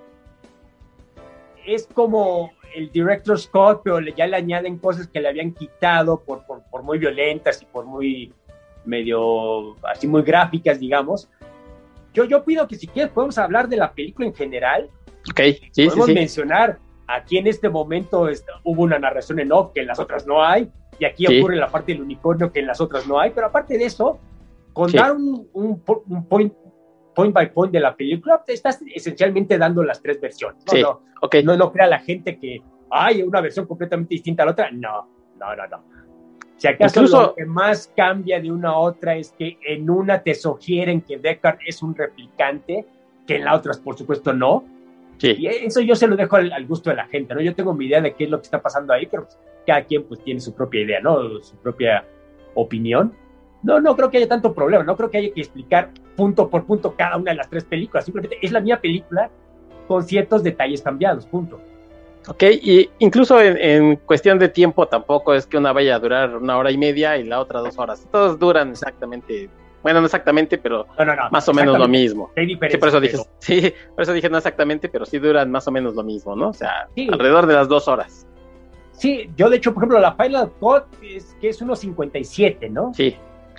es como el Director's Cut, pero ya le añaden cosas que le habían quitado por muy violentas y por muy así muy gráficas, digamos. Yo pido que si quieres podemos hablar de la película en general. Podemos mencionar aquí en este momento hubo una narración en off que en las otras no hay, y aquí ocurre la parte del unicornio que en las otras no hay, pero aparte de eso, con dar un point by point de la película, te estás esencialmente dando las 3 versiones. No crea la gente que hay una versión completamente distinta a la otra. No. Si acaso lo que más cambia de una a otra es que en una te sugieren que Deckard es un replicante, que en la otra, por supuesto, no. Sí. Y eso yo se lo dejo al gusto de la gente, ¿no? Yo tengo mi idea de qué es lo que está pasando ahí, pero pues, cada quien pues tiene su propia idea, ¿no? Su propia opinión. No creo que haya tanto problema, no creo que haya que explicar punto por punto cada una de las 3 películas, simplemente es la misma película con ciertos detalles cambiados, punto. Ok, y incluso en cuestión de tiempo tampoco es que una vaya a durar 1 hora y media y la otra 2 horas. Todos duran exactamente, bueno, no exactamente, pero No, más o menos lo mismo. Hay diferencia, Sí, por eso dije, pero... sí, por eso dije no exactamente, pero sí duran más o menos lo mismo, ¿no? O sea, Sí. alrededor de las 2 horas. Sí, yo de hecho, por ejemplo, la Final Cut es 1:57, ¿no? Sí.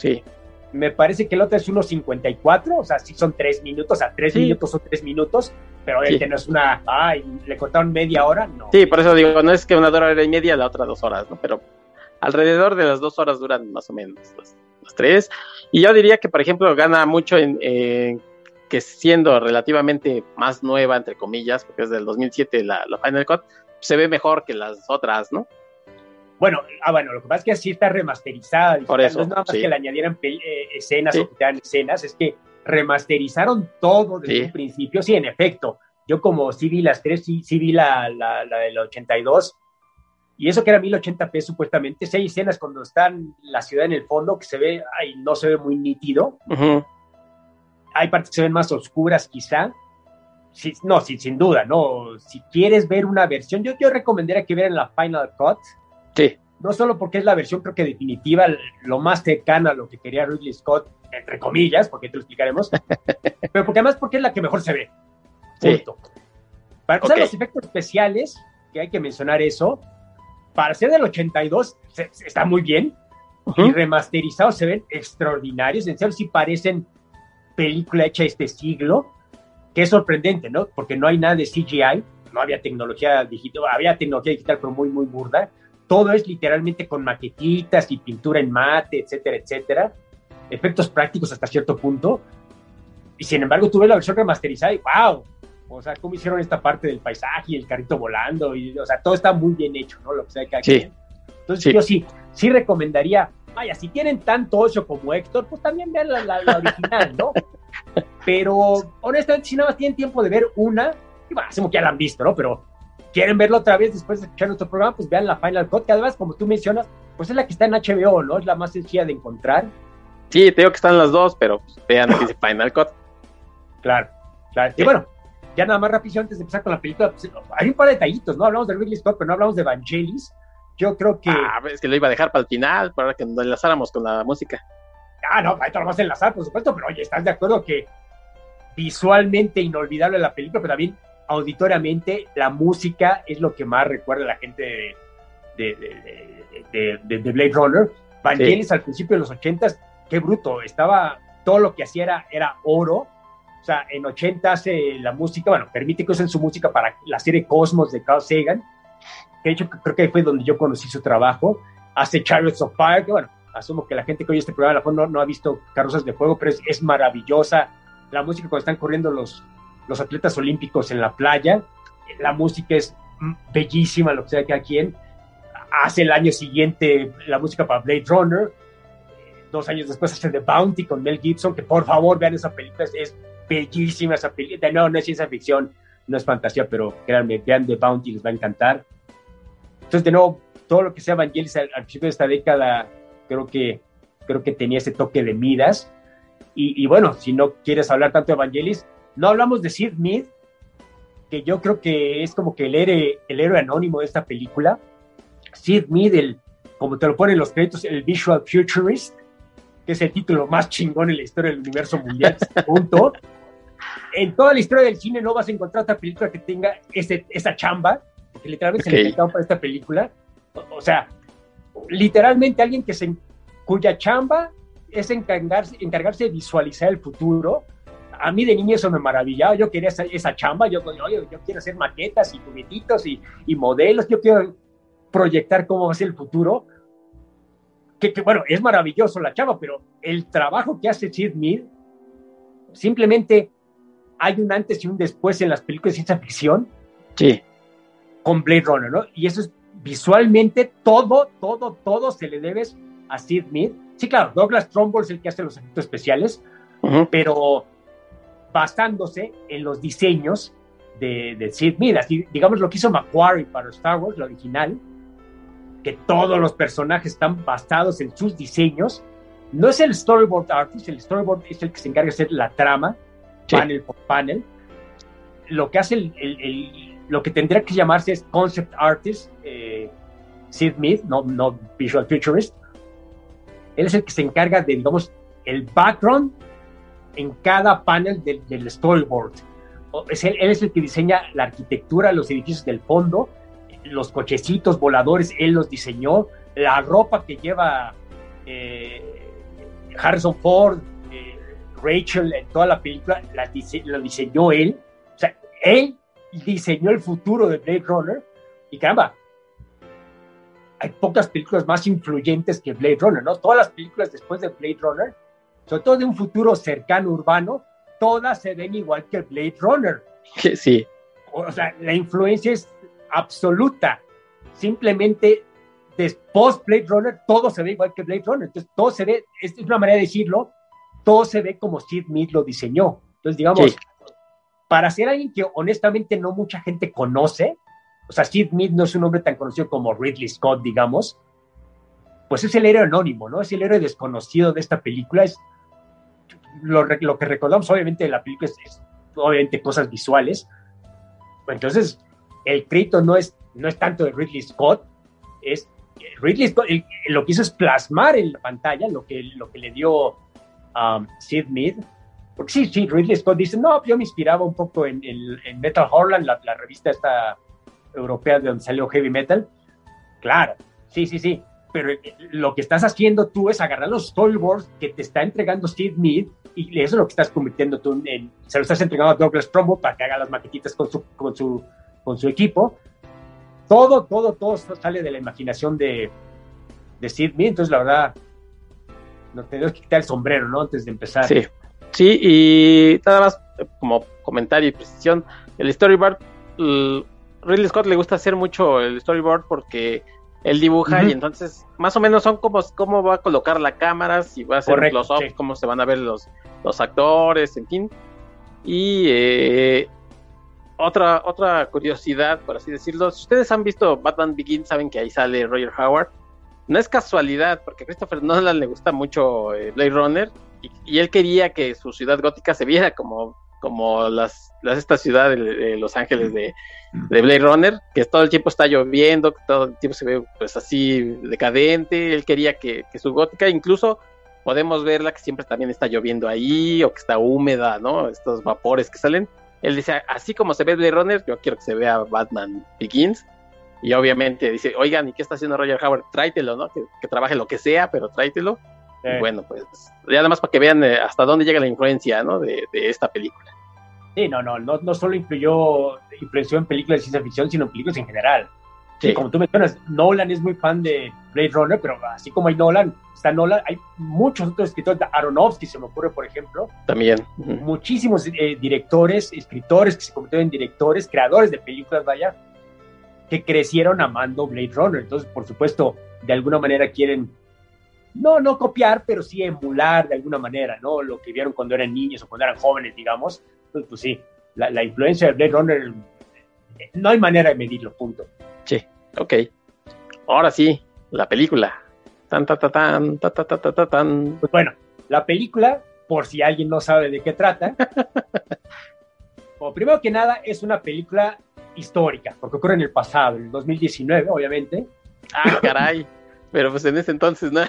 Me parece que el otro es 1:54, o sea, sí son 3 minutos, o sea, 3 minutos son 3 minutos, pero obviamente no es le cortaron media hora, no. Sí, por eso digo, no es que 1 hora y media, la otra 2 horas, ¿no? Pero alrededor de las 2 horas duran más o menos las tres. Y yo diría que, por ejemplo, gana mucho en que siendo relativamente más nueva, entre comillas, porque es del 2007 la Final Cut, se ve mejor que las otras, ¿no? Bueno, lo que pasa es que así está remasterizada. Por eso, no es nada más que le añadieran escenas o quitaran escenas, es que remasterizaron todo desde un principio. Sí, en efecto, yo como sí vi las tres, sí vi la del 82, y eso que era 1080p supuestamente, sí hay escenas cuando están la ciudad en el fondo que se ve, no se ve muy nítido. Uh-huh. Hay partes que se ven más oscuras quizá. Sí, no, sin duda, ¿no? Si quieres ver una versión, yo recomendaría que vieran la Final Cut. Sí. No solo porque es la versión, creo que definitiva, lo más cercana a lo que quería Ridley Scott, entre comillas, porque te lo explicaremos, pero porque además porque es la que mejor se ve. Punto. Sí. Para empezar, los efectos especiales, que hay que mencionar eso, para ser del 82, está muy bien, y remasterizados se ven extraordinarios, en serio sí parecen película hecha este siglo, que es sorprendente, ¿no? Porque no hay nada de CGI, no había tecnología digital, había tecnología digital, pero muy, muy burda. Todo es literalmente con maquetitas y pintura en mate, etcétera, etcétera. Efectos prácticos hasta cierto punto. Y sin embargo, tuve la versión remasterizada y ¡wow! O sea, cómo hicieron esta parte del paisaje y el carrito volando. Y, o sea, todo está muy bien hecho, ¿no? Lo que sea que aquí. Entonces, yo sí recomendaría, vaya, si tienen tanto ocio como Héctor, pues también vean la original, ¿no? Pero, honestamente, si nada más tienen tiempo de ver una, y bueno, hacemos que ya la han visto, ¿no? Pero quieren verlo otra vez después de escuchar nuestro programa, pues vean la Final Cut, que además, como tú mencionas, pues es la que está en HBO, ¿no? Es la más sencilla de encontrar. Sí, te digo que están las dos, pero pues, vean que dice Final Cut. Claro. Y bueno, ya nada más rápido antes de empezar con la película, pues, hay un par de detallitos, ¿no? Hablamos de Ridley Scott, pero no hablamos de Vangelis. Yo creo que... es que lo iba a dejar para el final, para que nos enlazáramos con la música. No, ahí te lo vas a enlazar, por supuesto, pero oye, ¿estás de acuerdo que visualmente inolvidable la película, pero también auditoriamente la música es lo que más recuerda a la gente de Blade Runner? Vangelis al principio de los 80s, qué bruto, todo lo que hacía era oro. O sea, en 80 hace la música, bueno, permite que usen su música para la serie Cosmos de Carl Sagan, que de hecho creo que fue donde yo conocí su trabajo. Hace Chariots of Fire, que bueno, asumo que la gente que oye este programa a lo mejor no ha visto Carrozas de Fuego, pero es maravillosa. La música cuando están corriendo los atletas olímpicos en la playa, la música es bellísima, lo que sea que a quien. Hace el año siguiente la música para Blade Runner, 2 años después hace The Bounty con Mel Gibson, que por favor vean esa película, es bellísima esa película. No es ciencia ficción, no es fantasía, pero créanme, vean The Bounty, les va a encantar. Entonces, de nuevo, todo lo que sea Vangelis al principio de esta década, creo que tenía ese toque de Midas. Y bueno, si no quieres hablar tanto de Vangelis, no hablamos de Sid Mead, que yo creo que es como que el héroe anónimo de esta película. Sid Mead, como te lo ponen los créditos, el Visual Futurist, que es el título más chingón en la historia del universo mundial, punto. En toda la historia del cine no vas a encontrar otra película que tenga esa chamba, porque literalmente se le inventaron para esta película. O sea, literalmente alguien cuya chamba es encargarse de visualizar el futuro. A mí de niño eso me maravillaba, yo quería esa chamba, yo quiero hacer maquetas y juguetitos y modelos, yo quiero proyectar cómo va a ser el futuro, que bueno, es maravilloso la chamba, pero el trabajo que hace Sid Mead, simplemente hay un antes y un después en las películas de ciencia ficción, con Blade Runner, ¿no? Y eso es visualmente, todo se le debe a Sid Mead. Sí, claro, Douglas Trumbull es el que hace los efectos especiales, pero basándose en los diseños de Sid Mead, así, digamos lo que hizo Macquarie para Star Wars, la original, que todos los personajes están basados en sus diseños. No es el storyboard artist, el storyboard es el que se encarga de hacer la trama, panel por panel. Lo que hace lo que tendría que llamarse es Concept Artist, Sid Mead, no Visual Futurist. Él es el que se encarga de, digamos, el background en cada panel del storyboard. Él es el que diseña la arquitectura, los edificios del fondo, los cochecitos voladores, él los diseñó, la ropa que lleva Harrison Ford, Rachel en toda la película, lo diseñó él. O sea, él diseñó el futuro de Blade Runner y caramba, hay pocas películas más influyentes que Blade Runner, ¿no? Todas las películas después de Blade Runner, sobre todo de un futuro cercano urbano, todas se ven igual que Blade Runner. Sí. O sea, la influencia es absoluta. Simplemente después Blade Runner, todo se ve igual que Blade Runner. Entonces, todo se ve, es una manera de decirlo, todo se ve como Sid Mead lo diseñó. Entonces, digamos, sí, para ser alguien que honestamente no mucha gente conoce, o sea, Sid Mead no es un hombre tan conocido como Ridley Scott, digamos, pues es el héroe anónimo, ¿no? Es el héroe desconocido de esta película. Es lo que recordamos, obviamente, de la película es obviamente cosas visuales. Entonces, el crédito no es tanto de Ridley Scott, es Ridley Scott, lo que hizo es plasmar en la pantalla lo que le dio Sid Mead. Porque sí, Ridley Scott dice, no, yo me inspiraba un poco en Metal Hurlant, la revista esta europea de donde salió Heavy Metal. Claro, sí, pero lo que estás haciendo tú es agarrar los storyboards que te está entregando Sid Mead y eso es lo que estás convirtiendo tú se lo estás entregando a Douglas Trumbo para que haga las maquetitas con su equipo. Todo sale de la imaginación de Sid Mead. Entonces, la verdad, nos tenemos que quitar el sombrero, ¿no? Antes de empezar. Sí, y nada más como comentario y precisión, el storyboard, Ridley Scott le gusta hacer mucho el storyboard porque él dibuja y entonces más o menos son como cómo va a colocar la cámara, si va a hacer un close-up, sí, cómo se van a ver los actores, en fin. Y otra curiosidad, por así decirlo, si ustedes han visto Batman Begins, saben que ahí sale Roger Howard. No es casualidad, porque a Christopher Nolan le gusta mucho Blade Runner y él quería que su ciudad gótica se viera como esta ciudad de Los Ángeles de Blade Runner, que todo el tiempo está lloviendo, que todo el tiempo se ve pues así decadente. Él quería que su gótica, incluso podemos verla que siempre también está lloviendo ahí o que está húmeda, ¿no? Estos vapores que salen. Él dice, así como se ve Blade Runner, yo quiero que se vea Batman Begins. Y obviamente dice, oigan, ¿y qué está haciendo Roger Howard? Tráetelo, ¿no? Que trabaje lo que sea, pero tráetelo. Sí. Y bueno, pues ya nada más para que vean hasta dónde llega la influencia, ¿no? de esta película. Sí, no solo influenció en películas de ciencia ficción, sino en películas en general. Sí. Como tú mencionas, Nolan es muy fan de Blade Runner, pero así como hay Nolan, hay muchos otros escritores. Aronofsky se me ocurre, por ejemplo. También. Muchísimos directores, escritores que se convirtieron en directores, creadores de películas, vaya, que crecieron amando Blade Runner. Entonces, por supuesto, de alguna manera quieren, no copiar, pero sí emular de alguna manera, ¿no? Lo que vieron cuando eran niños o cuando eran jóvenes, digamos. Entonces, pues sí, la influencia de Blade Runner, no hay manera de medirlo, punto. Sí, ok. Ahora sí, la película. Pues bueno, la película, por si alguien no sabe de qué trata, primero que nada, es una película histórica, porque ocurre en el pasado, en el 2019, obviamente. Ah, caray. Pero pues en ese entonces, ¿no?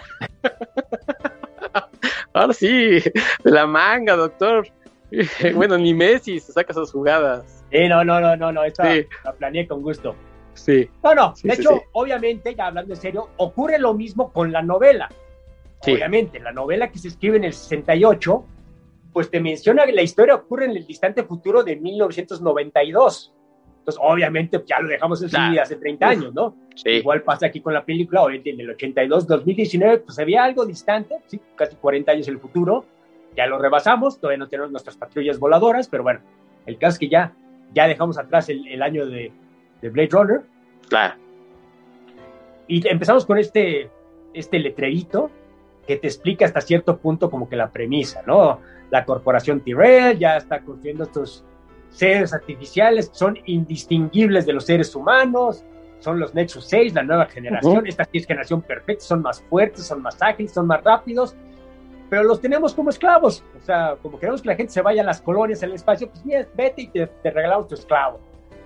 Ahora sí, de la manga, doctor. Bueno, ni Messi se saca esas jugadas. No, esta sí la planeé con gusto. Sí. De hecho, obviamente, ya hablando en serio, ocurre lo mismo con la novela. Sí. Obviamente, la novela que se escribe en el 68, pues te menciona que la historia ocurre en el distante futuro de 1992. Entonces, obviamente, ya lo dejamos así hace 30 años, ¿no? Sí. Igual pasa aquí con la película, obviamente, en el 82, 2019, pues había algo distante, sí, casi 40 años en el futuro. Ya lo rebasamos, todavía no tenemos nuestras patrullas voladoras, pero bueno, el caso es que ya dejamos atrás el año de Blade Runner. Claro. Y empezamos con este letrerito que te explica hasta cierto punto como que la premisa, ¿no? La corporación Tyrell ya está construyendo estos seres artificiales que son indistinguibles de los seres humanos, son los Nexus 6, la nueva generación. Esta sí es generación perfecta, son más fuertes, son más ágiles, son más rápidos, pero los tenemos como esclavos. O sea, como queremos que la gente se vaya a las colonias, al espacio, pues mira, vete y te regalamos tu esclavo.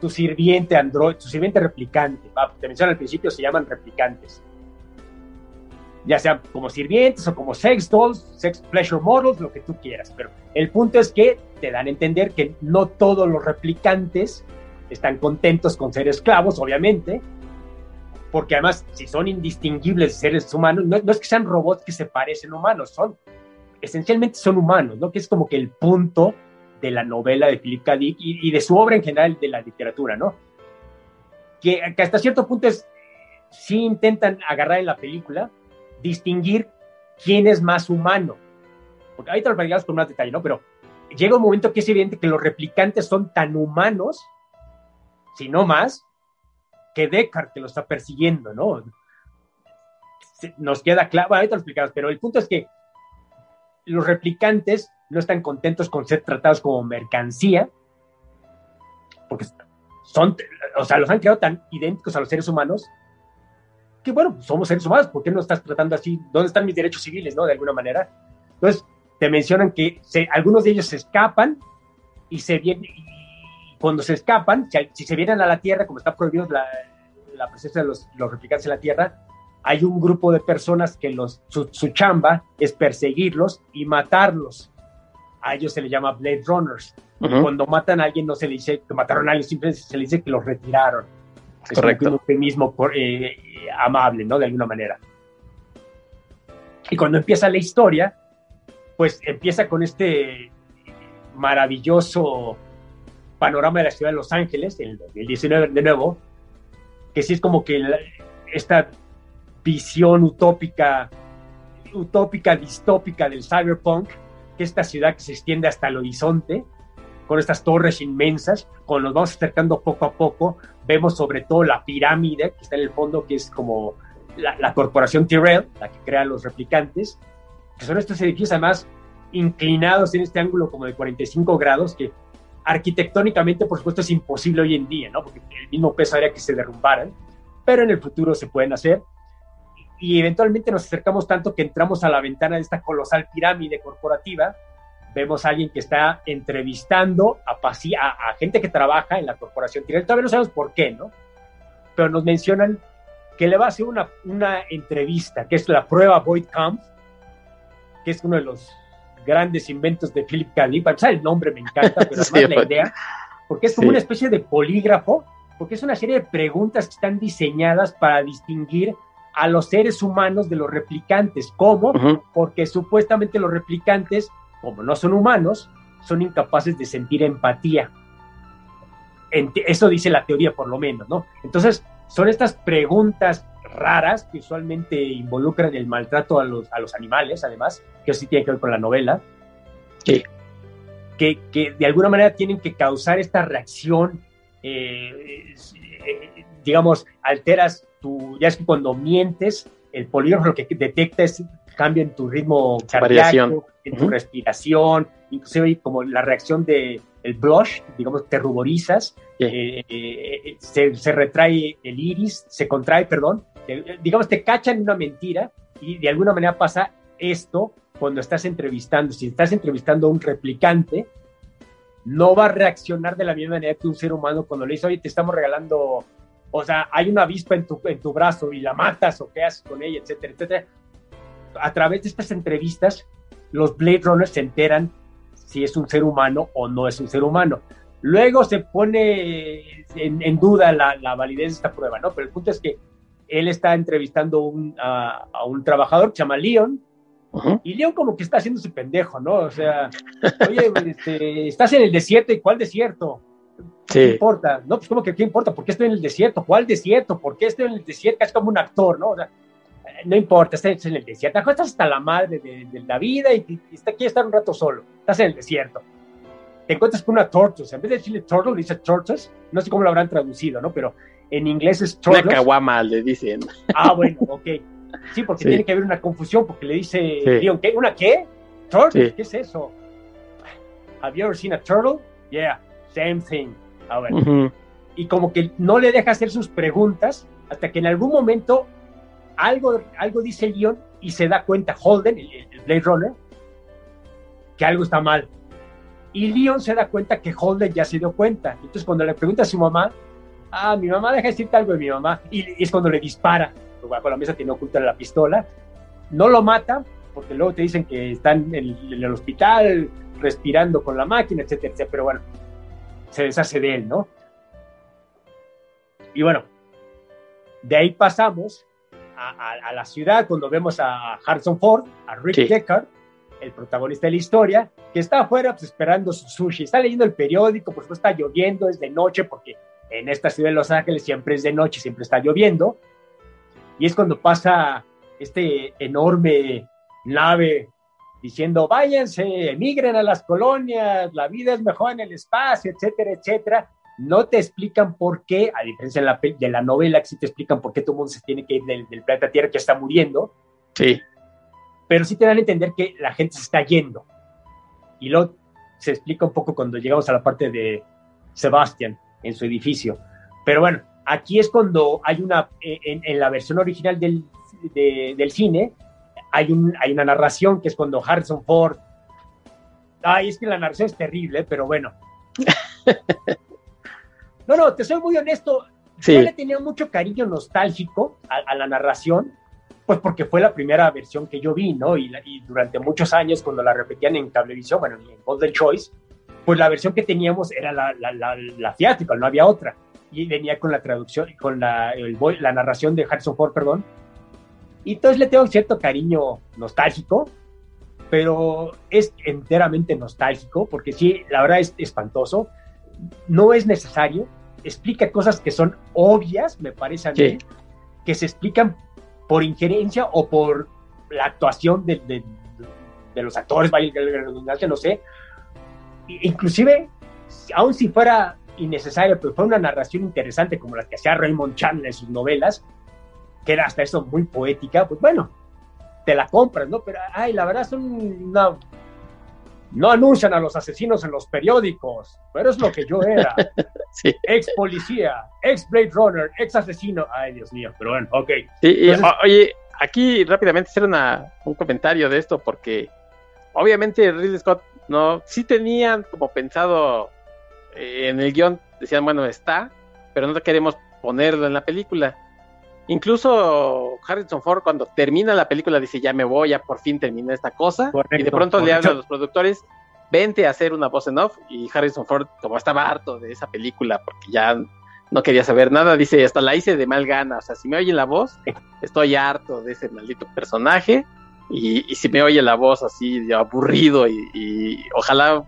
tu sirviente Android, tu sirviente replicante. Te mencioné al principio, se llaman replicantes. Ya sean como sirvientes o como sex dolls, sex pleasure models, lo que tú quieras. Pero el punto es que te dan a entender que no todos los replicantes están contentos con ser esclavos, obviamente, porque además, si son indistinguibles de seres humanos, no es que sean robots que se parecen humanos, esencialmente son humanos, ¿no? Que es como que el punto de la novela de Philip K. Dick y de su obra en general de la literatura, ¿no? Que hasta cierto punto sí intentan agarrar en la película, distinguir quién es más humano. Porque ahorita lo platicamos con más detalle, ¿no? Pero llega un momento que es evidente que los replicantes son tan humanos, si no más, que Deckard, que lo está persiguiendo, ¿no? Nos queda claro, bueno, ahorita lo explicamos, pero el punto es que los replicantes no están contentos con ser tratados como mercancía, porque los han creado tan idénticos a los seres humanos, que bueno, somos seres humanos, ¿por qué no estás tratando así? ¿Dónde están mis derechos civiles, no? De alguna manera. Entonces, te mencionan que algunos de ellos se escapan y cuando se escapan, si se vienen a la Tierra, como está prohibido la presencia de los replicantes en la Tierra, hay un grupo de personas que su chamba es perseguirlos y matarlos. A ellos se les llama Blade Runners. Uh-huh. Cuando matan a alguien no se le dice que mataron a alguien, simplemente se le dice que los retiraron. Correcto. Es un eufemismo amable, ¿no? De alguna manera. Y cuando empieza la historia, pues empieza con este maravilloso panorama de la ciudad de Los Ángeles, en el 2019 de nuevo, que sí es como que esta visión utópica, distópica del cyberpunk, que esta ciudad que se extiende hasta el horizonte, con estas torres inmensas, cuando nos vamos acercando poco a poco, vemos sobre todo la pirámide que está en el fondo, que es como la corporación Tyrell, la que crea los replicantes, que son estos edificios además inclinados en este ángulo como de 45 grados, que arquitectónicamente, por supuesto, es imposible hoy en día, ¿no? Porque el mismo peso haría que se derrumbaran, pero en el futuro se pueden hacer. Y eventualmente nos acercamos tanto que entramos a la ventana de esta colosal pirámide corporativa, vemos a alguien que está entrevistando a gente que trabaja en la corporación Tyrell. Todavía no sabemos por qué, ¿no? Pero nos mencionan que le va a hacer una entrevista, que es la prueba Voight Kampff, que es uno de los grandes inventos de Philip K. Dick. Para empezar, el nombre me encanta, pero además la idea, porque es como una especie de polígrafo, porque es una serie de preguntas que están diseñadas para distinguir a los seres humanos de los replicantes. ¿Cómo? Uh-huh. Porque supuestamente los replicantes, como no son humanos, son incapaces de sentir empatía. Eso dice la teoría, por lo menos, ¿no? Entonces, son estas preguntas raras que usualmente involucran el maltrato a los animales, además, que eso sí tiene que ver con la novela. Sí. Que de alguna manera tienen que causar esta reacción, digamos, alteras ya es que cuando mientes, el polígrafo lo que detecta es cambio en tu ritmo cardíaco, en tu respiración, inclusive como la reacción del blush, digamos, te ruborizas, se retrae el iris, se contrae, perdón, digamos, te cachan una mentira y de alguna manera pasa esto cuando estás entrevistando. Si estás entrevistando a un replicante, no va a reaccionar de la misma manera que un ser humano cuando le dice, oye, te estamos regalando, o sea, hay una avispa en tu brazo y la matas o qué haces con ella, etcétera, etcétera. A través de estas entrevistas, los Blade Runners se enteran si es un ser humano o no es un ser humano. Luego se pone en duda la validez de esta prueba, ¿no? Pero el punto es que él está entrevistando a un trabajador que se llama Leon, uh-huh. Y Leon como que está haciendo su pendejo, ¿no? O sea, oye, estás en el desierto, ¿y cuál desierto? ¿Qué importa? No, pues como que ¿qué importa? ¿Por qué estoy en el desierto? ¿Cuál desierto? ¿Por qué estoy en el desierto? Es como un actor, ¿no? O sea, no importa, estás en el desierto. Estás hasta la madre de la vida y quieres estar un rato solo. Estás en el desierto. Te encuentras con una tortoise. En vez de decirle turtle, dice tortoise. No sé cómo lo habrán traducido, ¿no? Pero en inglés es tortoise. Una caguama le dicen. Ah, bueno, ok. Sí, porque tiene que haber una confusión, porque le dice Leon, ¿qué? ¿Una qué? ¿Tortoise? Sí. ¿Qué es eso? ¿Have you ever seen a turtle? Yeah, same thing. A ver. Uh-huh. Y como que no le deja hacer sus preguntas hasta que en algún momento algo dice Leon y se da cuenta Holden, el Blade Runner, que algo está mal. Y Leon se da cuenta que Holden ya se dio cuenta. Entonces cuando le pregunta a su mamá, mi mamá, deja de decirte algo de mi mamá, y es cuando le dispara, porque bajo la mesa tiene oculta la pistola, no lo mata, porque luego te dicen que están en el hospital respirando con la máquina, etcétera, etcétera, pero bueno, se deshace de él, ¿no? Y bueno, de ahí pasamos a la ciudad, cuando vemos a Harrison Ford, a Rick Deckard, el protagonista de la historia, que está afuera pues, esperando su sushi, está leyendo el periódico, por supuesto está lloviendo, es de noche, porque en esta ciudad de Los Ángeles siempre es de noche, siempre está lloviendo, y es cuando pasa este enorme nave diciendo, váyanse, emigren a las colonias, la vida es mejor en el espacio, etcétera, etcétera. No te explican por qué, a diferencia de la novela, que sí te explican por qué todo el mundo se tiene que ir del planeta Tierra, que está muriendo. Sí. Pero sí te dan a entender que la gente se está yendo. Y luego se explica un poco cuando llegamos a la parte de Sebastian en su edificio. Pero bueno, aquí es cuando hay en la versión original del cine, hay una narración que es cuando Harrison Ford... es que la narración es terrible, pero bueno. No, te soy muy honesto. Sí. Yo le tenía mucho cariño nostálgico a la narración, pues porque fue la primera versión que yo vi, ¿no? Y durante muchos años, cuando la repetían en Cablevisión, bueno, en Golden Choice, pues la versión que teníamos era la theatrical, no había otra. Y venía con la traducción, con la narración de Harrison Ford, perdón. Y entonces le tengo cierto cariño nostálgico, pero es enteramente nostálgico, porque sí, la verdad es espantoso. No es necesario, explica cosas que son obvias, me parece a mí, que se explican por injerencia o por la actuación de los actores, vaya la redundancia, no sé. Inclusive, aun si fuera innecesario, pero fue una narración interesante como la que hacía Raymond Chandler en sus novelas, que era hasta eso muy poética, pues bueno, te la compras, ¿no? Pero, la verdad no anuncian a los asesinos en los periódicos, pero es lo que yo era. Sí. Ex policía, ex Blade Runner, ex asesino. Ay, Dios mío, pero bueno, ok. Sí, entonces, oye, aquí rápidamente hacer un comentario de esto, porque obviamente Ridley Scott sí tenían como pensado en el guión, decían, bueno, está, pero no queremos ponerlo en la película. Incluso Harrison Ford, cuando termina la película, dice, ya me voy, ya por fin terminé esta cosa. Correcto, y de pronto le hablan a los productores, vente a hacer una voz en off. Y Harrison Ford, como estaba harto de esa película, porque ya no quería saber nada, dice, hasta la hice de mal gana. O sea, si me oyen la voz, estoy harto de ese maldito personaje. Y si me oye la voz así, de aburrido, y ojalá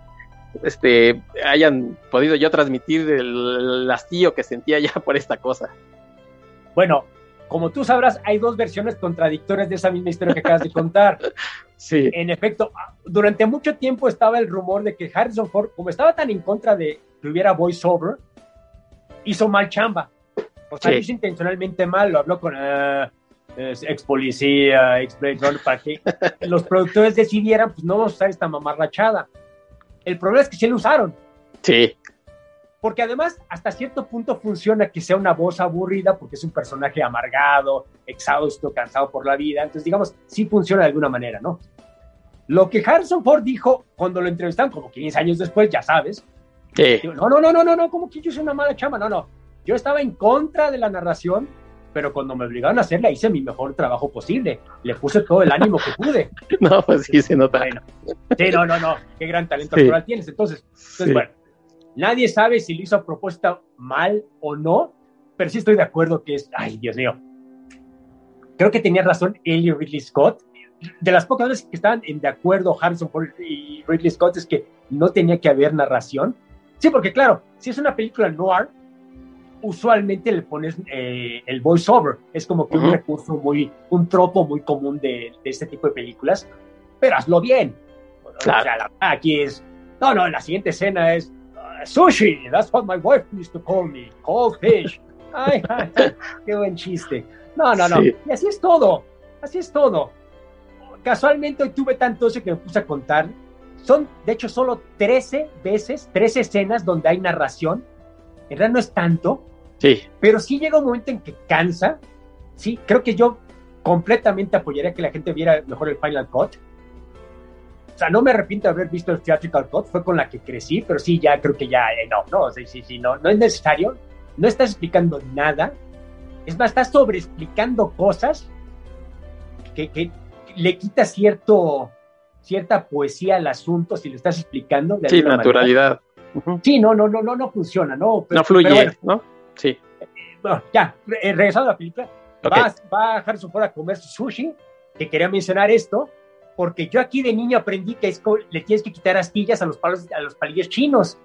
hayan podido yo transmitir el hastío que sentía ya por esta cosa. Bueno, como tú sabrás, hay dos versiones contradictorias de esa misma historia que acabas de contar. Sí. En efecto, durante mucho tiempo estaba el rumor de que Harrison Ford, como estaba tan en contra de que hubiera voiceover, hizo mal chamba. O sea, hizo intencionalmente mal, lo habló con ex policía, ex Blade Runner, para que los productores decidieran, pues no vamos a usar esta mamarrachada. El problema es que sí lo usaron. Sí. Porque además, hasta cierto punto funciona que sea una voz aburrida, porque es un personaje amargado, exhausto, cansado por la vida. Entonces, digamos, sí funciona de alguna manera, ¿no? Lo que Harrison Ford dijo cuando lo entrevistaron, como 15 años después, ya sabes. Sí. Digo, no, como que yo hice una mala chamba. No. Yo estaba en contra de la narración, pero cuando me obligaron a hacerla, hice mi mejor trabajo posible. Le puse todo el ánimo que pude. No, pues sí se nota. Bueno, sí, no. Qué gran talento actoral tienes. Entonces, bueno. Nadie sabe si lo hizo a propósito mal o no, pero sí estoy de acuerdo que es... Ay, Dios mío. Creo que tenía razón él y Ridley Scott. De las pocas veces que estaban de acuerdo Harrison Ford y Ridley Scott es que no tenía que haber narración. Sí, porque claro, si es una película noir, usualmente le pones el voiceover. Es como que un recurso un tropo muy común de este tipo de películas, pero hazlo bien. Claro. O sea, aquí es... No, la siguiente escena es... Sushi, that's what my wife used to call me. Cold fish. Ay, qué buen chiste. No. Sí. Y así es todo. Casualmente hoy tuve tanto eso que me puse a contar. Son, de hecho, solo 13 escenas donde hay narración. En realidad no es tanto. Sí. Pero sí llega un momento en que cansa. Sí, creo que yo completamente apoyaría que la gente viera mejor el Final Cut. O sea, no me arrepiento de haber visto el theatrical cut, fue con la que crecí, pero sí, ya creo que ya, no, sí, no es necesario, no estás explicando nada, es más, estás sobreexplicando cosas que le quita cierta poesía al asunto si lo estás explicando. Sí, naturalidad. Uh-huh. Sí, no funciona, ¿no? No fluye, pero bueno, ¿no? Sí. Bueno, ya, regresando a la película, okay. Va Harrison Ford a comer su sushi, que quería mencionar esto, porque yo aquí de niño aprendí que le tienes que quitar astillas a los palillos chinos.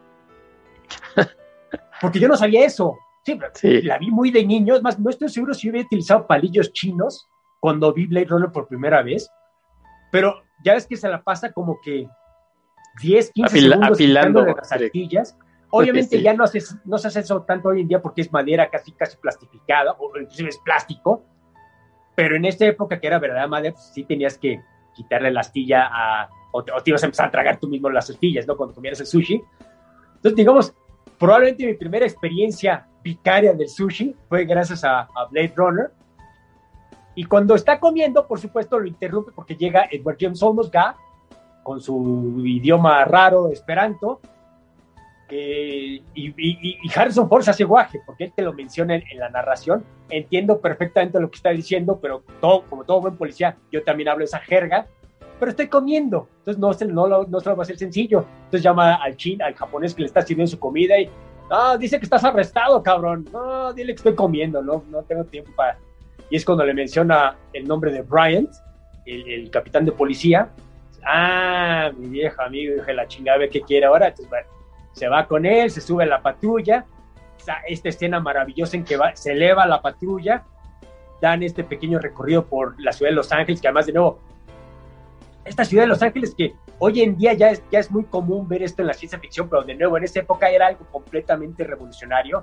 Porque yo no sabía eso. Sí, la vi muy de niño, es más, no estoy seguro si yo había utilizado palillos chinos cuando vi Blade Runner por primera vez, pero ya ves que se la pasa como que 10, 15 segundos quitando de las astillas. Obviamente sí. Ya no se hace eso tanto hoy en día porque es madera casi plastificada, o inclusive es plástico, pero en esta época que era verdadera madera, pues sí tenías que quitarle la astilla o te ibas a empezar a tragar tú mismo las astillas, ¿no? Cuando comieras el sushi. Entonces, digamos, probablemente mi primera experiencia vicaria del sushi fue gracias a Blade Runner. Y cuando está comiendo, por supuesto, lo interrumpe porque llega Edward James Olmos con su idioma raro, Esperanto, y Harrison Ford se hace guaje, porque él te lo menciona en la narración. Entiendo perfectamente lo que está diciendo, pero como todo buen policía, yo también hablo esa jerga, pero estoy comiendo, entonces no se lo va a hacer sencillo. Entonces llama al japonés que le está sirviendo su comida y dice que estás arrestado, cabrón. No, dile que estoy comiendo, no tengo tiempo para... Y es cuando le menciona el nombre de Bryant, el capitán de policía. Mi viejo amigo, dije, la chingada, ve qué quiere ahora. Entonces, bueno, se va con él, se sube a la patrulla. Esta escena maravillosa en que se eleva la patrulla, dan este pequeño recorrido por la ciudad de Los Ángeles, que además, de nuevo, esta ciudad de Los Ángeles que hoy en día ya es muy común ver esto en la ciencia ficción, pero de nuevo, en esa época era algo completamente revolucionario,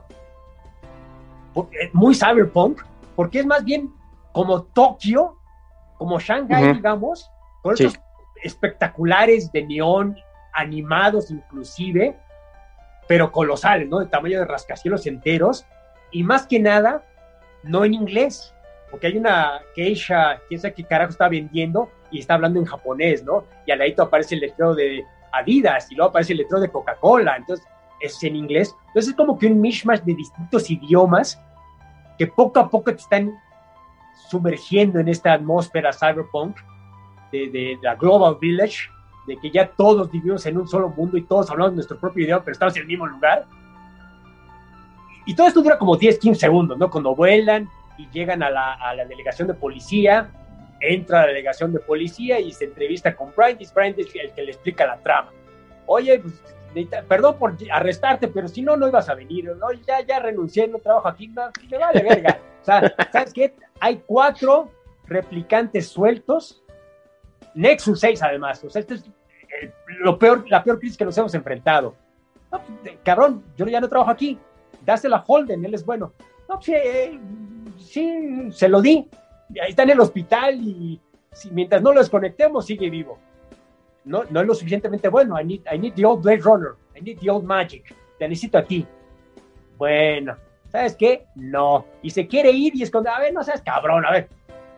muy cyberpunk, porque es más bien como Tokio, como Shanghai, digamos, con esos espectaculares de neón, animados inclusive, pero colosales, ¿no? De tamaño de rascacielos enteros, y más que nada, no en inglés, porque hay una geisha, quién sabe qué carajo está vendiendo, y está hablando en japonés, ¿no? Y al ladito aparece el letrero de Adidas, y luego aparece el letrero de Coca-Cola, entonces es en inglés. Entonces es como que un mishmash de distintos idiomas, que poco a poco te están sumergiendo en esta atmósfera cyberpunk de la Global Village, de que ya todos vivimos en un solo mundo y todos hablamos nuestro propio idioma, pero estamos en el mismo lugar. Y todo esto dura como 10, 15 segundos, ¿no? Cuando vuelan y llegan a la delegación de policía, entra a la delegación de policía y se entrevista con Bryant, y Bryant es el que le explica la trama. Oye, pues, perdón por arrestarte, pero si no ibas a venir, ¿no? Ya renuncié, no trabajo aquí, no, me vale verga. O sea, ¿sabes qué? Hay 4 replicantes sueltos, Nexus 6 además, o sea, esto es la peor crisis que nos hemos enfrentado. No, cabrón, yo ya no trabajo aquí, dásela a Holden, él es bueno. No, sí, se lo di, ahí está en el hospital y mientras no lo desconectemos sigue vivo. No es lo suficientemente bueno. I need the old Blade Runner. I need the old magic. Te necesito a ti. Bueno, ¿sabes qué? No. Y se quiere ir y esconde. A ver, no seas cabrón, a ver.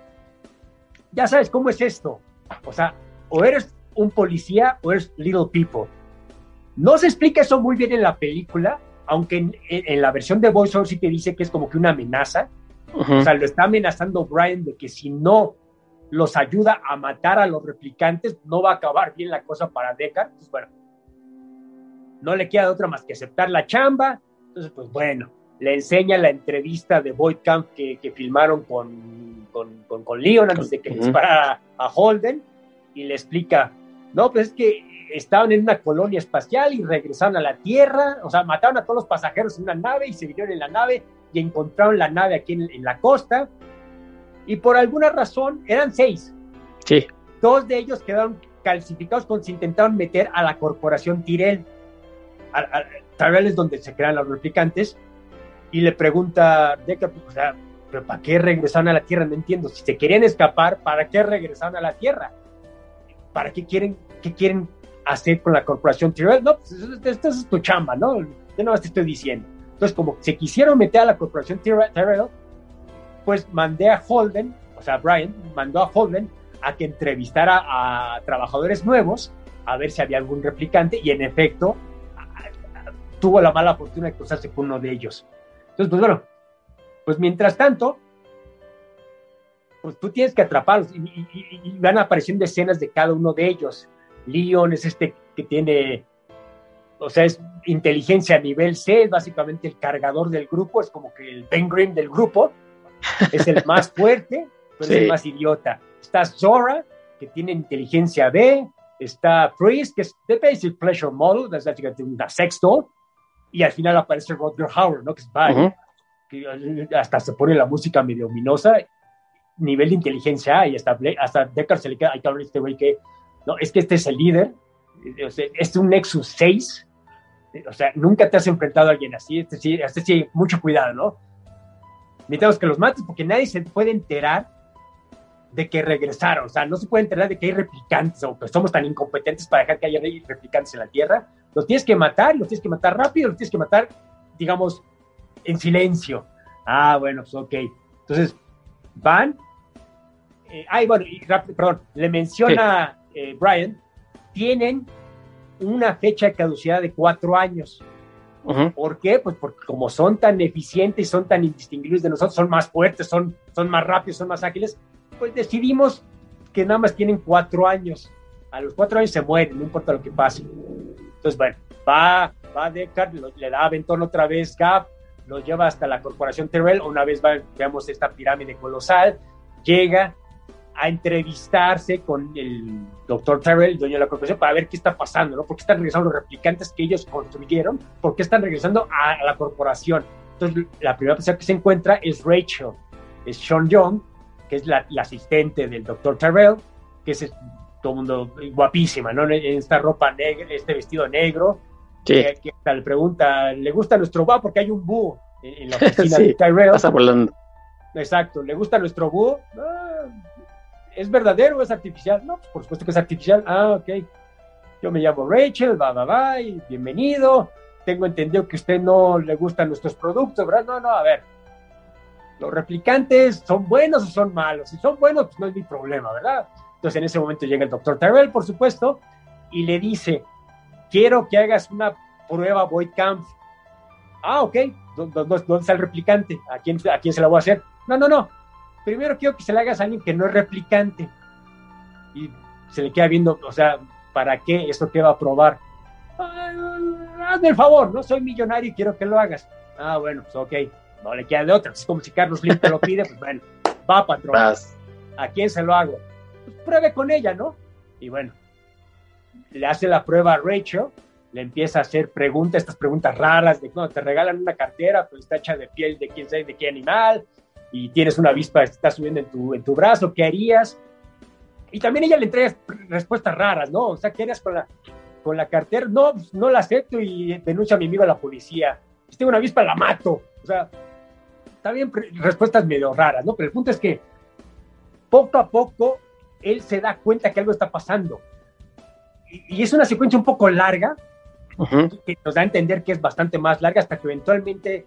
Ya sabes cómo es esto. O sea, o eres un policía o eres little people. No se explica eso muy bien en la película, aunque en la versión de VoiceOver sí te dice que es como que una amenaza. Uh-huh. O sea, lo está amenazando Brian de que si no los ayuda a matar a los replicantes, no va a acabar bien la cosa para Deckard. Pues bueno, no le queda de otra más que aceptar la chamba. Entonces, pues bueno, le enseña la entrevista de Boyd Camp que filmaron con Leon antes de que le disparara a Holden, y le explica, no, pues es que estaban en una colonia espacial y regresaron a la Tierra, o sea, mataron a todos los pasajeros en una nave y se vinieron en la nave y encontraron la nave aquí en la costa. Y por alguna razón, eran 6. Sí. 2 de ellos quedaron calcificados cuando se intentaron meter a la corporación Tyrell. Tyrell es donde se crean los replicantes. Y le pregunta Deckard, o sea, ¿pero para qué regresaron a la Tierra? No entiendo. Si se querían escapar, ¿para qué regresaron a la Tierra? ¿Para qué quieren hacer con la corporación Tyrell? No, pues esto es tu chamba, ¿no? Yo nomás te estoy diciendo. Entonces, como se quisieron meter a la corporación Tyrell, pues mandé a Holden, o sea, Brian mandó a Holden a que entrevistara a trabajadores nuevos a ver si había algún replicante, y en efecto tuvo la mala fortuna de cruzarse con uno de ellos. Entonces, pues bueno, pues mientras tanto, pues tú tienes que atraparlos y van apareciendo escenas de cada uno de ellos. Leon es que tiene, o sea, es inteligencia a nivel C, es básicamente el cargador del grupo, es como que el Ben Grimm del grupo, es el más fuerte, pero es el más idiota. Está Zora, que tiene inteligencia B, está Priest, que es The Basic Pleasure Model, es básicamente una sex doll, y al final aparece Rutger Hauer, ¿no? Que es Barry, que hasta se pone la música medio ominosa, nivel de inteligencia A, y hasta Deckard se le queda, hay que hablar de este güey que, no, es que este es el líder, o sea, es un Nexus 6, o sea, nunca te has enfrentado a alguien así, este sí, mucho cuidado, ¿no? Necesitamos que los mates porque nadie se puede enterar de que regresaron, o sea, no se puede enterar de que hay replicantes, o que somos tan incompetentes para dejar que haya replicantes en la Tierra. Los tienes que matar rápido, los tienes que matar, digamos, en silencio. Ah, bueno, pues ok. Entonces, van, le menciona Brian, tienen una fecha de caducidad de 4 años. ¿Por qué? Pues porque como son tan eficientes y son tan indistinguibles de nosotros, son más fuertes, son más rápidos, son más ágiles, pues decidimos que nada más tienen 4 años. A los 4 años se mueren, no importa lo que pase. Entonces, bueno, va Deckard, le da aventón otra vez Gap, lo lleva hasta la corporación Tyrell. Una vez veamos esta pirámide colosal, llega a entrevistarse con el doctor Tyrell, el dueño de la corporación, para ver qué está pasando, ¿no? ¿Por qué están regresando los replicantes que ellos construyeron? ¿Por qué están regresando a la corporación? Entonces, la primera persona que se encuentra es Rachel, es Sean Young, que es la asistente del doctor Tyrell, que es todo el mundo guapísima, ¿no? En esta ropa negra, este vestido negro, sí. Que le pregunta, ¿le gusta nuestro búho? Porque hay un búho en la oficina sí, de Tyrell. Pasa volando. Exacto, ¿le gusta nuestro búho? ¿Es verdadero o es artificial? No, pues por supuesto que es artificial. Ah, ok. Yo me llamo Rachel, y bienvenido. Tengo entendido que a usted no le gustan nuestros productos, ¿verdad? No, a ver. ¿Los replicantes son buenos o son malos? Si son buenos, pues no es mi problema, ¿verdad? Entonces en ese momento llega el doctor Tyrell, por supuesto, y le dice, quiero que hagas una prueba Voight-Kampff. Ah, ok. ¿Dónde está el replicante? ¿A quién se la voy a hacer? No. Primero quiero que se la hagas a alguien que no es replicante. Y se le queda viendo, o sea, ¿para qué? ¿Esto qué va a probar? Hazme el favor, no soy millonario y quiero que lo hagas. Ah, bueno, pues ok. No le queda de otra. Es como si Carlos Slim te lo pide, pues bueno, va, patrón. ¿A quién se lo hago? Pues pruebe con ella, ¿no? Y bueno, le hace la prueba a Rachel, le empieza a hacer preguntas, estas preguntas raras de cuando te regalan una cartera, pues está hecha de piel de quién sabe, de qué animal, y tienes una avispa que está subiendo en tu brazo, ¿qué harías? Y también ella le entrega respuestas raras, ¿no? O sea, ¿qué harías con la cartera? No, pues no la acepto y denuncio a mi amigo a la policía. Si tengo una avispa, la mato. O sea, también respuestas medio raras, ¿no? Pero el punto es que poco a poco él se da cuenta que algo está pasando. Y es una secuencia un poco larga, que nos da a entender que es bastante más larga, hasta que eventualmente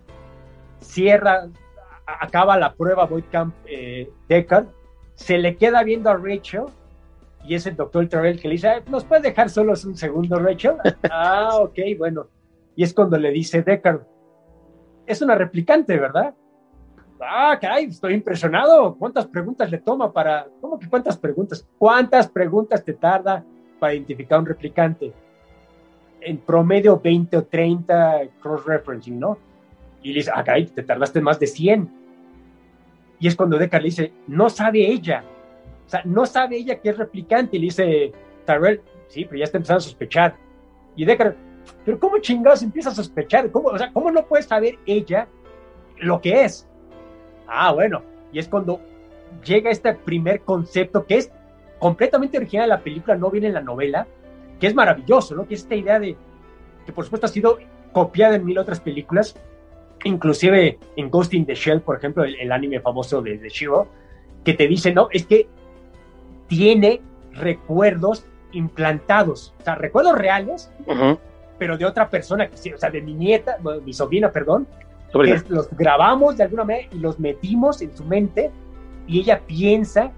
acaba la prueba Voight-Kampff Deckard, se le queda viendo a Rachel, y es el doctor Tyrell que le dice, ¿nos puedes dejar solos un segundo, Rachel? Ah, ok, bueno. Y es cuando le dice Deckard, es una replicante, ¿verdad? Ah, caray, estoy impresionado. ¿Cuántas preguntas le toma para...? ¿Cómo que cuántas preguntas? ¿Cuántas preguntas te tarda para identificar un replicante? En promedio 20 o 30 cross-referencing, ¿no? Y le dice, ah, caray, te tardaste más de 100. Y es cuando Deckard le dice, no sabe ella. O sea, no sabe ella que es replicante. Y le dice Tyrell, sí, pero ya está empezando a sospechar. Y Deckard, pero ¿cómo chingados empieza a sospechar? ¿Cómo no puede saber ella lo que es? Ah, bueno, y es cuando llega este primer concepto que es completamente original de la película, no viene en la novela, que es maravilloso, ¿no? Que es esta idea de que por supuesto ha sido copiada en 1000 otras películas, inclusive en Ghost in the Shell, por ejemplo, el anime famoso de Shiro, que te dice, no, es que tiene recuerdos implantados, o sea, recuerdos reales, pero de otra persona, o sea, de mi sobrina, perdón, que los grabamos de alguna manera y los metimos en su mente y ella piensa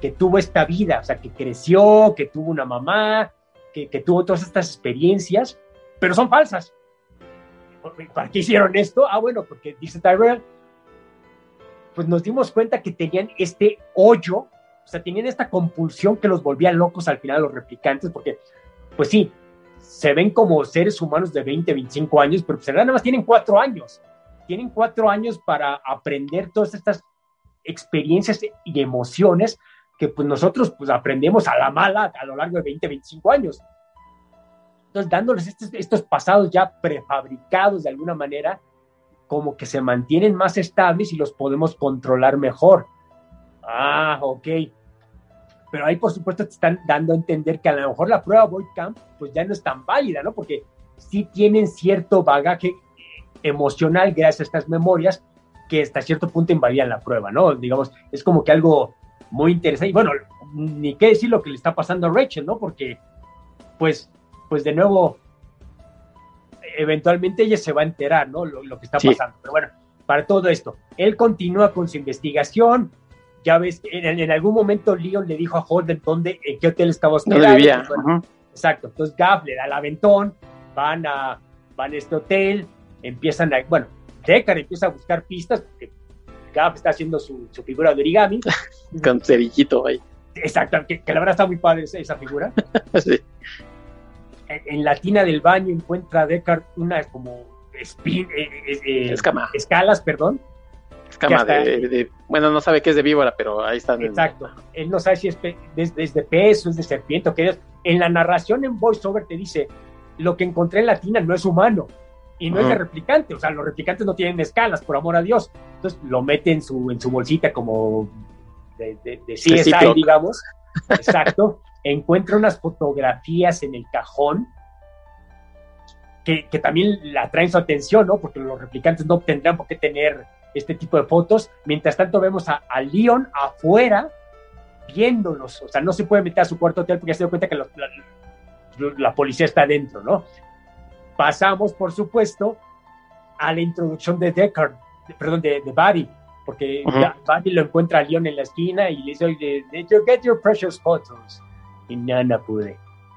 que tuvo esta vida, o sea, que creció, que tuvo una mamá, que tuvo todas estas experiencias, pero son falsas. ¿Para qué hicieron esto? Bueno, porque dice Tyrell, pues nos dimos cuenta que tenían este hoyo, o sea, tenían esta compulsión que los volvía locos al final los replicantes, porque, pues sí, se ven como seres humanos de 20, 25 años, pero pues en realidad nada más tienen 4 años. Tienen 4 años para aprender todas estas experiencias y emociones que pues nosotros pues aprendemos a la mala a lo largo de 20, 25 años. Entonces, dándoles estos pasados ya prefabricados de alguna manera, como que se mantienen más estables y los podemos controlar mejor. Ok. Pero ahí, por supuesto, te están dando a entender que a lo mejor la prueba Voight-Kampff pues ya no es tan válida, ¿no? Porque sí tienen cierto bagaje emocional gracias a estas memorias que hasta cierto punto invalían la prueba, ¿no? Digamos, es como que algo muy interesante. Y bueno, ni qué decir lo que le está pasando a Rachel, ¿no? Porque, pues de nuevo, eventualmente ella se va a enterar, ¿no? Lo que está pasando. Pero bueno, para todo esto, él continúa con su investigación. Ya ves, en algún momento Leon le dijo a Holden en qué hotel estaba hospedado. No vivía. Bueno, exacto. Entonces Gaff le da el aventón, van a este hotel, bueno, Deckard empieza a buscar pistas porque Gaff está haciendo su figura de origami. Con cerillito ahí. Exacto, que la verdad está muy padre esa figura. Sí. En la tina del baño encuentra a Deckard una como escalas, perdón. Escama bueno, no sabe qué es de víbora, pero ahí están. Exacto. Él no sabe si es de peso, es de serpiente o qué es. En la narración en voiceover te dice, lo que encontré en la tina no es humano y no es de replicante. O sea, los replicantes no tienen escalas, por amor a Dios. Entonces lo mete en su bolsita como de CSI, digamos. Exacto. Encuentra unas fotografías en el cajón que también la atraen su atención, ¿no? Porque los replicantes no tendrán por qué tener este tipo de fotos. Mientras tanto vemos a Leon afuera viéndolos. O sea, no se puede meter a su cuarto hotel porque se dio cuenta que la policía está adentro, ¿no? Pasamos, por supuesto, a la introducción de Deckard, de Buddy, porque Buddy lo encuentra a Leon en la esquina y le dice, oye, did you get your precious photos? Y nada pude.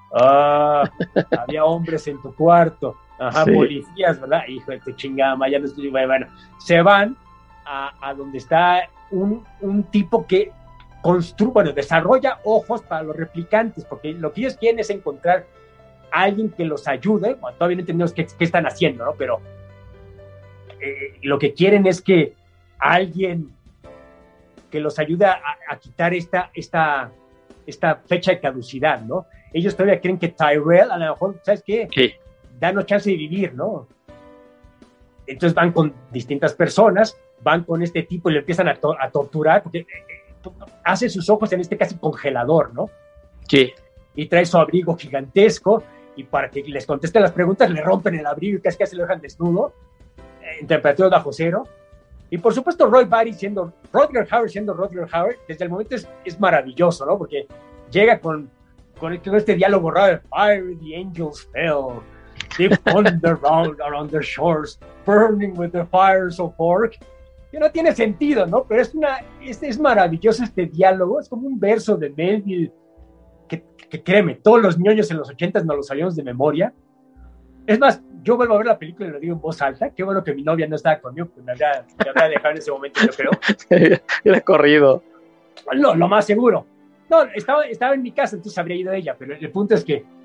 Había hombres en tu cuarto. Ajá, sí. Policías, ¿verdad? Hijo de tu chingada, ya no estoy... Bueno, se van a donde está un tipo que desarrolla ojos para los replicantes, porque lo que ellos quieren es encontrar a alguien que los ayude. Bueno, todavía no entendemos qué están haciendo, ¿no? Pero lo que quieren es que alguien que los ayude a quitar esta fecha de caducidad, ¿no? Ellos todavía creen que Tyrell, a lo mejor, ¿sabes qué? Sí. Danos chance de vivir, ¿no? Entonces van con distintas personas, van con este tipo y le empiezan a torturar, porque hace sus ojos en este casi congelador, ¿no? Sí. Y trae su abrigo gigantesco, y para que les contesten las preguntas, le rompen el abrigo y casi lo dejan desnudo, en temperatura bajo cero. Y por supuesto, Rodger Hauer siendo Rodger Hauer, desde el momento es maravilloso, ¿no? Porque llega con este diálogo raro, Fire the angels fell, deep underground around their shores, burning with the fires of orc. Que no tiene sentido, ¿no? Pero es maravilloso este diálogo, es como un verso de Melville, que créeme, todos los ñoños en los 80s nos lo sabíamos de memoria. Es más, yo vuelvo a ver la película y lo digo en voz alta. Qué bueno que mi novia no estaba conmigo, porque me habría dejado en ese momento, yo creo. Era corrido. No, lo más seguro. No, estaba en mi casa, entonces habría ido ella, pero el punto es que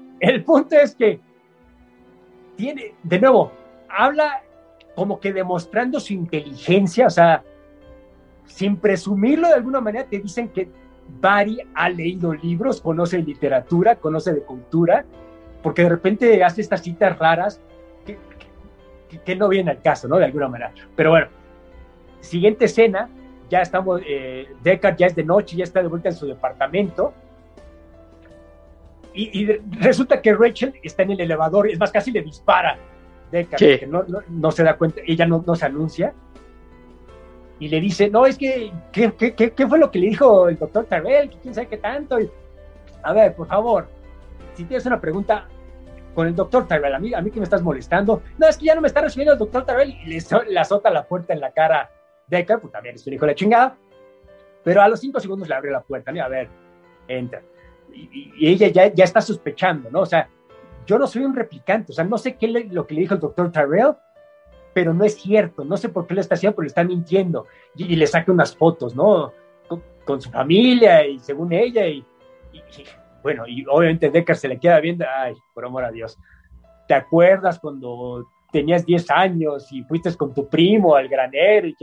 tiene, de nuevo, habla como que demostrando su inteligencia, o sea, sin presumirlo de alguna manera, te dicen que Barry ha leído libros, conoce literatura, conoce de cultura, porque de repente hace estas citas raras que no vienen al caso, ¿no? De alguna manera. Pero bueno, siguiente escena, ya estamos, Deckard ya es de noche, ya está de vuelta en su departamento, y resulta que Rachel está en el elevador, es más, casi le dispara Deckard, sí. Que no se da cuenta, ella no se anuncia, y le dice, no, es que, ¿qué fue lo que le dijo el doctor Tyrell? ¿Quién sabe qué tanto? Y, a ver, por favor, si tienes una pregunta con el doctor Tyrell, a mí que me estás molestando, no, es que ya no me está recibiendo el doctor Tyrell, y le azota la puerta en la cara Deckard, pues también es un hijo de la chingada, Pero a los 5 segundos le abre la puerta, ¿no? A ver, entra. Y ella ya está sospechando, ¿no? O sea, yo no soy un replicante, o sea, no sé lo que le dijo el doctor Tyrell, pero no es cierto, no sé por qué lo está haciendo, pero le está mintiendo. Y le saca unas fotos, ¿no? Con su familia y según ella, y bueno, y obviamente Deckard se le queda viendo, ay, por amor a Dios, ¿te acuerdas cuando tenías 10 años y fuiste con tu primo al granero? Y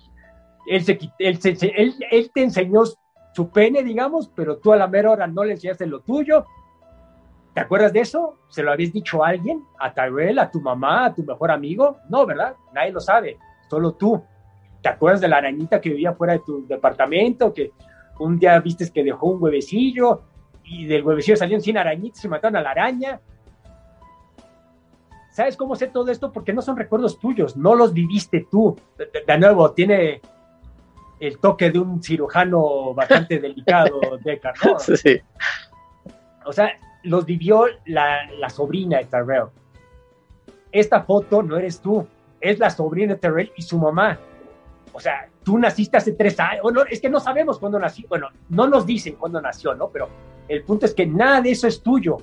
él te enseñó su pene, digamos, pero tú a la mera hora no le enseñaste lo tuyo. ¿Te acuerdas de eso? ¿Se lo habías dicho a alguien? ¿A Tyrell, a tu mamá, a tu mejor amigo? No, ¿verdad? Nadie lo sabe, solo tú. ¿Te acuerdas de la arañita que vivía fuera de tu departamento? Que un día viste que dejó un huevecillo y del huevecillo salieron 100 arañitas y mataron a la araña. ¿Sabes cómo sé todo esto? Porque no son recuerdos tuyos, no los viviste tú. De nuevo, tiene el toque de un cirujano bastante delicado, Deckard, ¿no? Sí. O sea, los vivió la sobrina de Tyrell. Esta foto no eres tú, es la sobrina de Tyrell y su mamá. O sea, tú naciste hace 3 años. No, es que no sabemos cuándo nació. Bueno, no nos dicen cuándo nació, ¿no? Pero el punto es que nada de eso es tuyo.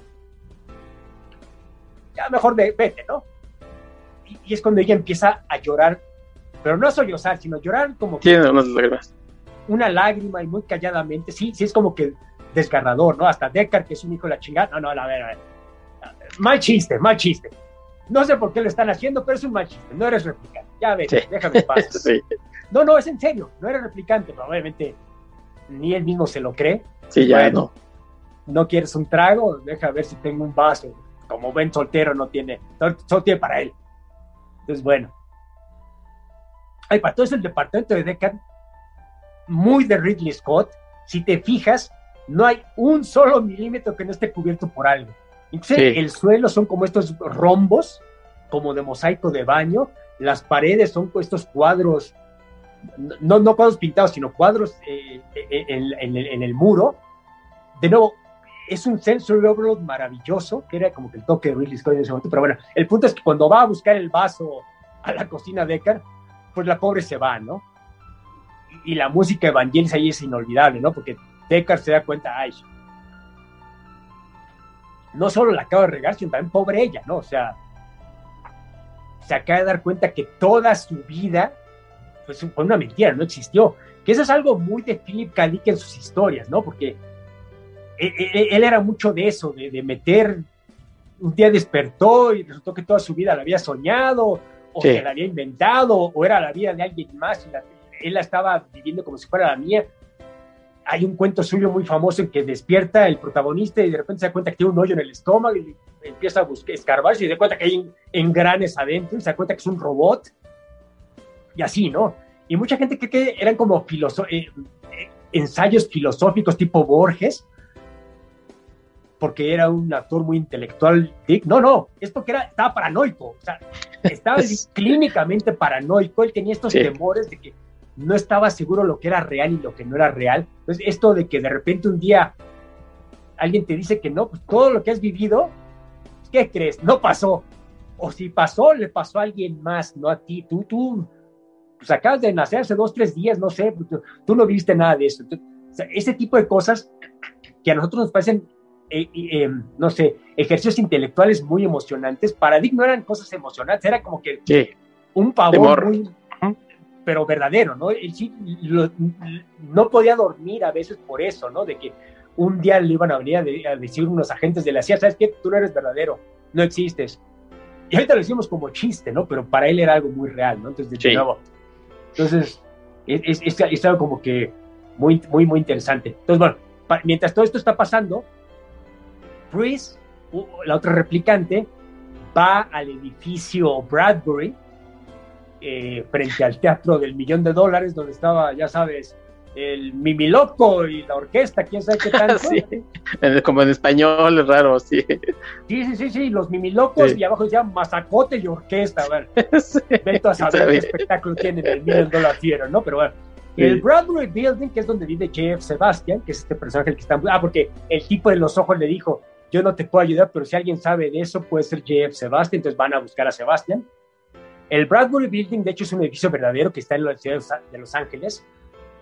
Ya mejor vete, ¿no? Y es cuando ella empieza a llorar, pero no a sollozar, sino a llorar como tiene unas lágrimas. Una lágrima y muy calladamente. Sí, es como que desgarrador, ¿no? Hasta Deckard, que es un hijo de la chingada. No, a ver. Mal chiste. No sé por qué lo están haciendo, pero es un mal chiste. No eres replicante. Ya ves, sí. Déjame en paz. Sí. No, es en serio. No eres replicante, pero obviamente ni él mismo se lo cree. Sí, ya bueno, no quieres un trago, deja ver si tengo un vaso. Como ven, soltero no tiene, solo tiene para él. Entonces, bueno. Ay, para todo eso el departamento de Deckard, muy de Ridley Scott. Si te fijas, no hay un solo milímetro que no esté cubierto por algo. Entonces, sí. El suelo son como estos rombos, como de mosaico de baño. Las paredes son estos cuadros, no cuadros pintados, sino cuadros en el muro. De nuevo, es un sensory overload maravilloso, que era como que el toque de Ridley Scott en ese momento. Pero bueno, el punto es que cuando va a buscar el vaso a la cocina de Deckard, pues la pobre se va, ¿no? Y la música de Vangelis ahí es inolvidable, ¿no? Porque Deckard se da cuenta, ay, no solo la acaba de regar, sino también pobre ella, ¿no? O sea, se acaba de dar cuenta que toda su vida pues, fue una mentira, no existió. Que eso es algo muy de Philip K. Dick en sus historias, ¿no? Porque él era mucho de eso, de meter, un día despertó y resultó que toda su vida la había soñado, o sí. Se la había inventado, o era la vida de alguien más, y él la estaba viviendo como si fuera la mía. Hay un cuento suyo muy famoso en que despierta el protagonista y de repente se da cuenta que tiene un hoyo en el estómago y empieza a escarbarse y se da cuenta que hay engranes adentro y se da cuenta que es un robot y así, ¿no? Y mucha gente cree que eran como ensayos filosóficos tipo Borges, porque era un actor muy intelectual. No, es porque estaba paranoico, o sea, estaba clínicamente paranoico. Él tenía estos temores de que no estaba seguro lo que era real y lo que no era real. Entonces, esto de que de repente un día alguien te dice que no, pues todo lo que has vivido, ¿qué crees? No pasó. O si pasó, le pasó a alguien más, no a ti. Tú pues acabas de nacer hace 2-3 días, no sé, tú no viste nada de eso. Entonces, o sea, ese tipo de cosas que a nosotros nos parecen, no sé, ejercicios intelectuales muy emocionantes. Para Dick no eran cosas emocionantes, era como que un pavor muy... pero verdadero, ¿no? Él sí no podía dormir a veces por eso, ¿no? De que un día le iban a venir a decir unos agentes de la CIA, ¿sabes qué? Tú no eres verdadero, no existes. Y ahorita lo decimos como chiste, ¿no? Pero para él era algo muy real, ¿no? Entonces, de nuevo, es algo como que muy, muy, muy interesante. Entonces, bueno, mientras todo esto está pasando, Pris, la otra replicante, va al edificio Bradbury, frente al Teatro del $1,000,000, donde estaba, ya sabes, el Mimiloco y la orquesta, quién sabe qué tanto. Sí, como en español, es raro, sí. Sí, los Mimilocos, y abajo decía Mazacote y orquesta, a ver. Vete a saber qué espectáculo tienen el $1,000,000 Theater, ¿no? Pero bueno, el Bradbury Building, que es donde vive J.F. Sebastian, que es este personaje el que está... porque el tipo de los ojos le dijo, yo no te puedo ayudar, pero si alguien sabe de eso, puede ser J.F. Sebastian, entonces van a buscar a Sebastian. El Bradbury Building, de hecho, es un edificio verdadero que está en la ciudad de Los Ángeles.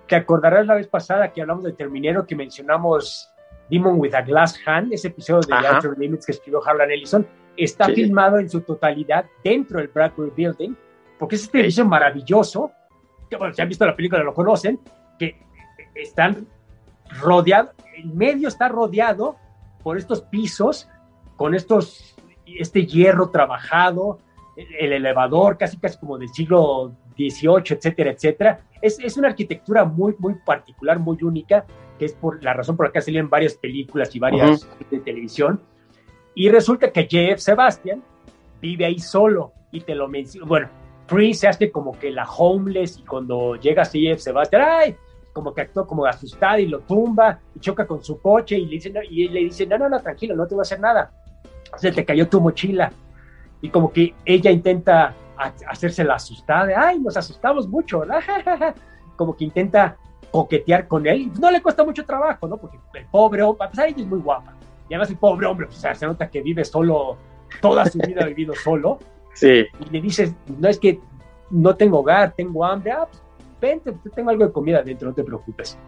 te acordarás la vez pasada que hablamos de Terminator, que mencionamos Demon with a Glass Hand, ese episodio de The Outer Limits que escribió Harlan Ellison, está filmado en su totalidad dentro del Bradbury Building, porque es este edificio maravilloso, que bueno, si han visto la película lo conocen, que están rodeados, el medio está rodeado por estos pisos, con este hierro trabajado, el elevador casi como del siglo XVIII, etcétera, etcétera. Es una arquitectura muy, muy particular, muy única, que es por la razón por la que salieron varias películas y varias de televisión. Y resulta que J.F. Sebastian vive ahí solo, y te lo menciono. Bueno, Prince se hace como que la homeless, y cuando llega J.F. Sebastian, ¡ay! Como que actuó como asustada y lo tumba y choca con su coche, y él le dice, no, tranquilo, no te voy a hacer nada. Se te cayó tu mochila. Y como que ella intenta hacerse la asustada, ¡ay! Nos asustamos mucho, ¿verdad? Como que intenta coquetear con él, y no le cuesta mucho trabajo, ¿no? Porque el pobre hombre, a pesar de ella es muy guapa, y además el pobre hombre, pues, se nota que vive solo, toda su vida ha vivido solo, y le dices, no, es que no tengo hogar, tengo hambre, pues vente, tengo algo de comida adentro, no te preocupes.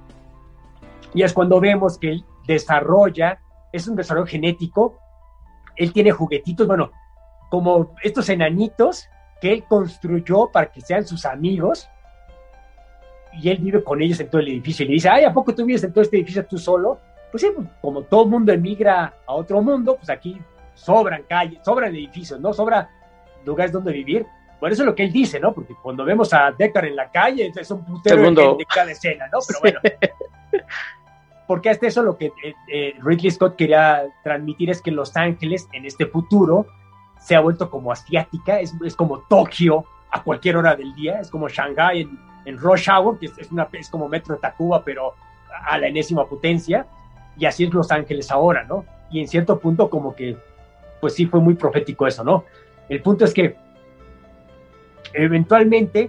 Y es cuando vemos que él desarrolla, es un desarrollo genético, él tiene juguetitos, bueno, como estos enanitos que él construyó para que sean sus amigos, y él vive con ellos en todo el edificio, y le dice, ay, ¿a poco tú vives en todo este edificio tú solo? Pues sí, pues, como todo mundo emigra a otro mundo, pues aquí sobran calles, sobran edificios, ¿no? Sobra lugares donde vivir. Por eso es lo que él dice, ¿no? Porque cuando vemos a Deckard en la calle, es un putero de cada escena, ¿no? Pero bueno, porque hasta eso lo que Ridley Scott quería transmitir es que Los Ángeles, en este futuro, se ha vuelto como asiática, es como Tokio a cualquier hora del día, es como Shanghái en Rush Hour, que es como Metro de Tacuba, pero a la enésima potencia, y así es Los Ángeles ahora, ¿no? Y en cierto punto como que, pues sí fue muy profético eso, ¿no? El punto es que eventualmente,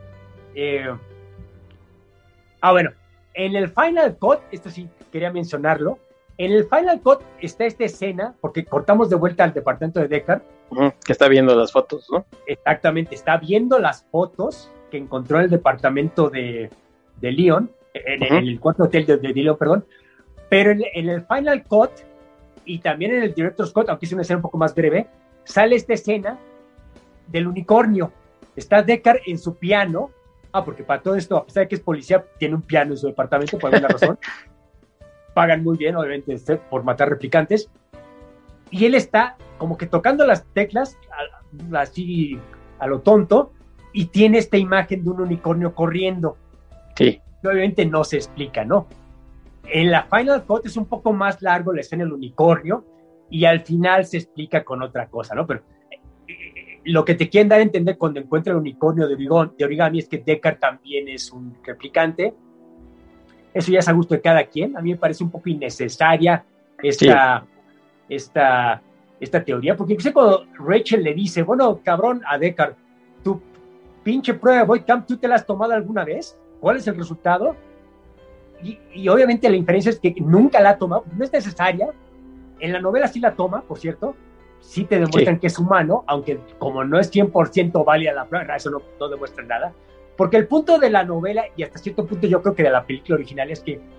bueno, en el Final Cut, esto sí quería mencionarlo, en el Final Cut está esta escena, porque cortamos de vuelta al departamento de Deckard, que está viendo las fotos, ¿no? Exactamente, está viendo las fotos que encontró en el departamento de Leon, en el cuarto hotel de Leon, perdón, pero en el Final Cut y también en el Director's Cut, aunque es una escena un poco más breve, sale esta escena del unicornio. Está Deckard en su piano, porque para todo esto, a pesar de que es policía, tiene un piano en su departamento por alguna razón, pagan muy bien, obviamente, por matar replicantes, y él está como que tocando las teclas, así a lo tonto, y tiene esta imagen de un unicornio corriendo. Sí. Obviamente no se explica, ¿no? En la Final Cut es un poco más largo la escena del unicornio, y al final se explica con otra cosa, ¿no? Pero lo que te quieren dar a entender cuando encuentra el unicornio de origami es que Deckard también es un replicante. Eso ya es a gusto de cada quien. A mí me parece un poco innecesaria esta teoría, porque incluso cuando Rachel le dice, bueno, cabrón, a Deckard, tu pinche prueba de Void Camp, ¿tú te la has tomado alguna vez? ¿Cuál es el resultado? Y obviamente la inferencia es que nunca la ha tomado, no es necesaria. En la novela sí la toma, por cierto, sí te demuestran que es humano, aunque como no es 100% válida la prueba, eso no demuestra nada, porque el punto de la novela, y hasta cierto punto yo creo que de la película original, es que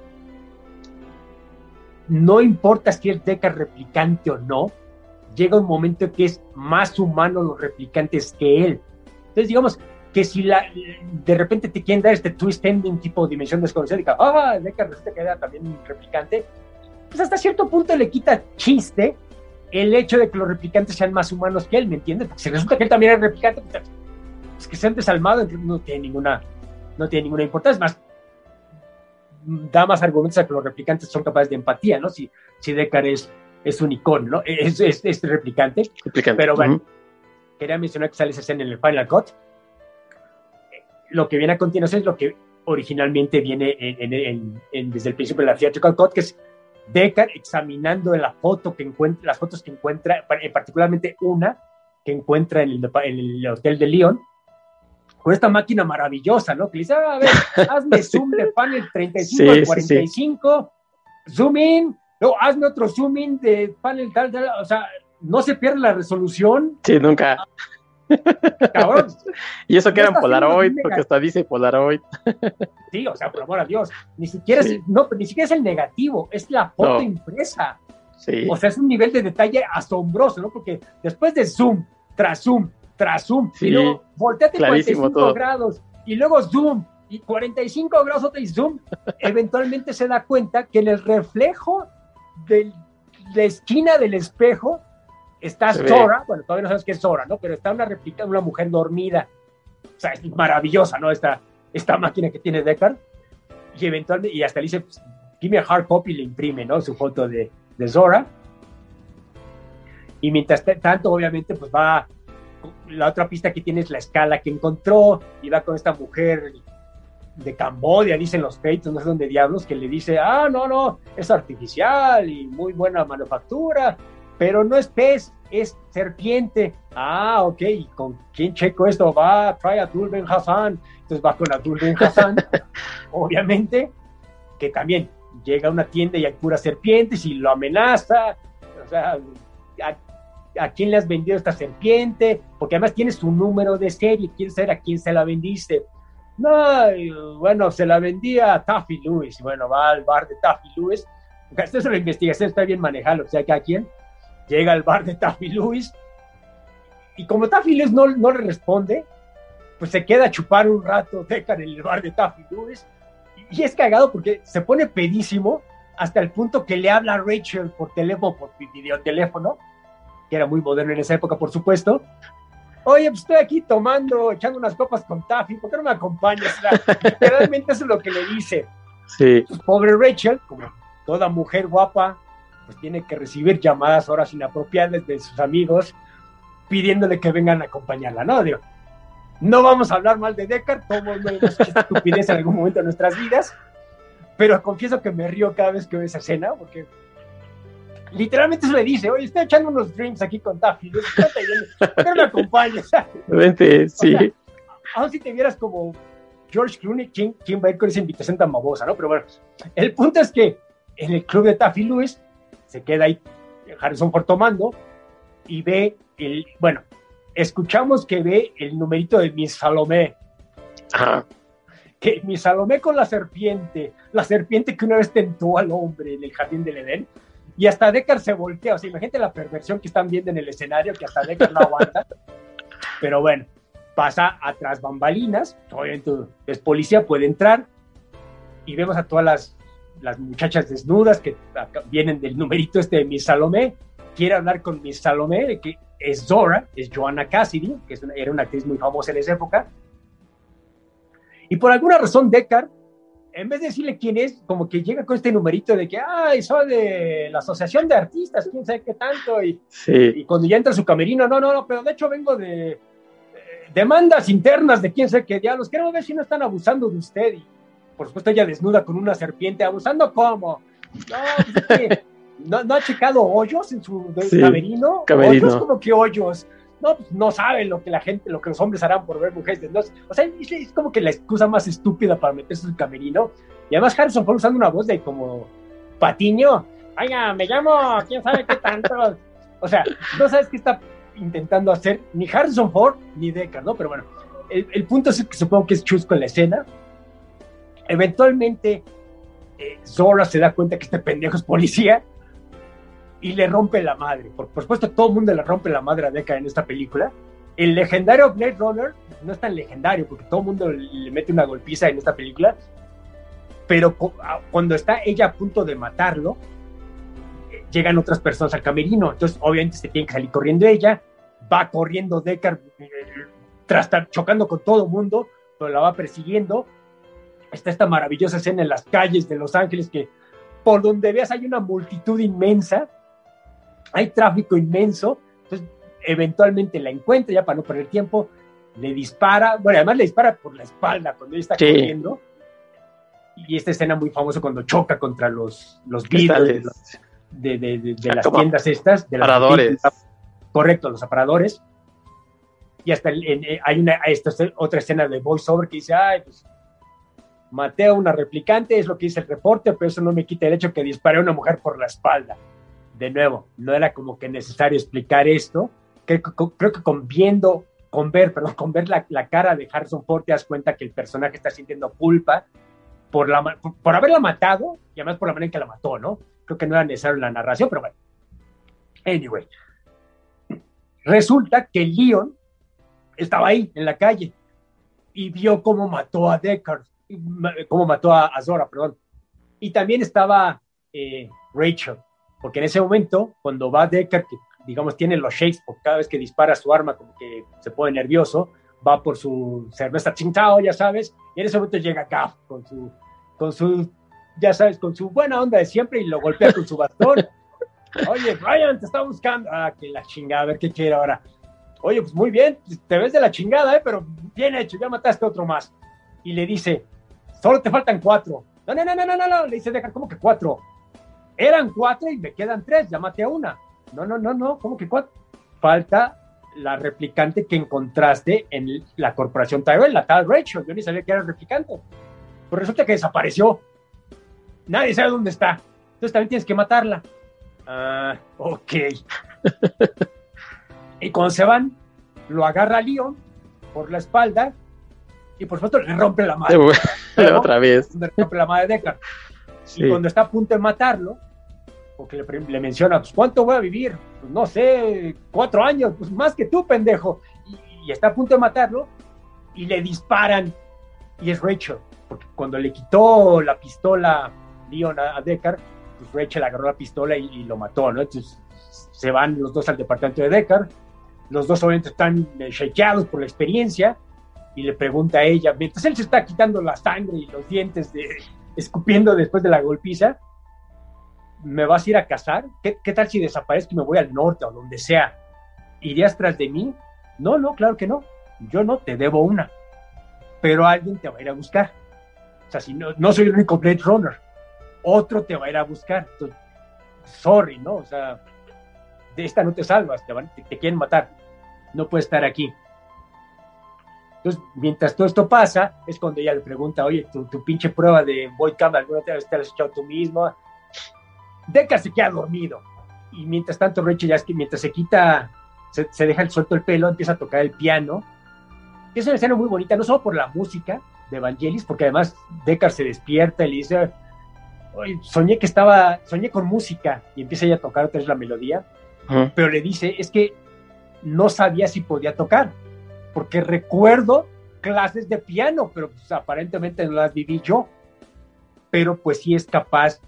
no importa si es Deckard replicante o no, llega un momento que es más humano los replicantes que él. Entonces digamos que si de repente te quieren dar este twist ending tipo Dimensión Desconocida, y Deckard resulta que era también un replicante, pues hasta cierto punto le quita chiste el hecho de que los replicantes sean más humanos que él, ¿me entiendes? Porque si resulta que él también es replicante, pues que sean desalmados no tiene ninguna importancia. Es más, da más argumentos a que los replicantes son capaces de empatía, ¿no? Si Deckard es unicornio, ¿no? Es replicante. Pero bueno, quería mencionar que sale esa escena en el Final Cut. Lo que viene a continuación es lo que originalmente viene desde el principio de la Theatrical Cut, que es Deckard examinando las fotos que encuentra, particularmente una que encuentra en el hotel de Leon, con esta máquina maravillosa, ¿no? Que le dice, a ver, hazme zoom de panel 35 al 45, zoom in, luego hazme otro zoom in de panel tal, o sea, no se pierde la resolución. Sí, nunca. Cabrón. Y eso que No eran está haciendo Polaroid, ningún porque hasta dice Polaroid. Sí, o sea, por amor a Dios, ni siquiera Sí. ni siquiera es el negativo, es la foto No. impresa. Sí. O sea, es un nivel de detalle asombroso, ¿no? Porque después de zoom, tras zoom, Sí, y luego volteate clarísimo 45 todo. grados, y luego zoom, y 45 grados otra y zoom, eventualmente se da cuenta que en el reflejo de la esquina del espejo está Se ve. Zora, bueno, todavía no sabes qué es Zora, ¿no? Pero está una réplica de una mujer dormida. O sea, es maravillosa, ¿no? Esta máquina que tiene Deckard. Y eventualmente, y hasta le dice, pues, give me a hard copy, y le imprime, ¿no? Su foto de Zora. Y mientras tanto, obviamente, pues va, la otra pista que tiene es la escala que encontró, y va con esta mujer de Camboya, dicen los peitos, no sé dónde diablos, que le dice, no, es artificial y muy buena manufactura, pero no es pez, es serpiente. Ok, ¿y con quién checo esto? Va, trae a Abdul Ben Hassan. Entonces va con Abdul Ben Hassan, obviamente, que también llega a una tienda y hay puras serpientes y lo amenaza. O sea, ¿a quién le has vendido esta serpiente? Porque además tiene su número de serie, quiere saber a quién se la vendiste. No, bueno, se la vendía a Taffy Lewis. Bueno, va al bar de Taffy Lewis. Esta es la investigación, está bien manejada, o sea, cada quien llega al bar de Taffy Lewis y como Taffy Lewis no le responde, pues se queda a chupar un rato Deckard en el bar de Taffy Lewis y es cagado porque se pone pedísimo hasta el punto que le habla a Rachel por teléfono, por videoteléfono, que era muy moderno en esa época, por supuesto. Oye, pues estoy aquí tomando, echando unas copas con Taffy, ¿por qué no me acompañas? O sea, literalmente eso es lo que le dice. Sí. Pues, pobre Rachel, como toda mujer guapa, pues tiene que recibir llamadas horas inapropiadas de sus amigos pidiéndole que vengan a acompañarla, ¿no? Digo, no vamos a hablar mal de Deckard, todos no hemos hecho esta estupidez en algún momento de nuestras vidas, pero confieso que me río cada vez que veo esa escena, porque literalmente se le dice, oye, estoy echando unos drinks aquí con Taffy, ¿por qué no me acompañas? Vente, sí. O sea, aún si te vieras como George Clooney, ¿quién va a ir con esa invitación tan babosa, no? Pero bueno, el punto es que en el club de Taffy Lewis se queda ahí Harrison Ford tomando y ve escuchamos que ve el numerito de Miss Salomé. Ajá. Que Miss Salomé con la serpiente que una vez tentó al hombre en el jardín del Edén, y hasta Deckard se voltea. O sea, imagínate la perversión que están viendo en el escenario, que hasta Deckard no aguanta. Pero bueno, pasa atrás bambalinas, obviamente es policía, puede entrar, y vemos a todas las muchachas desnudas que vienen del numerito de Miss Salomé. Quiere hablar con Miss Salomé, que es Zora, es Joanna Cassidy, que era una actriz muy famosa en esa época. Y por alguna razón Deckard, en vez de decirle quién es, como que llega con este numerito de que, soy de la Asociación de Artistas, quién sabe qué tanto, y cuando ya entra a su camerino, no, pero de hecho vengo de demandas internas de quién sabe qué diablos, queremos ver si no están abusando de usted. Y por supuesto ella desnuda con una serpiente. ¿Abusando cómo? No, pues es que no ha checado hoyos en su camerino. Hoyos, como que hoyos. No, pues no saben lo que los hombres harán por ver mujeres desnudas. O sea, es como que la excusa más estúpida para meterse en su camerino. Y además Harrison Ford usando una voz de como Patiño. Oiga, me llamo, quién sabe qué tanto. O sea, no sabes qué está intentando hacer ni Harrison Ford ni Deckard, ¿no? Pero bueno, el punto es que supongo que es chusco en la escena. Eventualmente Zora se da cuenta que este pendejo es policía y le rompe la madre. Por supuesto, todo el mundo le rompe la madre a Deckard en esta película. El legendario Blade Runner no es tan legendario porque todo el mundo le mete una golpiza en esta película, pero cuando está ella a punto de matarlo, llegan otras personas al camerino. Entonces obviamente se tiene que salir corriendo ella. Va corriendo Deckard tras estar chocando con todo el mundo, pero la va persiguiendo. Está esta maravillosa escena en las calles de Los Ángeles que por donde veas hay una multitud inmensa, hay tráfico inmenso. Entonces eventualmente la encuentra, ya para no perder tiempo, le dispara, bueno, además le dispara por la espalda cuando ella está corriendo. Y esta escena muy famosa cuando choca contra los vidrios de las tiendas estas, de las aparadores. Correcto, los aparadores. Y hasta hay otra escena de voiceover que dice, pues maté a una replicante, es lo que dice el reporte, pero eso no me quita el hecho que disparé a una mujer por la espalda. De nuevo, no era como que necesario explicar esto. Creo que viendo con ver la cara de Harrison Ford te das cuenta que el personaje está sintiendo culpa por haberla matado y además por la manera en que la mató, ¿no? Creo que no era necesario la narración, pero bueno. Anyway, resulta que Leon estaba ahí en la calle y vio cómo mató a Deckard, cómo mató a Zora, perdón. Y también estaba Rachel, porque en ese momento, cuando va Deckard, que digamos tiene los shakes, porque cada vez que dispara su arma como que se pone nervioso, va por su cerveza Tsingtao, ya sabes, y en ese momento llega Gaff con su, ya sabes, con su buena onda de siempre y lo golpea con su bastón. Oye, Brian, te está buscando. Ah, que la chingada, a ver qué quiere ahora. Oye, pues muy bien, te ves de la chingada, pero bien hecho, ya mataste a otro más. Y le dice, solo te faltan 4. No, le dice Deckard, ¿cómo que 4? Eran 4 y me quedan 3, ya maté a una. No, ¿cómo que 4? Falta la replicante que encontraste en la corporación Tyrell, la tal Rachel. Yo ni sabía que era replicante. Pues resulta que desapareció. Nadie sabe dónde está. Entonces también tienes que matarla. Ah, ok. Y cuando se van, lo agarra Leon por la espalda y por supuesto le rompe la madre. Otra vez. Le rompe la madre de Deckard. Sí. Y cuando está a punto de matarlo, porque le menciona, pues, ¿cuánto voy a vivir? Pues no sé, 4 años, pues más que tú, pendejo. Y está a punto de matarlo y le disparan. Y es Rachel, porque cuando le quitó la pistola Leon a Deckard, pues Rachel agarró la pistola y lo mató, ¿no? Entonces se van los dos al departamento de Deckard. Los dos obviamente están shakeados por la experiencia y le pregunta a ella, mientras él se está quitando la sangre y los dientes, escupiendo después de la golpiza, ¿me vas a ir a cazar? ¿Qué tal si desaparezco y me voy al norte o donde sea? ¿Irías tras de mí? No, claro que no. Yo no te debo una. Pero alguien te va a ir a buscar. O sea, si no soy el único Blade Runner. Otro te va a ir a buscar. Entonces, sorry, ¿no? O sea, de esta no te salvas. Te quieren matar. No puedes estar aquí. Entonces, mientras todo esto pasa, es cuando ella le pregunta, oye, tu pinche prueba de Void Cam, ¿alguna vez te la has echado tú mismo? Deckard se queda dormido. Y mientras tanto, Rachel ya es que mientras se quita, se deja suelto el pelo, empieza a tocar el piano. Es una escena muy bonita, no solo por la música de Vangelis, porque además Deckard se despierta y le dice, oye, soñé con música, y empieza ella a tocar otra vez la melodía, pero le dice, es que no sabía si podía tocar, porque recuerdo clases de piano, pero pues, aparentemente no las viví yo, pero pues sí es capaz,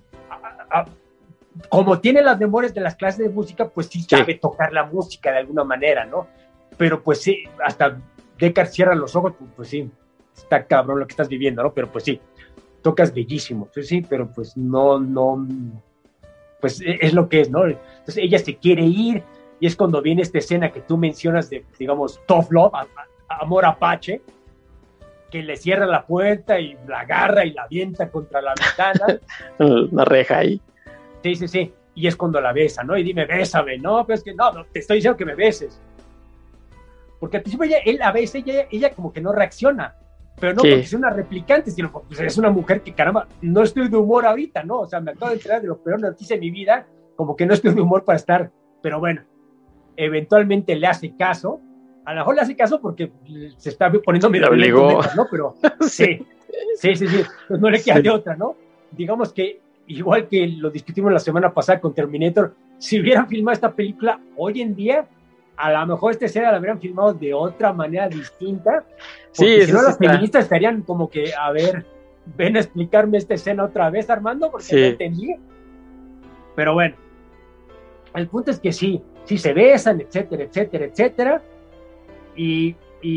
como tiene las memorias de las clases de música, pues sí sabe tocar la música de alguna manera, ¿no? Pero pues sí, hasta Deckard cierra los ojos, pues sí, está cabrón lo que estás viviendo, ¿no? Pero pues sí, tocas bellísimo, sí, pero pues no, pues es lo que es, ¿no? Entonces ella se quiere ir y es cuando viene esta escena que tú mencionas de, digamos, tough love, amor apache, que le cierra la puerta y la agarra y la avienta contra la ventana. Una reja ahí. Sí, y es cuando la besa, ¿no? Y dime, bésame, no, pero es que no, te estoy diciendo que me beses. Porque al principio él la besa y ella como que no reacciona, pero no porque es una replicante, sino porque es una mujer que, caramba, no estoy de humor ahorita, ¿no? O sea, me acabo de enterar de lo peor noticia de mi vida, como que no estoy de humor para estar, pero bueno, eventualmente le hace caso, a lo mejor le hace caso porque se está poniendo medio violento, ¿no? Pero sí, pues no le queda de otra, ¿no? Digamos que igual que lo discutimos la semana pasada con Terminator, si hubieran filmado esta película hoy en día, a lo mejor esta escena la hubieran filmado de otra manera distinta, porque si no las feministas estarían como que, a ver, ven a explicarme esta escena otra vez, Armando, porque no entendí. Pero bueno, el punto es que sí se besan, etcétera, y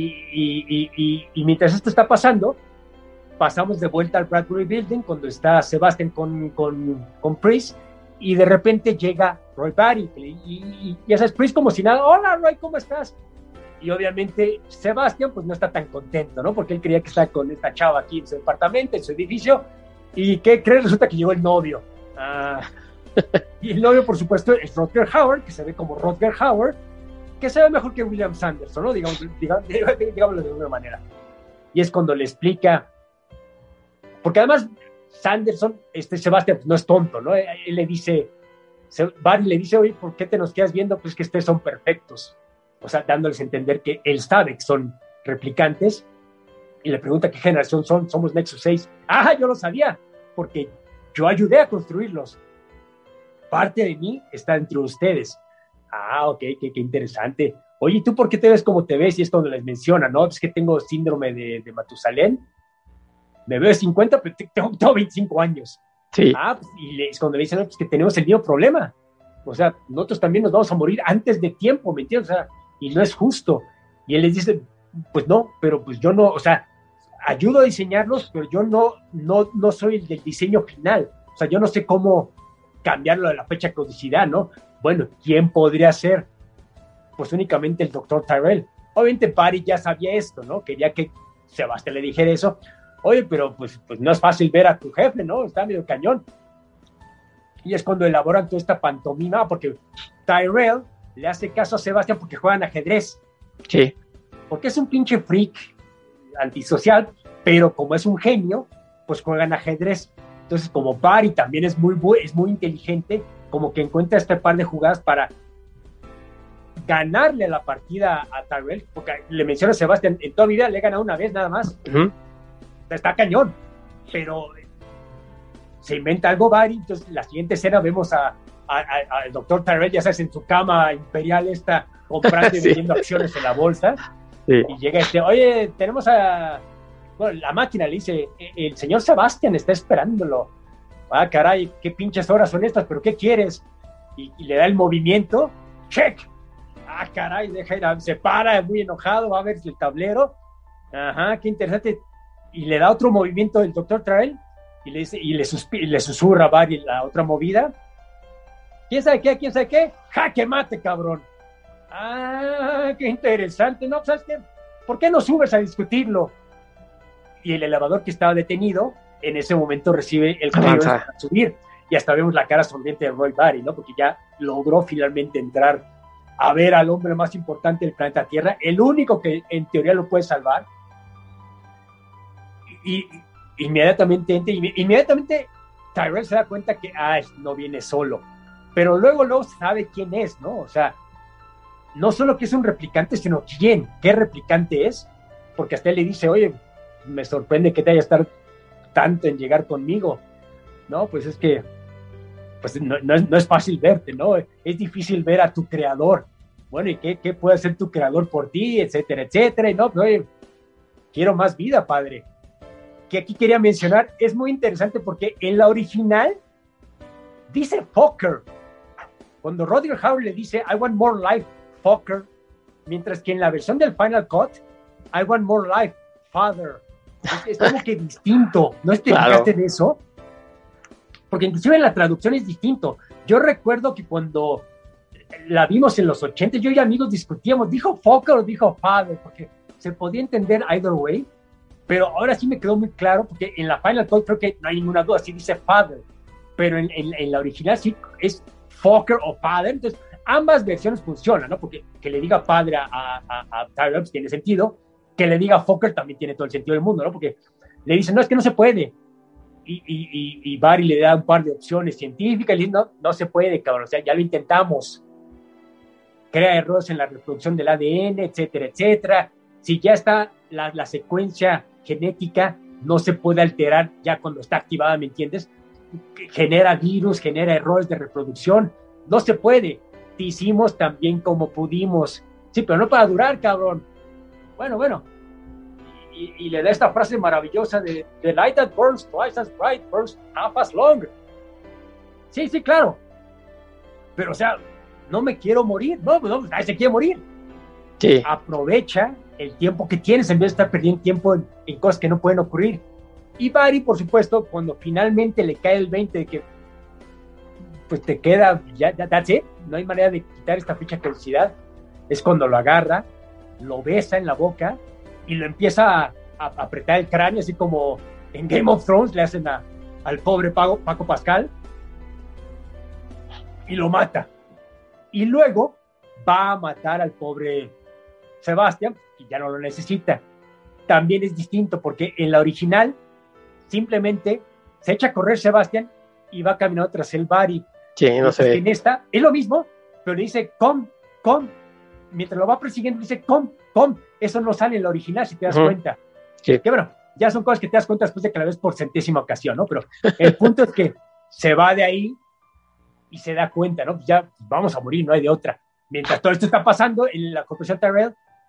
mientras esto está pasando, pasamos de vuelta al Bradbury Building cuando está Sebastian con Priest y de repente llega Roy Batty y ya sabes, Priest como si nada, hola Roy, ¿cómo estás? Y obviamente Sebastian pues no está tan contento, ¿no? Porque él creía que estaba con esta chava aquí en su departamento, en su edificio, y ¿qué crees? Resulta que llegó el novio. Y el novio por supuesto es Rutger Hauer, que se ve como Rutger Hauer, que se ve mejor que William Sanderson, ¿no? Digámoslo de alguna manera. Y es cuando le explica, porque además Sanderson, Sebastián, pues no es tonto, ¿no? Él le dice, Barry le dice, oye, ¿por qué te nos quedas viendo? Pues que ustedes son perfectos. o sea, dándoles a entender que él sabe que son replicantes, y le pregunta qué generación son. Somos Nexus 6. Ah, yo lo sabía, porque yo ayudé a construirlos. Parte de mí está entre ustedes. Ah, ok, qué interesante. Oye, ¿tú por qué te ves como te ves? Y es cuando les menciona, ¿no? Es que tengo síndrome de Matusalén. Me veo de 50, pero tengo 25 años. Sí. Ah, pues, y es cuando le dicen, no, pues que tenemos el mismo problema. O sea, nosotros también nos vamos a morir antes de tiempo, ¿me entiendes? O sea, y no es justo. Y él les dice, pues no, pero pues yo no, o sea, ayudo a diseñarlos, pero yo no soy el del diseño final. O sea, yo no sé cómo cambiarlo de la fecha de caducidad, ¿no? Bueno, ¿quién podría ser? Pues únicamente el Dr. Tyrell. Obviamente Barry ya sabía esto, ¿no? Quería que Sebastián le dijera eso. Oye, pero pues no es fácil ver a tu jefe, ¿no? Está medio cañón. Y es cuando elaboran toda esta pantomima, porque Tyrell le hace caso a Sebastián porque juegan ajedrez. Sí. Porque es un pinche freak antisocial, pero como es un genio, pues juegan ajedrez. Entonces, como Barry también es muy inteligente, como que encuentra este par de jugadas para ganarle la partida a Tyrell, porque le menciona a Sebastián, en toda vida le he ganado una vez nada más. Uh-huh. Está cañón, pero se inventa algo Barry. Entonces la siguiente escena vemos al Dr. Tyrell, ya sabes, en su cama imperial está comprando y Sí. vendiendo acciones en la bolsa. Sí. Y llega oye, tenemos bueno, la máquina le dice, el señor Sebastián está esperándolo. Ah, caray, qué pinches horas son estas, pero ¿qué quieres? Y le da el movimiento, check. Ah, caray, se para muy enojado, va a ver el tablero. Ajá, qué interesante. Y le da otro movimiento del Dr. Tyrell y le dice, y le susurra a Barry la otra movida. ¿Quién sabe qué? ¿Quién sabe qué? ¡Jaque mate, cabrón! Ah, qué interesante. No, ¿sabes qué? ¿Por qué no subes a discutirlo? Y el elevador que estaba detenido, en ese momento recibe el código para subir. Y hasta vemos la cara sonriente de Roy Batty, ¿no? Porque ya logró finalmente entrar a ver al hombre más importante del planeta Tierra, el único que en teoría lo puede salvar. Y inmediatamente Tyrell se da cuenta que no viene solo, pero luego sabe quién es, ¿no? O sea, no solo que es un replicante, sino qué replicante es, porque hasta él le dice, oye, me sorprende que te haya estado tanto en llegar conmigo, ¿no? Pues es que pues no es fácil verte, ¿no? Es difícil ver a tu creador. Bueno, ¿y qué puede hacer tu creador por ti? Etcétera, etcétera. Y no, pues, oye, quiero más vida, padre. Que aquí quería mencionar, es muy interesante porque en la original dice fucker. Cuando Rodger Hauer le dice I want more life, fucker, mientras que en la versión del Final Cut, I want more life, father. Es como que distinto. ¿No te fijaste de eso? Porque inclusive en la traducción es distinto. Yo recuerdo que cuando la vimos en los 80, yo y amigos discutíamos, ¿dijo fucker o dijo father? Porque se podía entender either way. Pero ahora sí me quedó muy claro, porque en la Final Cut creo que no hay ninguna duda, sí dice father, pero en la original sí es fucker o father. Entonces ambas versiones funcionan, ¿no? Porque que le diga padre a Tyrell pues tiene sentido, que le diga fucker también tiene todo el sentido del mundo, ¿no? Porque le dicen, no, es que no se puede, y Barry le da un par de opciones científicas, y le dice, no se puede, cabrón, o sea, ya lo intentamos, crea errores en la reproducción del ADN, etcétera, etcétera. Si ya está la secuencia genética, no se puede alterar ya cuando está activada, ¿me entiendes? Genera virus, genera errores de reproducción, no se puede. Te hicimos tan bien como pudimos. Sí, pero no para durar, cabrón. Bueno. Y le da esta frase maravillosa de the light that burns twice as bright burns half as long. Sí, claro. Pero, o sea, no me quiero morir. No, nadie se quiere morir. Sí. Aprovecha el tiempo que tienes en vez de estar perdiendo tiempo en cosas que no pueden ocurrir. Y Barry, por supuesto, cuando finalmente le cae el 20 de que pues te queda, ya that's it, no hay manera de quitar esta fecha de caducidad, es cuando lo agarra, lo besa en la boca y lo empieza a apretar el cráneo, así como en Game of Thrones le hacen al pobre Paco Pascal, y lo mata. Y luego va a matar al pobre Sebastián, que ya no lo necesita. También es distinto, porque en la original simplemente se echa a correr Sebastián y va caminando tras el Barry. Sí, no sé. En esta es lo mismo, pero le dice, come, mientras lo va persiguiendo, dice, come, eso no sale en la original, si te das cuenta. Sí. Que bueno, ya son cosas que te das cuenta después de que la ves por centésima ocasión, ¿no? Pero el punto es que se va de ahí y se da cuenta, ¿no? Pues ya vamos a morir, no hay de otra. Mientras todo esto está pasando en la corporación Tyrell,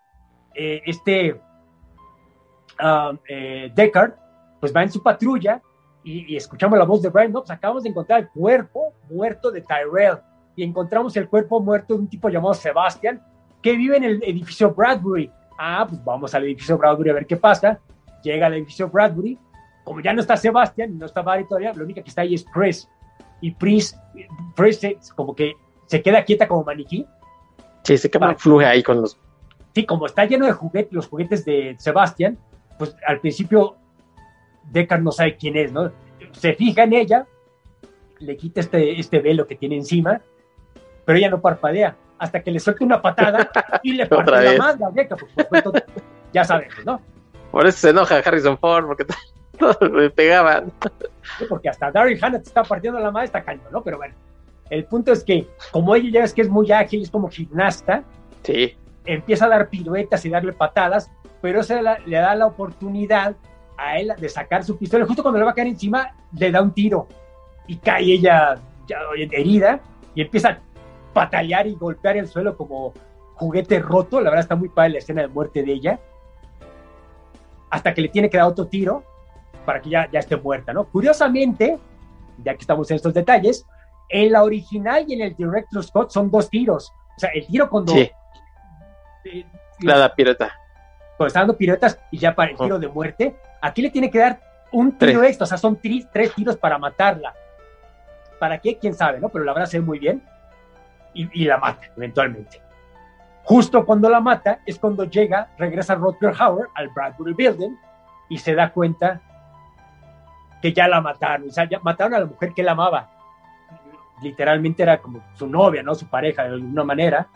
Deckard, pues va en su patrulla y escuchamos la voz de Brian, ¿no? Pues acabamos de encontrar el cuerpo muerto de Tyrell y encontramos el cuerpo muerto de un tipo llamado Sebastian que vive en el edificio Bradbury. Pues vamos al edificio Bradbury a ver qué pasa. Llega al edificio Bradbury, como ya no está Sebastian, no está Barry todavía, lo único que está ahí es Pris. Y Pris como que se queda quieta como maniquí. Sí, se queda fluye ahí con los... Sí, como está lleno de juguetes, los juguetes de Sebastian, pues al principio Deckard no sabe quién es, ¿no? Se fija en ella, le quita este velo que tiene encima, pero ella no parpadea, hasta que le suelta una patada y le parte la manga a Deckard, por supuesto, ya sabemos, ¿no? Por eso se enoja Harrison Ford, porque todos le pegaban. Sí, porque hasta Daryl Hannah te está partiendo la madre, está cañón, ¿no? Pero bueno, el punto es que, como ella ya ves que es muy ágil, es como gimnasta, sí, empieza a dar piruetas y darle patadas, pero eso le da la oportunidad a él de sacar su pistola. Justo cuando le va a caer encima, le da un tiro y cae ella ya herida y empieza a patalear y golpear el suelo como juguete roto. La verdad está muy padre la escena de muerte de ella, hasta que le tiene que dar otro tiro para que ya esté muerta, ¿no? Curiosamente, ya que estamos en estos detalles, en la original y en el Director's Cut son 2 tiros. O sea, el tiro cuando... Sí. La pirata. Cuando está dando piruetas y ya para el tiro de muerte, aquí le tiene que dar un tiro extra, o sea, son 3 tiros para matarla. ¿Para qué? ¿Quién sabe, no? Pero la verdad se ve muy bien y la mata eventualmente. Justo cuando la mata es cuando regresa Rutger Hauer al Bradbury Building y se da cuenta que ya la mataron. O sea, ya mataron a la mujer que él amaba. Literalmente era como su novia, ¿no? Su pareja, de alguna manera.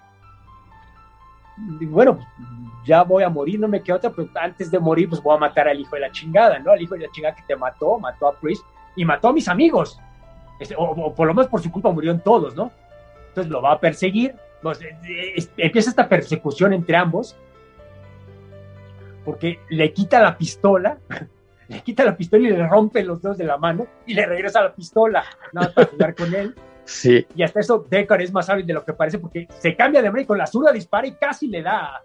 Y bueno, ya voy a morir, no me queda otra, pero antes de morir, pues voy a matar al hijo de la chingada, ¿no? Al hijo de la chingada que te mató a Priest y mató a mis amigos. O por lo menos por su culpa murieron todos, ¿no? Entonces lo va a perseguir. Pues, empieza esta persecución entre ambos porque le quita la pistola y le rompe los dedos de la mano y le regresa la pistola, nada más para jugar con él. Sí. Y hasta eso Deckard es más hábil de lo que parece porque se cambia de manera y con la zurda dispara y casi le da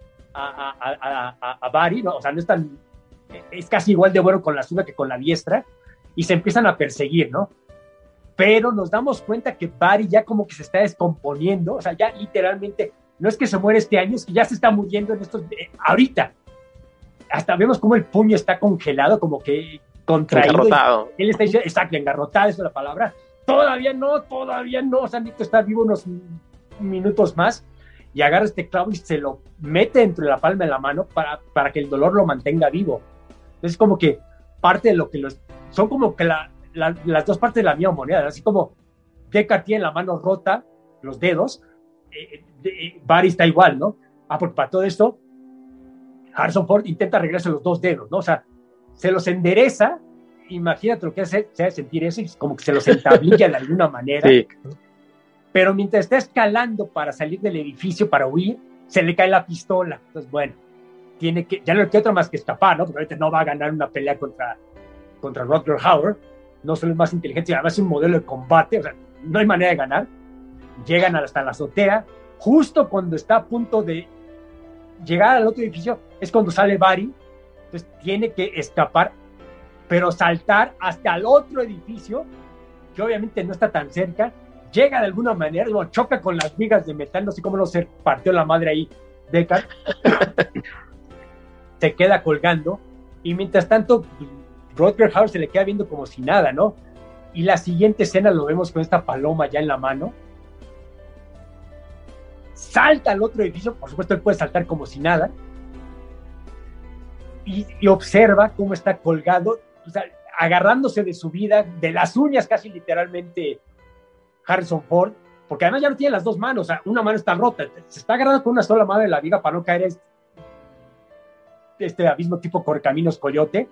a Barry, ¿no? O sea, no es tan... Es casi igual de bueno con la zurda que con la diestra y se empiezan a perseguir, ¿no? Pero nos damos cuenta que Barry ya como que se está descomponiendo, o sea, ya literalmente, no es que se muere este año, es que ya se está muriendo en estos... ahorita. Hasta vemos como el puño está congelado, como que contraído. Engarrotado. Él está diciendo, exacto, engarrotado, esa es la palabra. Todavía no, o sea, necesito estar vivo unos minutos más, y agarra este clavo y se lo mete entre la palma de la mano para que el dolor lo mantenga vivo. Entonces, como que parte de lo que son como que las dos partes de la misma moneda, así como Deckard tiene la mano rota, los dedos, Barry está igual, ¿no? Porque para todo esto, Harrison Ford intenta arreglarse los 2 dedos, ¿no? O sea, se los endereza, imagínate lo que hace sentir eso, y como que se los entablilla de alguna manera. Sí. Pero mientras está escalando para salir del edificio, para huir, se le cae la pistola. Entonces, bueno, ya no le queda otra más que escapar, ¿no? Porque ahorita no va a ganar una pelea contra Rutger Hauer. No solo es más inteligente, además es un modelo de combate, o sea, no hay manera de ganar. Llegan hasta la azotea, justo cuando está a punto de llegar al otro edificio, es cuando sale Barry, entonces tiene que escapar, pero saltar hasta el otro edificio, que obviamente no está tan cerca, llega de alguna manera, choca con las vigas de metal, no sé cómo no se partió la madre ahí, Deckard, se queda colgando, y mientras tanto, Rutger Hauer se le queda viendo como si nada, ¿no? Y la siguiente escena lo vemos con esta paloma ya en la mano, salta al otro edificio, por supuesto él puede saltar como si nada, y observa cómo está colgado, o sea, agarrándose de su vida, de las uñas casi literalmente Harrison Ford, porque además ya no tiene las 2 manos, o sea, una mano está rota, se está agarrando con una sola mano de la viga para no caer este abismo tipo Correcaminos Coyote,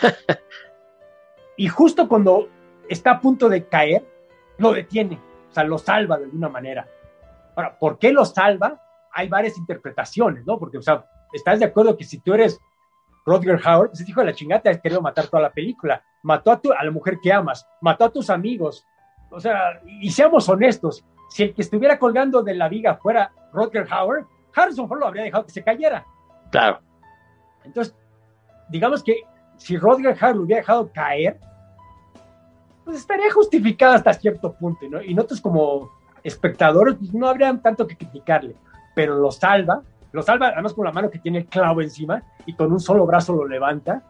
y justo cuando está a punto de caer, lo detiene, o sea, lo salva de alguna manera. Ahora, ¿por qué lo salva? hay varias interpretaciones, ¿no? Porque, o sea, ¿estás de acuerdo que si tú eres Rutger Hauer, pues ese hijo de la chingada te ha querido matar toda la película? Mató a la mujer que amas, mató a tus amigos. O sea, y seamos honestos, si el que estuviera colgando de la viga fuera Rutger Hauer, Harrison Ford lo habría dejado que se cayera. Claro. Entonces, digamos que si Rutger Hauer lo hubiera dejado caer, pues estaría justificado hasta cierto punto, ¿no? Y nosotros como espectadores pues no habría tanto que criticarle, pero lo salva además con la mano que tiene el clavo encima y con un solo brazo lo levanta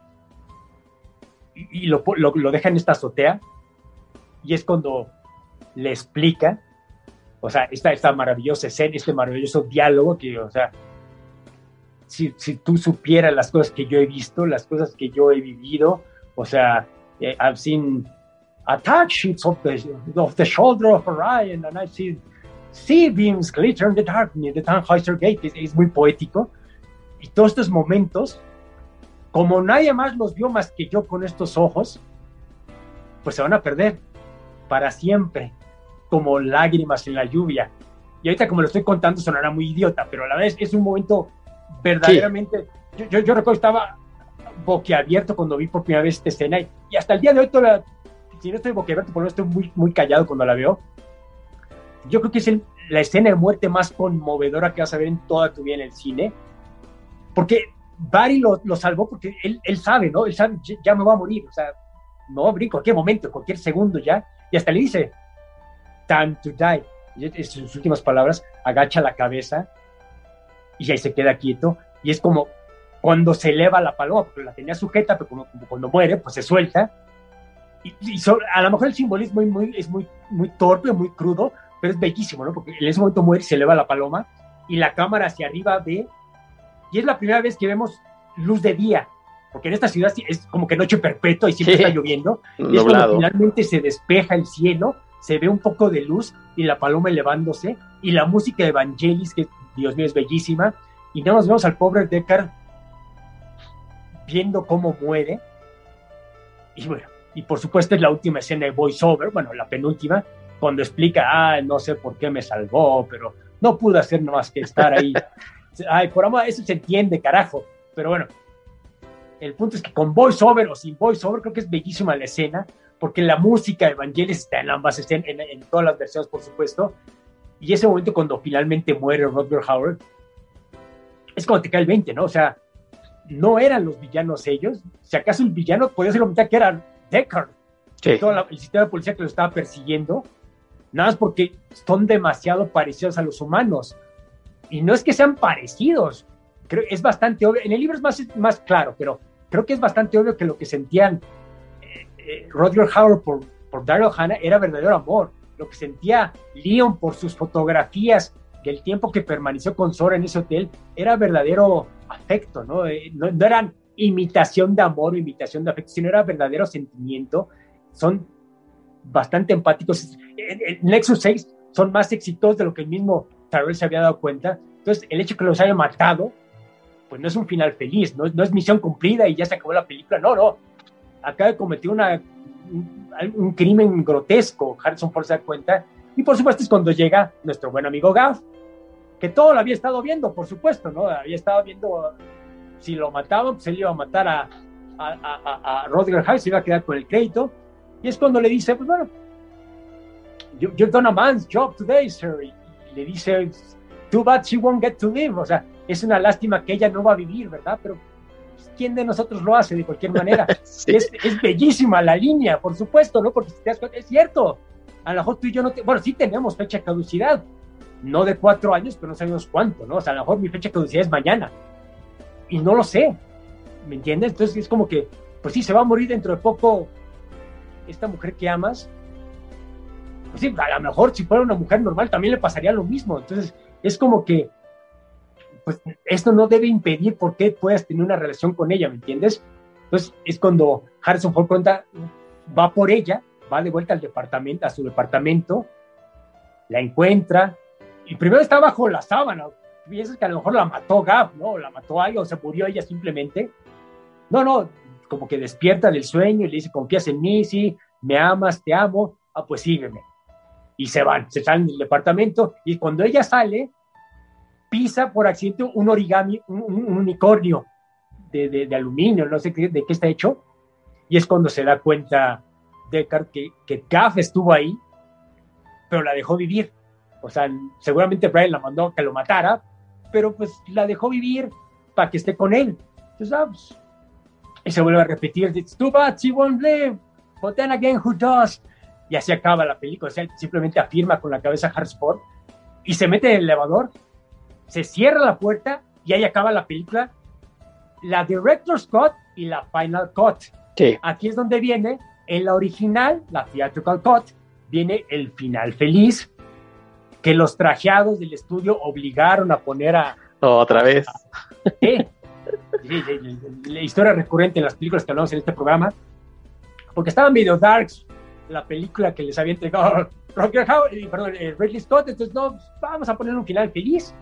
y lo deja en esta azotea, y es cuando le explica, o sea, esta maravillosa escena, este maravilloso diálogo que, o sea, si tú supieras las cosas que yo he visto, las cosas que yo he vivido, o sea, I've seen attack ships of the shoulder of Orion, and I've seen sea beams glitter in the dark near the Tannhäuser Gate. Es muy poético, y todos estos momentos, como nadie más los vio más que yo con estos ojos, pues se van a perder para siempre, como lágrimas en la lluvia. Y ahorita como lo estoy contando sonará muy idiota, pero a la vez es un momento verdaderamente... Sí. Yo recuerdo que estaba boquiabierto cuando vi por primera vez esta escena, y hasta el día de hoy si no estoy boquiabierto, por lo menos estoy muy, muy callado cuando la veo. Yo creo que es la escena de muerte más conmovedora que vas a ver en toda tu vida en el cine, porque Barry lo salvó porque él sabe, ¿no? Él sabe, ya me voy a morir, o sea, me voy a morir en cualquier momento, en cualquier segundo ya, y hasta le dice, time to die, y sus últimas palabras, agacha la cabeza, y ahí se queda quieto, y es como cuando se eleva la paloma, porque la tenía sujeta, pero como cuando muere, pues se suelta, y a lo mejor el simbolismo es muy torpe, muy crudo, pero es bellísimo, ¿no? Porque en ese momento muere, se eleva la paloma, y la cámara hacia arriba ve, y es la primera vez que vemos luz de día, porque en esta ciudad es como que noche perpetua y siempre está lloviendo, y es cuando finalmente se despeja el cielo, se ve un poco de luz, y la paloma elevándose, y la música de Vangelis, que Dios mío es bellísima, y nada más vemos al pobre Deckard viendo cómo muere, y bueno, y por supuesto es la última escena de voiceover, bueno, la penúltima, cuando explica, no sé por qué me salvó, pero no pude hacer más que estar ahí. Ay, por amor, eso se entiende, carajo. Pero bueno, el punto es que con voiceover o sin voiceover, creo que es bellísima la escena, porque la música de Vangelis está en ambas escenas, en todas las versiones, por supuesto, y ese momento cuando finalmente muere Rutger Hauer, es cuando te cae el 20, ¿no? O sea, no eran los villanos ellos, si acaso el villano podía ser lo mitad que era Deckard, sí. Todo el sistema de policía que lo estaba persiguiendo, nada más porque son demasiado parecidos a los humanos, y no es que sean parecidos, creo es bastante obvio, en el libro es más claro, pero creo que es bastante obvio que lo que sentían Rutger Hauer por Daryl Hannah era verdadero amor, lo que sentía Leon por sus fotografías del tiempo que permaneció con Zora en ese hotel era verdadero afecto, ¿no? No eran imitación de amor o imitación de afecto, sino era verdadero sentimiento. Son bastante empáticos. En Nexus 6 son más exitosos de lo que el mismo Tyrell se había dado cuenta. Entonces, el hecho de que los haya matado, pues no es un final feliz, no es misión cumplida y ya se acabó la película. No. Acaba de cometer un crimen grotesco. Harrison Ford se da cuenta. Y por supuesto es cuando llega nuestro buen amigo Gaff, que todo lo había estado viendo, por supuesto, ¿no? Había estado viendo si lo mataban, pues él iba a matar a Rutger Hauer, se iba a quedar con el crédito. Y es cuando le dice, pues bueno, you've done a man's job today, sir. Y le dice, too bad she won't get to live. O sea, es una lástima que ella no va a vivir, ¿verdad? Pero pues, ¿quién de nosotros lo hace de cualquier manera? Sí. Es bellísima la línea, por supuesto, ¿no? Porque si te das cuenta, es cierto. A lo mejor tú y yo bueno, sí tenemos fecha de caducidad. No de 4 años, pero no sabemos cuánto, ¿no? O sea, a lo mejor mi fecha de caducidad es mañana. Y no lo sé. ¿Me entiendes? Entonces es como que, pues sí, se va a morir dentro de poco esta mujer que amas. Pues sí, a lo mejor si fuera una mujer normal también le pasaría lo mismo. Entonces es como que, pues esto no debe impedir por qué puedas tener una relación con ella, ¿me entiendes? Entonces es cuando Harrison Ford cuenta, va por ella, va de vuelta a su departamento, la encuentra, y primero está bajo la sábana. Piensas que a lo mejor la mató Gaff, ¿no? La mató alguien, o se murió ella simplemente. No, como que despierta del sueño y le dice, confías en mí, sí, me amas, te amo, pues sígueme. Y se salen del departamento, y cuando ella sale, pisa por accidente un origami, un unicornio de aluminio, no sé de qué está hecho, y es cuando se da cuenta Deckard que Gaff estuvo ahí, pero la dejó vivir. O sea, seguramente Brian la mandó a que lo matara, pero pues la dejó vivir para que esté con él. Entonces, pues, y se vuelve a repetir, it's too bad she won't live, but then again who does? Y así acaba la película. O sea, simplemente afirma con la cabeza Harrison Ford y se mete en el elevador, se cierra la puerta y ahí acaba la película, la Director's Cut y la Final Cut. Sí. Aquí es donde viene, en la original, la Theatrical Cut, viene el final feliz, que los trajeados del estudio obligaron a poner otra vez. Sí, la historia recurrente en las películas que hablamos en este programa, porque estaba medio darks la película que les había entregado Ridley Scott, entonces no, vamos a poner un final feliz.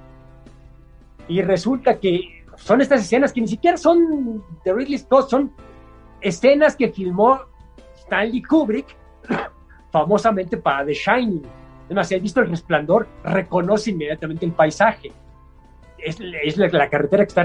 Y resulta que son estas escenas que ni siquiera son de Ridley Scott, son escenas que filmó Stanley Kubrick famosamente para The Shining. Además, si has visto El Resplandor, reconoce inmediatamente el paisaje. Es la carretera que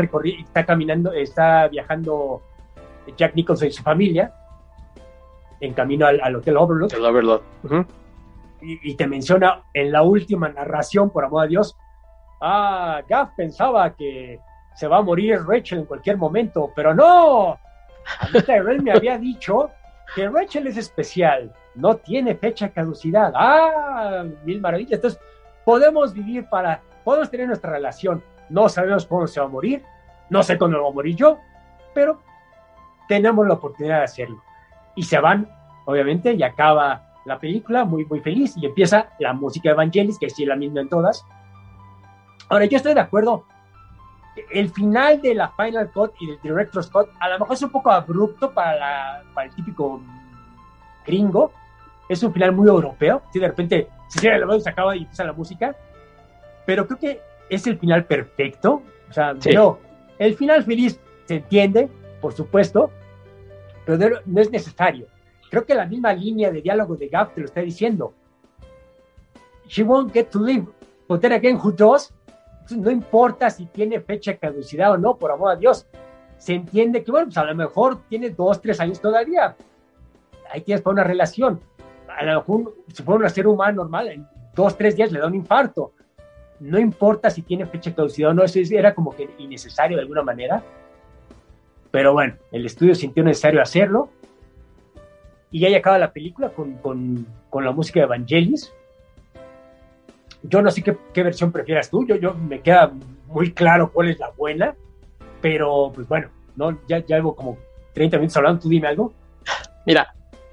está viajando Jack Nicholson y su familia en camino al Hotel Overlook. El Overlook. Uh-huh. Y te menciona en la última narración, por amor a Dios, Gaff pensaba que se va a morir Rachel en cualquier momento, pero no. A mí Tyrell me había dicho que Rachel es especial, no tiene fecha de caducidad. Mil maravillas. Entonces, podemos tener nuestra relación. No sabemos cuándo se va a morir, no sé cuándo voy a morir yo, pero tenemos la oportunidad de hacerlo. Y se van, obviamente, y acaba la película muy, muy feliz, y empieza la música de Vangelis, que es la misma en todas. Ahora, yo estoy de acuerdo, el final de la Final Cut y del Director's Cut a lo mejor es un poco abrupto para el típico gringo, es un final muy europeo, si de repente se cierra el elevador y se acaba y empieza la música, pero creo que es el final perfecto. O sea, sí. Pero el final feliz se entiende, por supuesto, pero no es necesario. Creo que la misma línea de diálogo de Gaff te lo está diciendo. She won't get to live, but then again who does? No importa si tiene fecha de caducidad o no, por amor a Dios. Se entiende que, bueno, pues a lo mejor tiene 2, 3 años todavía. Ahí tienes para una relación. A lo mejor, si fuera un ser humano normal, en 2, 3 días le da un infarto. No importa si tiene fecha de caducidad o no, eso era como que innecesario de alguna manera. Pero bueno, el estudio sintió necesario hacerlo. Y ahí acaba la película con la música de Vangelis. Yo no sé qué versión prefieras tú. Yo me queda muy claro cuál es la buena. Pero, pues bueno, ¿no? Ya llevo como 30 minutos hablando. Tú dime algo. Mira,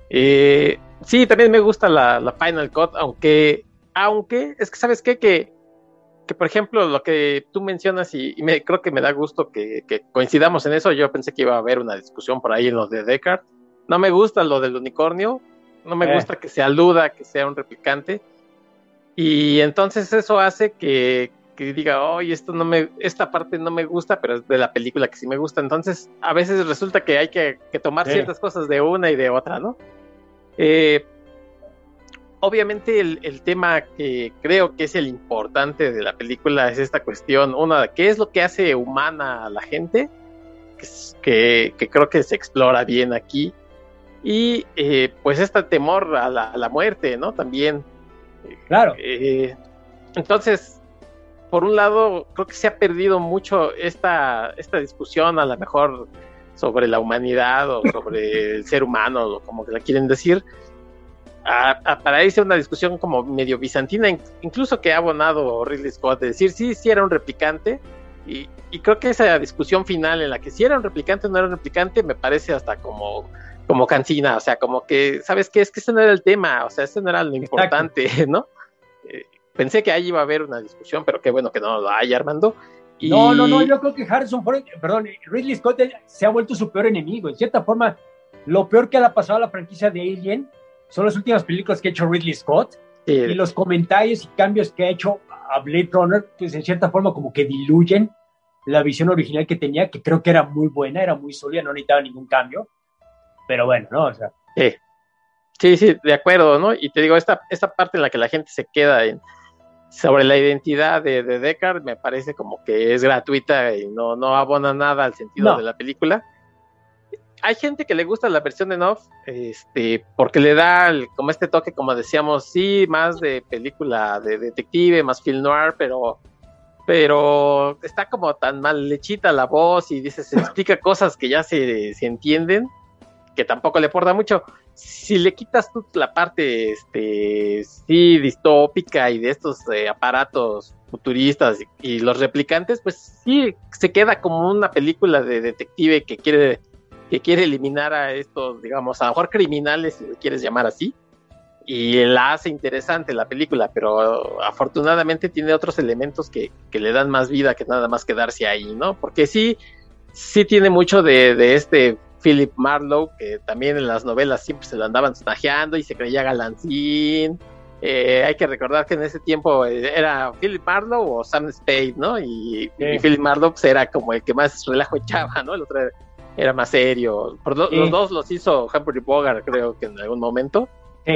sí, también me gusta la Final Cut, aunque es que, ¿sabes qué? Que por ejemplo, lo que tú mencionas, y creo que me da gusto que coincidamos en eso. Yo pensé que iba a haber una discusión por ahí en los de Deckard. No me gusta lo del unicornio, no me gusta que se aluda que sea un replicante, y entonces eso hace que diga, oye, esta parte no me gusta, pero es de la película que sí me gusta. Entonces a veces resulta que hay que tomar ciertas cosas de una y de otra, ¿no? Obviamente el tema que creo que es el importante de la película es esta cuestión, ¿qué es lo que hace humana a la gente? Que creo que se explora bien aquí. Y pues este temor a la muerte, ¿no? También. Claro. Entonces, por un lado, creo que se ha perdido mucho esta discusión, a lo mejor, sobre la humanidad o sobre el ser humano, o como que la quieren decir, para irse a una discusión como medio bizantina, incluso que ha abonado Ridley Scott, de decir sí era un replicante, y creo que esa discusión final en la que si era un replicante o no era un replicante, me parece hasta como cansina, o sea, como que, ¿sabes qué? Es que ese no era el tema, o sea, ese no era lo importante. Exacto. ¿No? Pensé que ahí iba a haber una discusión, pero qué bueno que no lo hay, Armando. No, yo creo que Ridley Scott se ha vuelto su peor enemigo. En cierta forma, lo peor que le ha pasado a la franquicia de Alien son las últimas películas que ha hecho Ridley Scott, y los comentarios y cambios que ha hecho a Blade Runner, pues en cierta forma como que diluyen la visión original que tenía, que creo que era muy buena, era muy sólida, no necesitaba ningún cambio. Pero bueno, ¿no? O sea. Sí, de acuerdo, ¿no? Y te digo, esta parte en la que la gente se queda sobre la identidad de Deckard me parece como que es gratuita y no abona nada al sentido de la película. Hay gente que le gusta la versión en off, porque le da como este toque, como decíamos, sí, más de película de detective, más film noir, pero está como tan mal hechita la voz y se explica cosas que ya se entienden, que tampoco le aporta mucho. Si le quitas tú la parte sí distópica y de estos aparatos futuristas y los replicantes, pues sí se queda como una película de detective que quiere eliminar a estos, digamos, a lo mejor criminales, si lo quieres llamar así, y la hace interesante la película, pero afortunadamente tiene otros elementos que le dan más vida que nada más quedarse ahí, ¿no? Porque sí tiene mucho de este Philip Marlowe, que también en las novelas siempre se lo andaban stajeando y se creía galancín. Hay que recordar que en ese tiempo era Philip Marlowe o Sam Spade, ¿no? Y Philip Marlowe pues, era como el que más relajo echaba, ¿no? El otro era más serio. Los dos los hizo Humphrey Bogart, creo que en algún momento. Sí.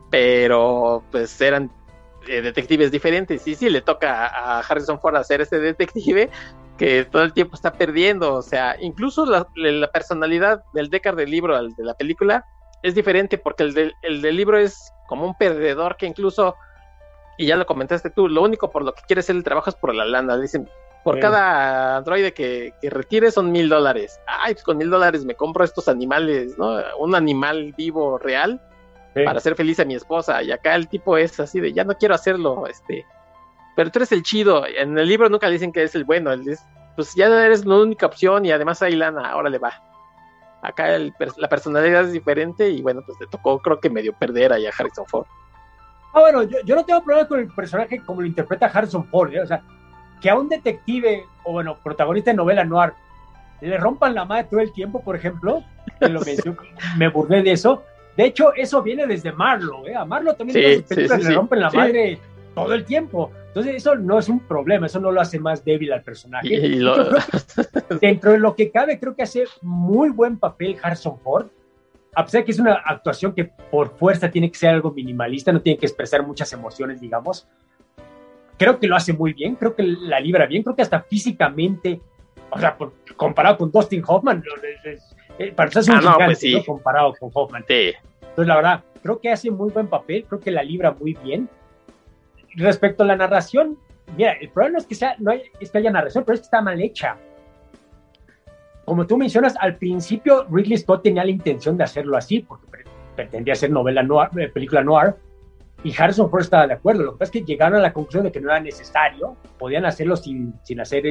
Pero pues eran detectives diferentes. Y sí, le toca a Harrison Ford hacer ese detective que todo el tiempo está perdiendo. O sea, incluso la personalidad del Deckard del libro al de la película es diferente, porque el del libro es como un perdedor que incluso, y ya lo comentaste tú, lo único por lo que quiere hacer el trabajo es por la lana. Le dicen, por cada androide que retire son $1,000. Ay, pues con $1,000 me compro estos animales, ¿no? Un animal vivo real para hacer feliz a mi esposa. Y acá el tipo es así de, ya no quiero hacerlo, pero tú eres el chido. En el libro nunca le dicen que es el bueno, pues ya eres la única opción y además hay lana, ahora le va. Acá la personalidad es diferente y bueno, pues le tocó, creo que medio perder ahí a Harrison Ford. Bueno, yo no tengo problema con el personaje como lo interpreta Harrison Ford, o sea, que a un detective, o bueno, protagonista de novela noir, le rompan la madre todo el tiempo, por ejemplo, que lo mencioné, me burlé de eso. De hecho, eso viene desde Marlowe, a Marlowe también en sus películas le rompen la madre todo el tiempo. Entonces, eso no es un problema, eso no lo hace más débil al personaje. Dentro de lo que cabe, creo que hace muy buen papel Harrison Ford, a pesar de que es una actuación que por fuerza tiene que ser algo minimalista, no tiene que expresar muchas emociones, digamos. Creo que lo hace muy bien, creo que la libra bien, creo que hasta físicamente, o sea, comparado con Dustin Hoffman, para eso es un gigante, pues sí, ¿no? Comparado con Hoffman. Sí. Entonces, la verdad, creo que hace muy buen papel, creo que la libra muy bien. Respecto a la narración, mira, el problema no es que haya narración, pero es que está mal hecha. Como tú mencionas, al principio Ridley Scott tenía la intención de hacerlo así, porque pretendía hacer novela noir, película noir, y Harrison Ford estaba de acuerdo. Lo que pasa es que llegaron a la conclusión de que no era necesario, podían hacerlo sin hacer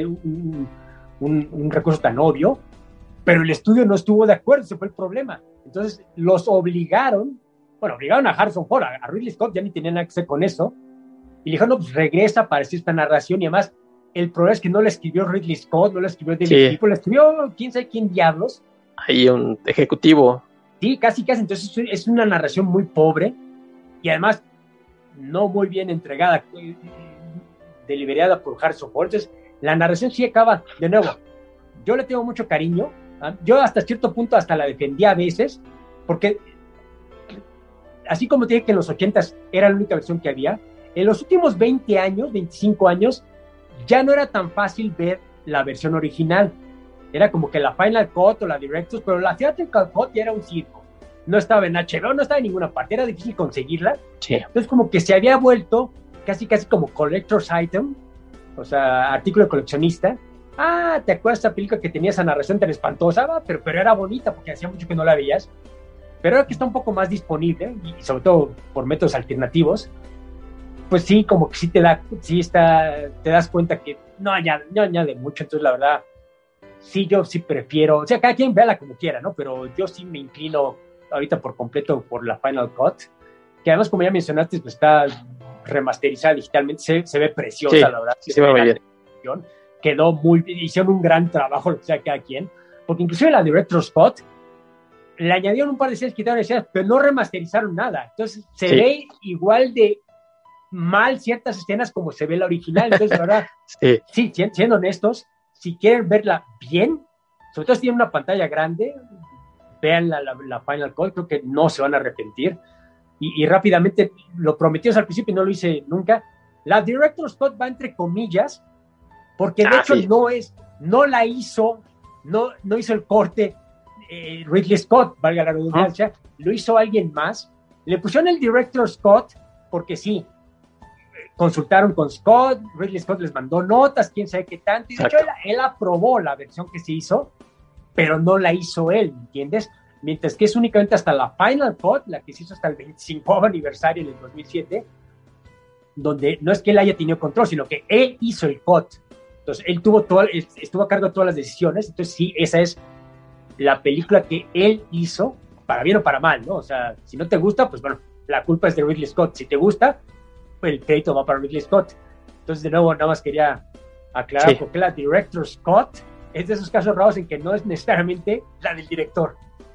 un recurso tan obvio, pero el estudio no estuvo de acuerdo, ese fue el problema. Entonces obligaron a Harrison Ford, a Ridley Scott ya ni tenía nada que hacer con eso, y le dijeron, no, pues regresa para hacer esta narración. Y además, el problema es que no la escribió Ridley Scott, no la escribió David Tipo, la escribió quién sabe quién diablos. Ahí un ejecutivo. Sí, casi, entonces es una narración muy pobre, y además no muy bien entregada, deliberada por Harrison Ford. Entonces, la narración sí acaba, de nuevo, yo le tengo mucho cariño, yo hasta cierto punto hasta la defendía a veces, porque así como te dije que en los 80s era la única versión que había, en los últimos 20 años, 25 años, ya no era tan fácil ver la versión original. Era como que la Final Cut o la Director's, pero la Theatrical Cut ya era un circo. No estaba en HBO, no estaba en ninguna parte, era difícil conseguirla. Sí. Entonces como que se había vuelto casi como collector's item, o sea, artículo de coleccionista. ¿Te acuerdas de esa película que tenía esa narración tan espantosa? Pero era bonita porque hacía mucho que no la veías. Pero ahora que está un poco más disponible, y sobre todo por métodos alternativos, pues sí, como que te das cuenta que no añade mucho. Entonces, la verdad, sí, yo sí prefiero, o sea, cada quien véala como quiera, ¿no? Pero yo sí me inclino ahorita por completo por la Final Cut, que además, como ya mencionaste, pues está remasterizada digitalmente, se ve preciosa, la verdad. Sí, se ve muy bien. Quedó muy bien, hicieron un gran trabajo, o sea, cada quien, porque inclusive la Director's Scott le añadieron un par de escenas, quitaron escenas, pero no remasterizaron nada. Entonces, se ve igual de mal ciertas escenas como se ve la original. Entonces, la verdad, sí, siendo honestos, si quieren verla bien, sobre todo si tienen una pantalla grande, vean la Final Cut, creo que no se van a arrepentir. Y rápidamente, lo prometidos al principio y no lo hice nunca, La Director's Cut va entre comillas, porque de hecho no hizo el corte Ridley Scott, valga la redundancia, lo hizo alguien más. Le pusieron el Director's Cut porque sí, consultaron con Scott, Ridley Scott les mandó notas, quién sabe qué tanto, y de hecho él aprobó la versión que se hizo, pero no la hizo él, ¿entiendes? Mientras que es únicamente hasta la Final Cut, la que se hizo hasta el 25 aniversario del 2007, donde no es que él haya tenido control, sino que él hizo el cut. Entonces, él estuvo a cargo de todas las decisiones. Entonces, sí, esa es la película que él hizo, para bien o para mal, ¿no? O sea, si no te gusta, pues bueno, la culpa es de Ridley Scott. Si te gusta, pues el crédito va para Ridley Scott. Entonces, de nuevo, nada más quería aclarar porque la Director's Cut es de esos casos raros en que no es necesariamente la del director.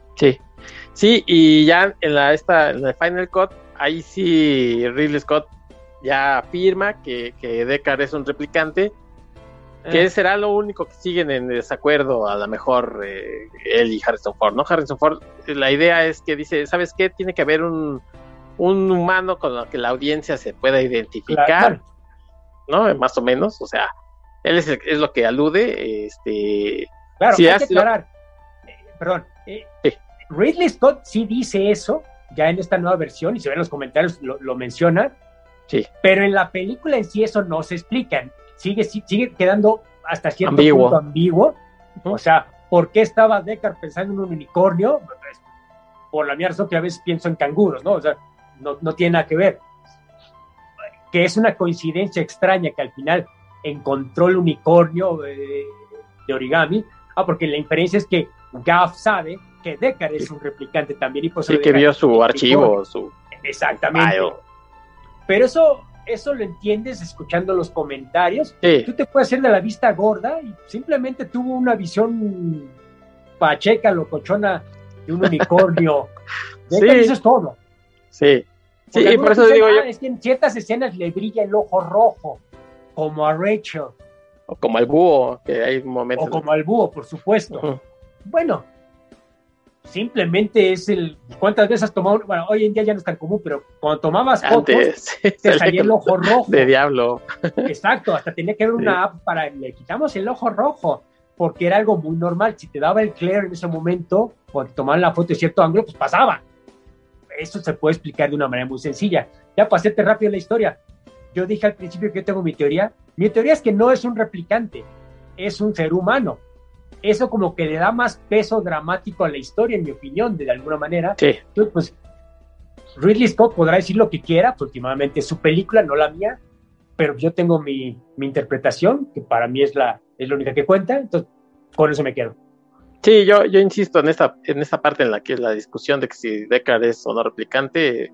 Sí, y ya en la Final Cut, ahí sí Ridley Scott ya afirma que Deckard es un replicante, que será lo único que siguen en desacuerdo, a lo mejor él y Harrison Ford, ¿no? Harrison Ford, la idea es que dice, ¿sabes qué? Tiene que haber un humano con el que la audiencia se pueda identificar, claro. ¿No? Más o menos, o sea, él es lo que alude, Claro, si hay que aclarar, perdón, Ridley Scott sí dice eso, ya en esta nueva versión, y se ven en los comentarios, lo menciona, pero en la película en sí eso no se explica, sigue quedando hasta cierto punto ambiguo, o sea, ¿por qué estaba Deckard pensando en un unicornio? Pues, por la mía razón que a veces pienso en canguros, ¿no? O sea, no tiene nada que ver, que es una coincidencia extraña que al final encontró el unicornio de origami, porque la inferencia es que Gaff sabe que Deckard es un replicante también, y pues que vio su archivo, exactamente. Pero eso lo entiendes escuchando los comentarios. Tú te puedes hacer de la vista gorda y simplemente tuvo una visión pacheca, locochona de un unicornio. Eso es todo. Sí, y por eso digo yo. Es que en ciertas escenas le brilla el ojo rojo, como a Rachel. O como al búho, que hay momentos. O como al búho, por supuesto. Bueno, simplemente es ¿cuántas veces has tomado? Bueno, hoy en día ya no es tan común, pero cuando tomabas fotos, te salía el ojo rojo. De diablo. Exacto, hasta tenía que haber una app para, le quitamos el ojo rojo, porque era algo muy normal. Si te daba el glare en ese momento, cuando te tomaban la foto de cierto ángulo, pues pasaba. Eso se puede explicar de una manera muy sencilla. Ya para hacerte rápido la historia, yo dije al principio que yo tengo mi teoría. Mi teoría es que no es un replicante, es un ser humano. Eso como que le da más peso dramático a la historia, en mi opinión, de alguna manera. Entonces, pues, Ridley Scott podrá decir lo que quiera, pues, últimamente es su película, no la mía, pero yo tengo mi interpretación, que para mí es la única que cuenta, entonces con eso me quedo. Sí, yo insisto en esta parte en la que la discusión de que si Deckard es o no replicante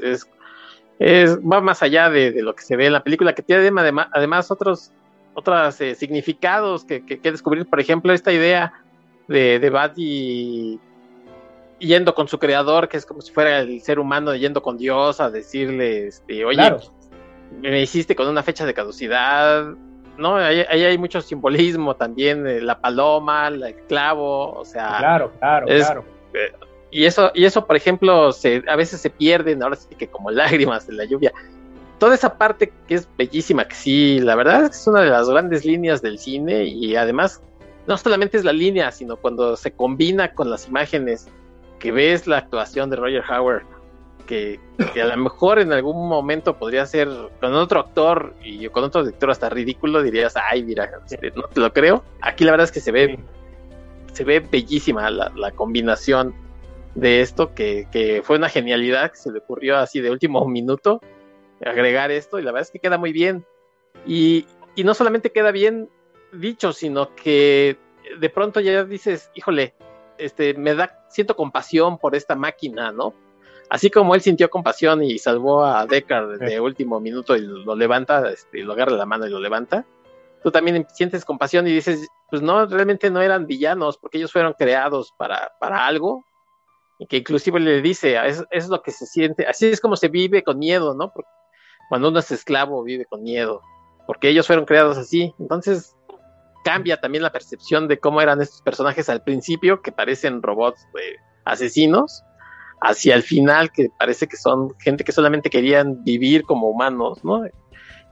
va más allá de lo que se ve en la película, que tiene además otros significados que descubrir. Por ejemplo, esta idea de Buddy yendo con su creador, que es como si fuera el ser humano yendo con Dios a decirle, oye, claro, me hiciste con una fecha de caducidad, ¿no? Ahí hay mucho simbolismo también, la paloma, el clavo, o sea... Claro. Y eso, por ejemplo, a veces se pierden, ahora sí que como lágrimas en la lluvia. Toda esa parte que es bellísima, que sí, la verdad es que es una de las grandes líneas del cine, y además no solamente es la línea, sino cuando se combina con las imágenes, que ves la actuación de Roger Howard, que a lo mejor en algún momento podría ser con otro actor y con otro director hasta ridículo, dirías, ay, mira, no te lo creo. Aquí la verdad es que se ve bellísima la combinación de esto, que fue una genialidad que se le ocurrió así de último minuto agregar esto, y la verdad es que queda muy bien, y no solamente queda bien dicho, sino que de pronto ya dices, híjole, siento compasión por esta máquina, ¿no? Así como él sintió compasión y salvó a Deckard de último minuto y lo levanta, lo agarra la mano y lo levanta, tú también sientes compasión y dices, pues no, realmente no eran villanos, porque ellos fueron creados para algo, y que inclusive le dice, es lo que se siente, así es como se vive con miedo, ¿no? Porque cuando uno es esclavo vive con miedo, porque ellos fueron creados así. Entonces cambia también la percepción de cómo eran estos personajes al principio, que parecen robots asesinos, hacia el final, que parece que son gente que solamente querían vivir como humanos, ¿no?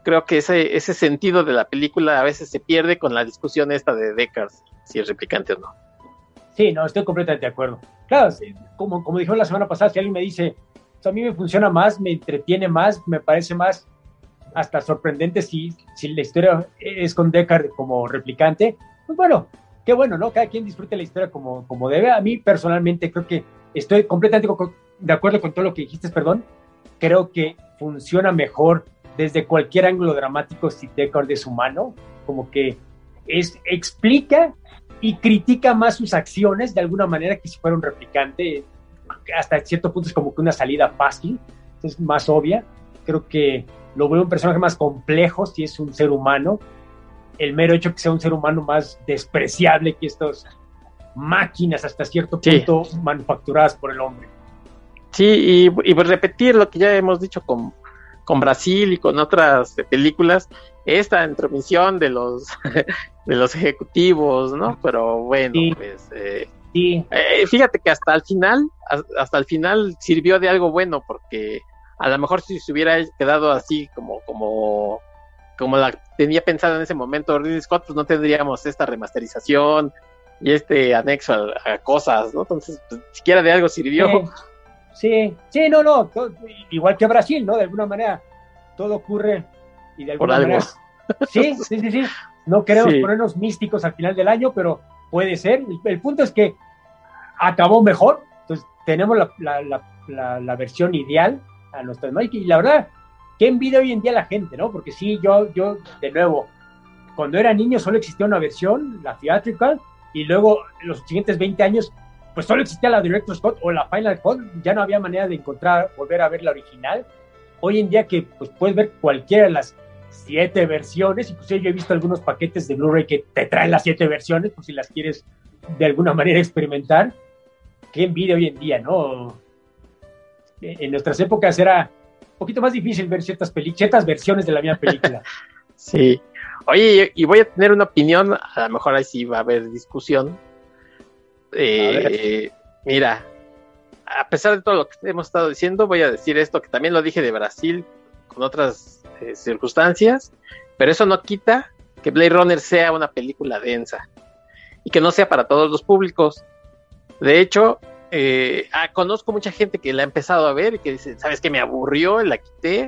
creo que ese sentido de la película a veces se pierde con la discusión esta de Deckard, si es replicante o no. Sí, no, estoy completamente de acuerdo. Claro, como dijo la semana pasada, si alguien me dice, a mí me funciona más, me entretiene más, me parece más hasta sorprendente si la historia es con Deckard como replicante, pues bueno, qué bueno, ¿no? Cada quien disfrute la historia como debe. A mí personalmente creo que estoy completamente de acuerdo con todo lo que dijiste, perdón. Creo que funciona mejor desde cualquier ángulo dramático si Deckard es humano, como que explica y critica más sus acciones de alguna manera que si fuera un replicante. Hasta cierto punto es como que una salida fácil, es más obvia. Creo que lo veo un personaje más complejo si es un ser humano. El mero hecho que sea un ser humano más despreciable que estas máquinas hasta cierto punto manufacturadas por el hombre. Sí, y pues repetir lo que ya hemos dicho con Brasil y con otras películas, esta intromisión de los ejecutivos, ¿no? Pero bueno, sí. Pues fíjate que hasta el final sirvió de algo bueno, porque a lo mejor si se hubiera quedado así como la tenía pensado en ese momento Ridley Scott, pues no tendríamos esta remasterización y este anexo a cosas, ¿no? Entonces, pues, siquiera de algo sirvió. Sí, no, igual que Brasil, ¿no? De alguna manera todo ocurre y de alguna manera... Sí. No queremos ponernos místicos al final del año, pero puede ser. El punto es que acabó mejor, entonces tenemos la versión ideal a nuestra demás, y la verdad, qué envidia hoy en día la gente, ¿no? Porque sí, yo de nuevo, cuando era niño solo existía una versión, la theatrical, y luego los siguientes 20 años pues solo existía la Director's Cut o la Final Cut, ya no había manera de volver a ver la original. Hoy en día que pues puedes ver cualquiera de las 7 versiones, incluso yo he visto algunos paquetes de Blu-ray que te traen las 7 versiones, por si las quieres de alguna manera experimentar. Qué envidia hoy en día, ¿no? En nuestras épocas era un poquito más difícil ver ciertas versiones de la misma película. Sí. Oye, y voy a tener una opinión, a lo mejor ahí sí va a haber discusión. Mira, a pesar de todo lo que hemos estado diciendo, voy a decir esto, que también lo dije de Brasil con otras circunstancias, pero eso no quita que Blade Runner sea una película densa y que no sea para todos los públicos. De hecho, conozco mucha gente que la ha empezado a ver y que dice, ¿sabes qué? Me aburrió, la quité.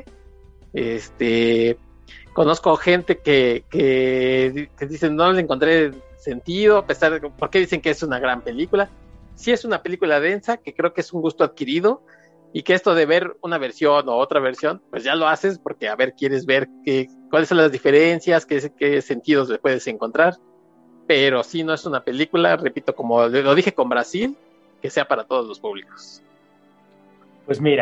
Conozco gente que dicen, no le encontré sentido, a pesar de, ¿por qué dicen que es una gran película? Sí es una película densa, que creo que es un gusto adquirido, y que esto de ver una versión o otra versión, pues ya lo haces porque, a ver, quieres ver cuáles son las diferencias, qué sentidos le puedes encontrar, pero sí no es una película, repito, como lo dije con Brasil, que sea para todos los públicos. Pues mira.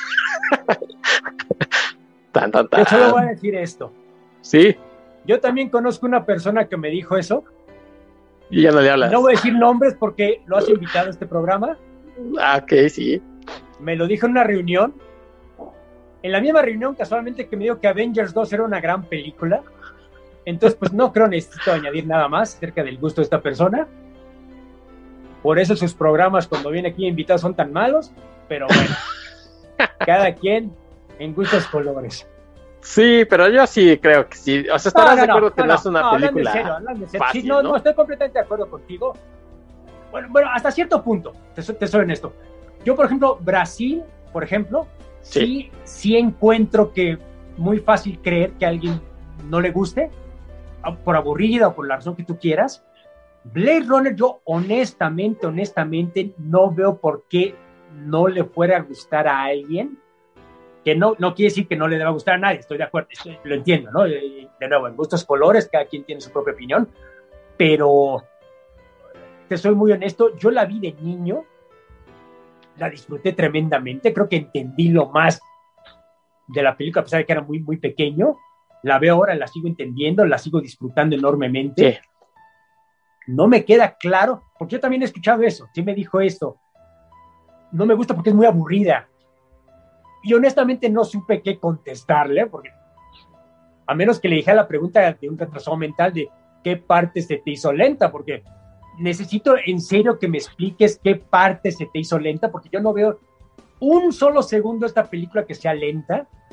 Tan. Yo solo voy a decir esto. Sí. Yo también conozco una persona que me dijo eso. Y ya no le hablas. No voy a decir nombres porque lo has invitado a este programa. Ok, sí. Me lo dijo en una reunión. En la misma reunión, casualmente, que me dijo que Avengers 2 era una gran película. Entonces, pues no creo necesito añadir nada más acerca del gusto de esta persona. Por eso sus programas cuando viene aquí invitados son tan malos. Pero bueno, cada quien en gustos colores. Sí, pero yo sí creo que sí. O sea, estarás de acuerdo que no es una película hablando en serio. fácil, sí, no, estoy completamente de acuerdo contigo. Bueno, hasta cierto punto, te soy honesto. Yo, por ejemplo, Brasil, por ejemplo, sí encuentro que muy fácil creer que a alguien no le guste, por aburrida o por la razón que tú quieras. Blade Runner, yo honestamente no veo por qué no le fuera a gustar a alguien. Que no quiere decir que no le deba gustar a nadie, estoy de acuerdo, lo entiendo, ¿no? De nuevo, en gustos colores, cada quien tiene su propia opinión, pero te soy muy honesto, yo la vi de niño, la disfruté tremendamente, creo que entendí lo más de la película, a pesar de que era muy, muy pequeño, la veo ahora, la sigo entendiendo, la sigo disfrutando enormemente. Sí. No me queda claro, porque yo también he escuchado eso, sí me dijo esto, no me gusta porque es muy aburrida. Y honestamente no supe qué contestarle, porque a menos que le dijera la pregunta de un retrasado mental de qué parte se te hizo lenta, porque necesito en serio que me expliques qué parte se te hizo lenta, porque yo no veo un solo segundo esta película que sea lenta.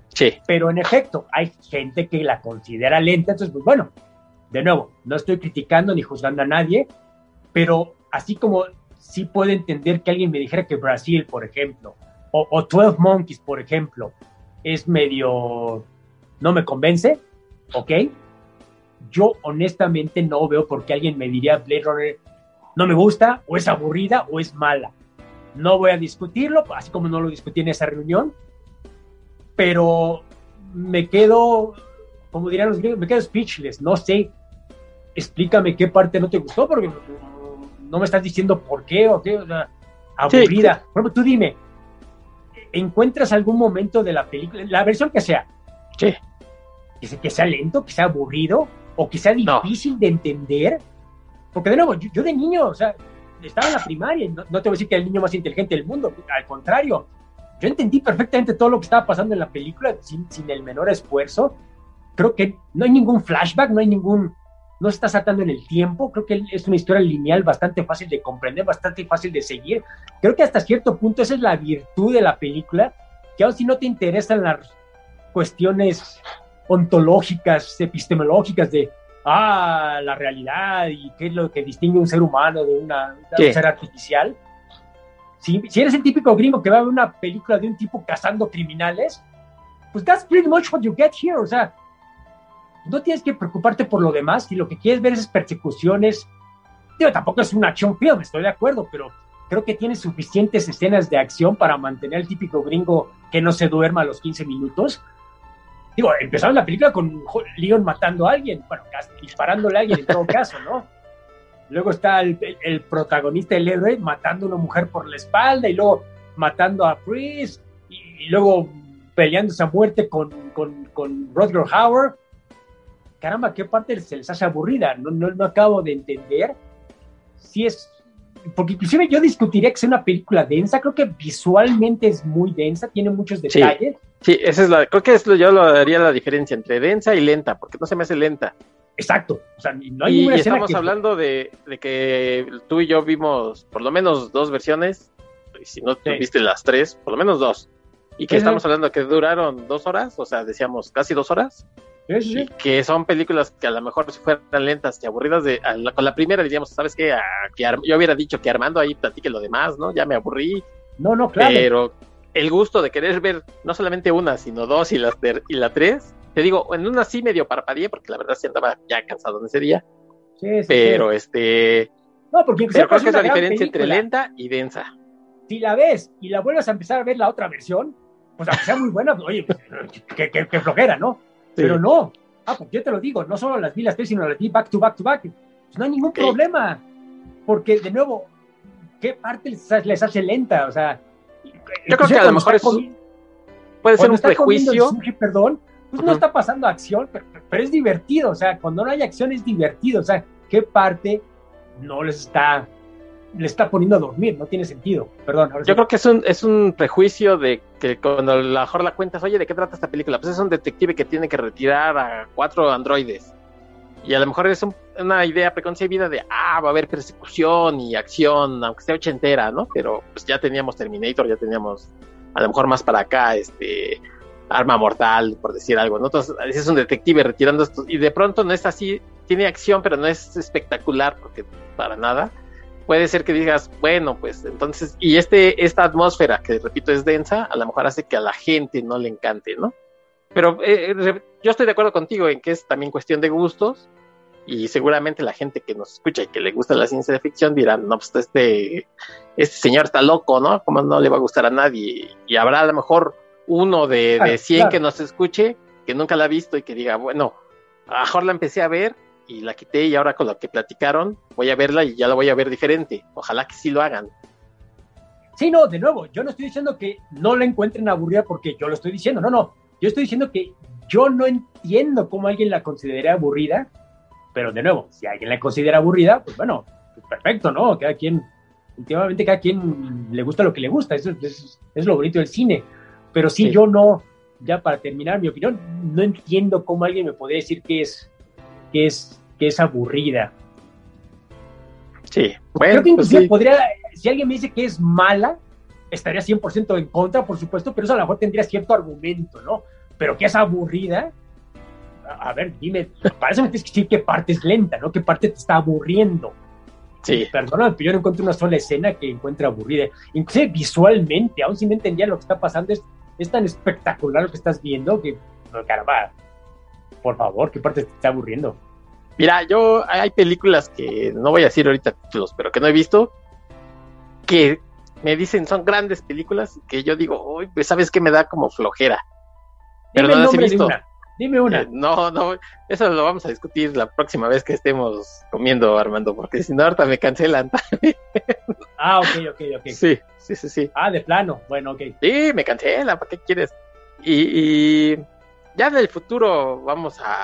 Sí. Pero en efecto, hay gente que la considera lenta, entonces, pues bueno, de nuevo, no estoy criticando ni juzgando a nadie, pero así como sí puedo entender que alguien me dijera que Brasil, por ejemplo, o 12 Monkeys, por ejemplo, es medio, no me convence, ¿ok? Yo honestamente no veo por qué alguien me diría Blade Runner no me gusta, o es aburrida, o es mala. No voy a discutirlo, así como no lo discutí en esa reunión, pero me quedo, como dirían los gringos, me quedo speechless, no sé, explícame qué parte no te gustó, porque no me estás diciendo por qué, o qué, o sea, aburrida. Sí. Por ejemplo, tú dime, ¿encuentras algún momento de la película, la versión que sea, sí, que sea lento, que sea aburrido, o que sea difícil de entender? Porque de nuevo, yo de niño, o sea, estaba en la primaria, no te voy a decir que era el niño más inteligente del mundo, al contrario, yo entendí perfectamente todo lo que estaba pasando en la película sin el menor esfuerzo. Creo que no hay ningún flashback, no se está saltando en el tiempo. Creo que es una historia lineal bastante fácil de comprender, bastante fácil de seguir. Creo que hasta cierto punto esa es la virtud de la película, que aun si no te interesan las cuestiones ontológicas, epistemológicas de la realidad y qué es lo que distingue un ser humano de un ser artificial. Si eres el típico gringo que va a ver una película de un tipo cazando criminales, pues that's pretty much what you get here. O sea, no tienes que preocuparte por lo demás. Si lo que quieres ver es persecuciones, tampoco es un action film, estoy de acuerdo, pero creo que tiene suficientes escenas de acción para mantener al típico gringo que no se duerma a los 15 minutos. Empezaron la película con Leon matando a alguien, bueno, disparándole a alguien en todo caso, ¿no? Luego está el protagonista, el héroe, matando a una mujer por la espalda y luego matando a Priest y luego peleándose a muerte con Rutger Hauer. Caramba, ¿qué parte se les hace aburrida? No acabo de entender si es... Porque inclusive yo discutiría que sea una película densa. Creo que visualmente es muy densa, tiene muchos detalles. Sí, creo que yo lo daría la diferencia entre densa y lenta, porque no se me hace lenta. Exacto, o sea, no hay ninguna escena. Estamos hablando de que tú y yo vimos por lo menos 2 versiones, y si no viste las 3, por lo menos 2, y que estamos hablando de que duraron 2 horas, o sea, decíamos casi 2 horas, y que son películas que a lo mejor si fueran lentas y aburridas, con la primera diríamos, ¿sabes qué? Yo hubiera dicho que Armando ahí platique lo demás, ¿no? Ya me aburrí. No, claro. Pero el gusto de querer ver no solamente una, sino 2 y la 3, te digo, en una sí medio parpadeé, porque la verdad sí andaba ya cansado en ese día. Sí, pero no, porque pero creo que es la diferencia entre lenta y densa. Si la ves y la vuelves a empezar a ver la otra versión, pues aunque sea muy buena, oye, qué flojera, ¿no? Sí. Pero no, pues yo te lo digo, no solo las vi las 3, sino las vi back to back to back. Pues no hay ningún problema, porque de nuevo, ¿qué parte les hace lenta? O sea, yo creo que a lo mejor puede ser un prejuicio. Sushi, perdón, pues no está pasando acción, pero es divertido. O sea, cuando no hay acción es divertido. O sea, ¿qué parte no le está poniendo a dormir? No tiene sentido. Perdón. Yo creo que es un prejuicio de que cuando a lo mejor la cuentas, oye, ¿de qué trata esta película? Pues es un detective que tiene que retirar a 4 androides. Y a lo mejor es una idea preconcebida de, va a haber persecución y acción, aunque sea ochentera, ¿no? Pero pues ya teníamos Terminator, ya teníamos a lo mejor más para acá, Arma Mortal, por decir algo, ¿no? Entonces, es un detective retirando esto, y de pronto no es así, tiene acción, pero no es espectacular, porque para nada. Puede ser que digas, bueno, pues entonces, y esta atmósfera, que repito es densa, a lo mejor hace que a la gente no le encante, ¿no? Pero yo estoy de acuerdo contigo en que es también cuestión de gustos, y seguramente la gente que nos escucha y que le gusta la ciencia de ficción dirán, no, pues este señor está loco, ¿no? ¿Cómo no le va a gustar a nadie? Y habrá a lo mejor uno de 100 que nos escuche, que nunca la ha visto y que diga, bueno, a lo mejor la empecé a ver y la quité y ahora con lo que platicaron voy a verla y ya la voy a ver diferente. Ojalá que sí lo hagan. Sí, no, de nuevo, yo no estoy diciendo que no la encuentren aburrida porque yo lo estoy diciendo, no. Yo estoy diciendo que yo no entiendo cómo alguien la considera aburrida, pero de nuevo, si alguien la considera aburrida, pues bueno, pues perfecto, ¿no? Últimamente cada quien le gusta lo que le gusta, eso es lo bonito del cine. Pero sí, yo no, ya para terminar mi opinión, no entiendo cómo alguien me podría decir que es aburrida. Sí, bueno, creo que inclusive podría, si alguien me dice que es mala, estaría 100% en contra, por supuesto, pero eso a lo mejor tendría cierto argumento, ¿no? pero que es aburrida. A ver, dime, para eso me tienes que decir qué parte es lenta, ¿no? ¿Qué parte te está aburriendo? Sí. Perdóname, pero yo no encuentro una sola escena que encuentre aburrida. Inclusive visualmente, aún si no entendía lo que está pasando, es tan espectacular lo que estás viendo que, no, caramba, por favor, ¿qué parte te está aburriendo? Mira, hay películas que no voy a decir ahorita títulos, pero que no he visto, que me dicen son grandes películas, que yo digo, uy, pues sabes que me da como flojera. Pero Dime no el las he nombre de visto. una. Dime una. No, eso lo vamos a discutir la próxima vez que estemos comiendo, Armando, porque si no ahorita me cancelan. Ah, ok. Sí. Ah, de plano. Bueno, ok. Sí, me cancelan, ¿para qué quieres? Y ya en el futuro va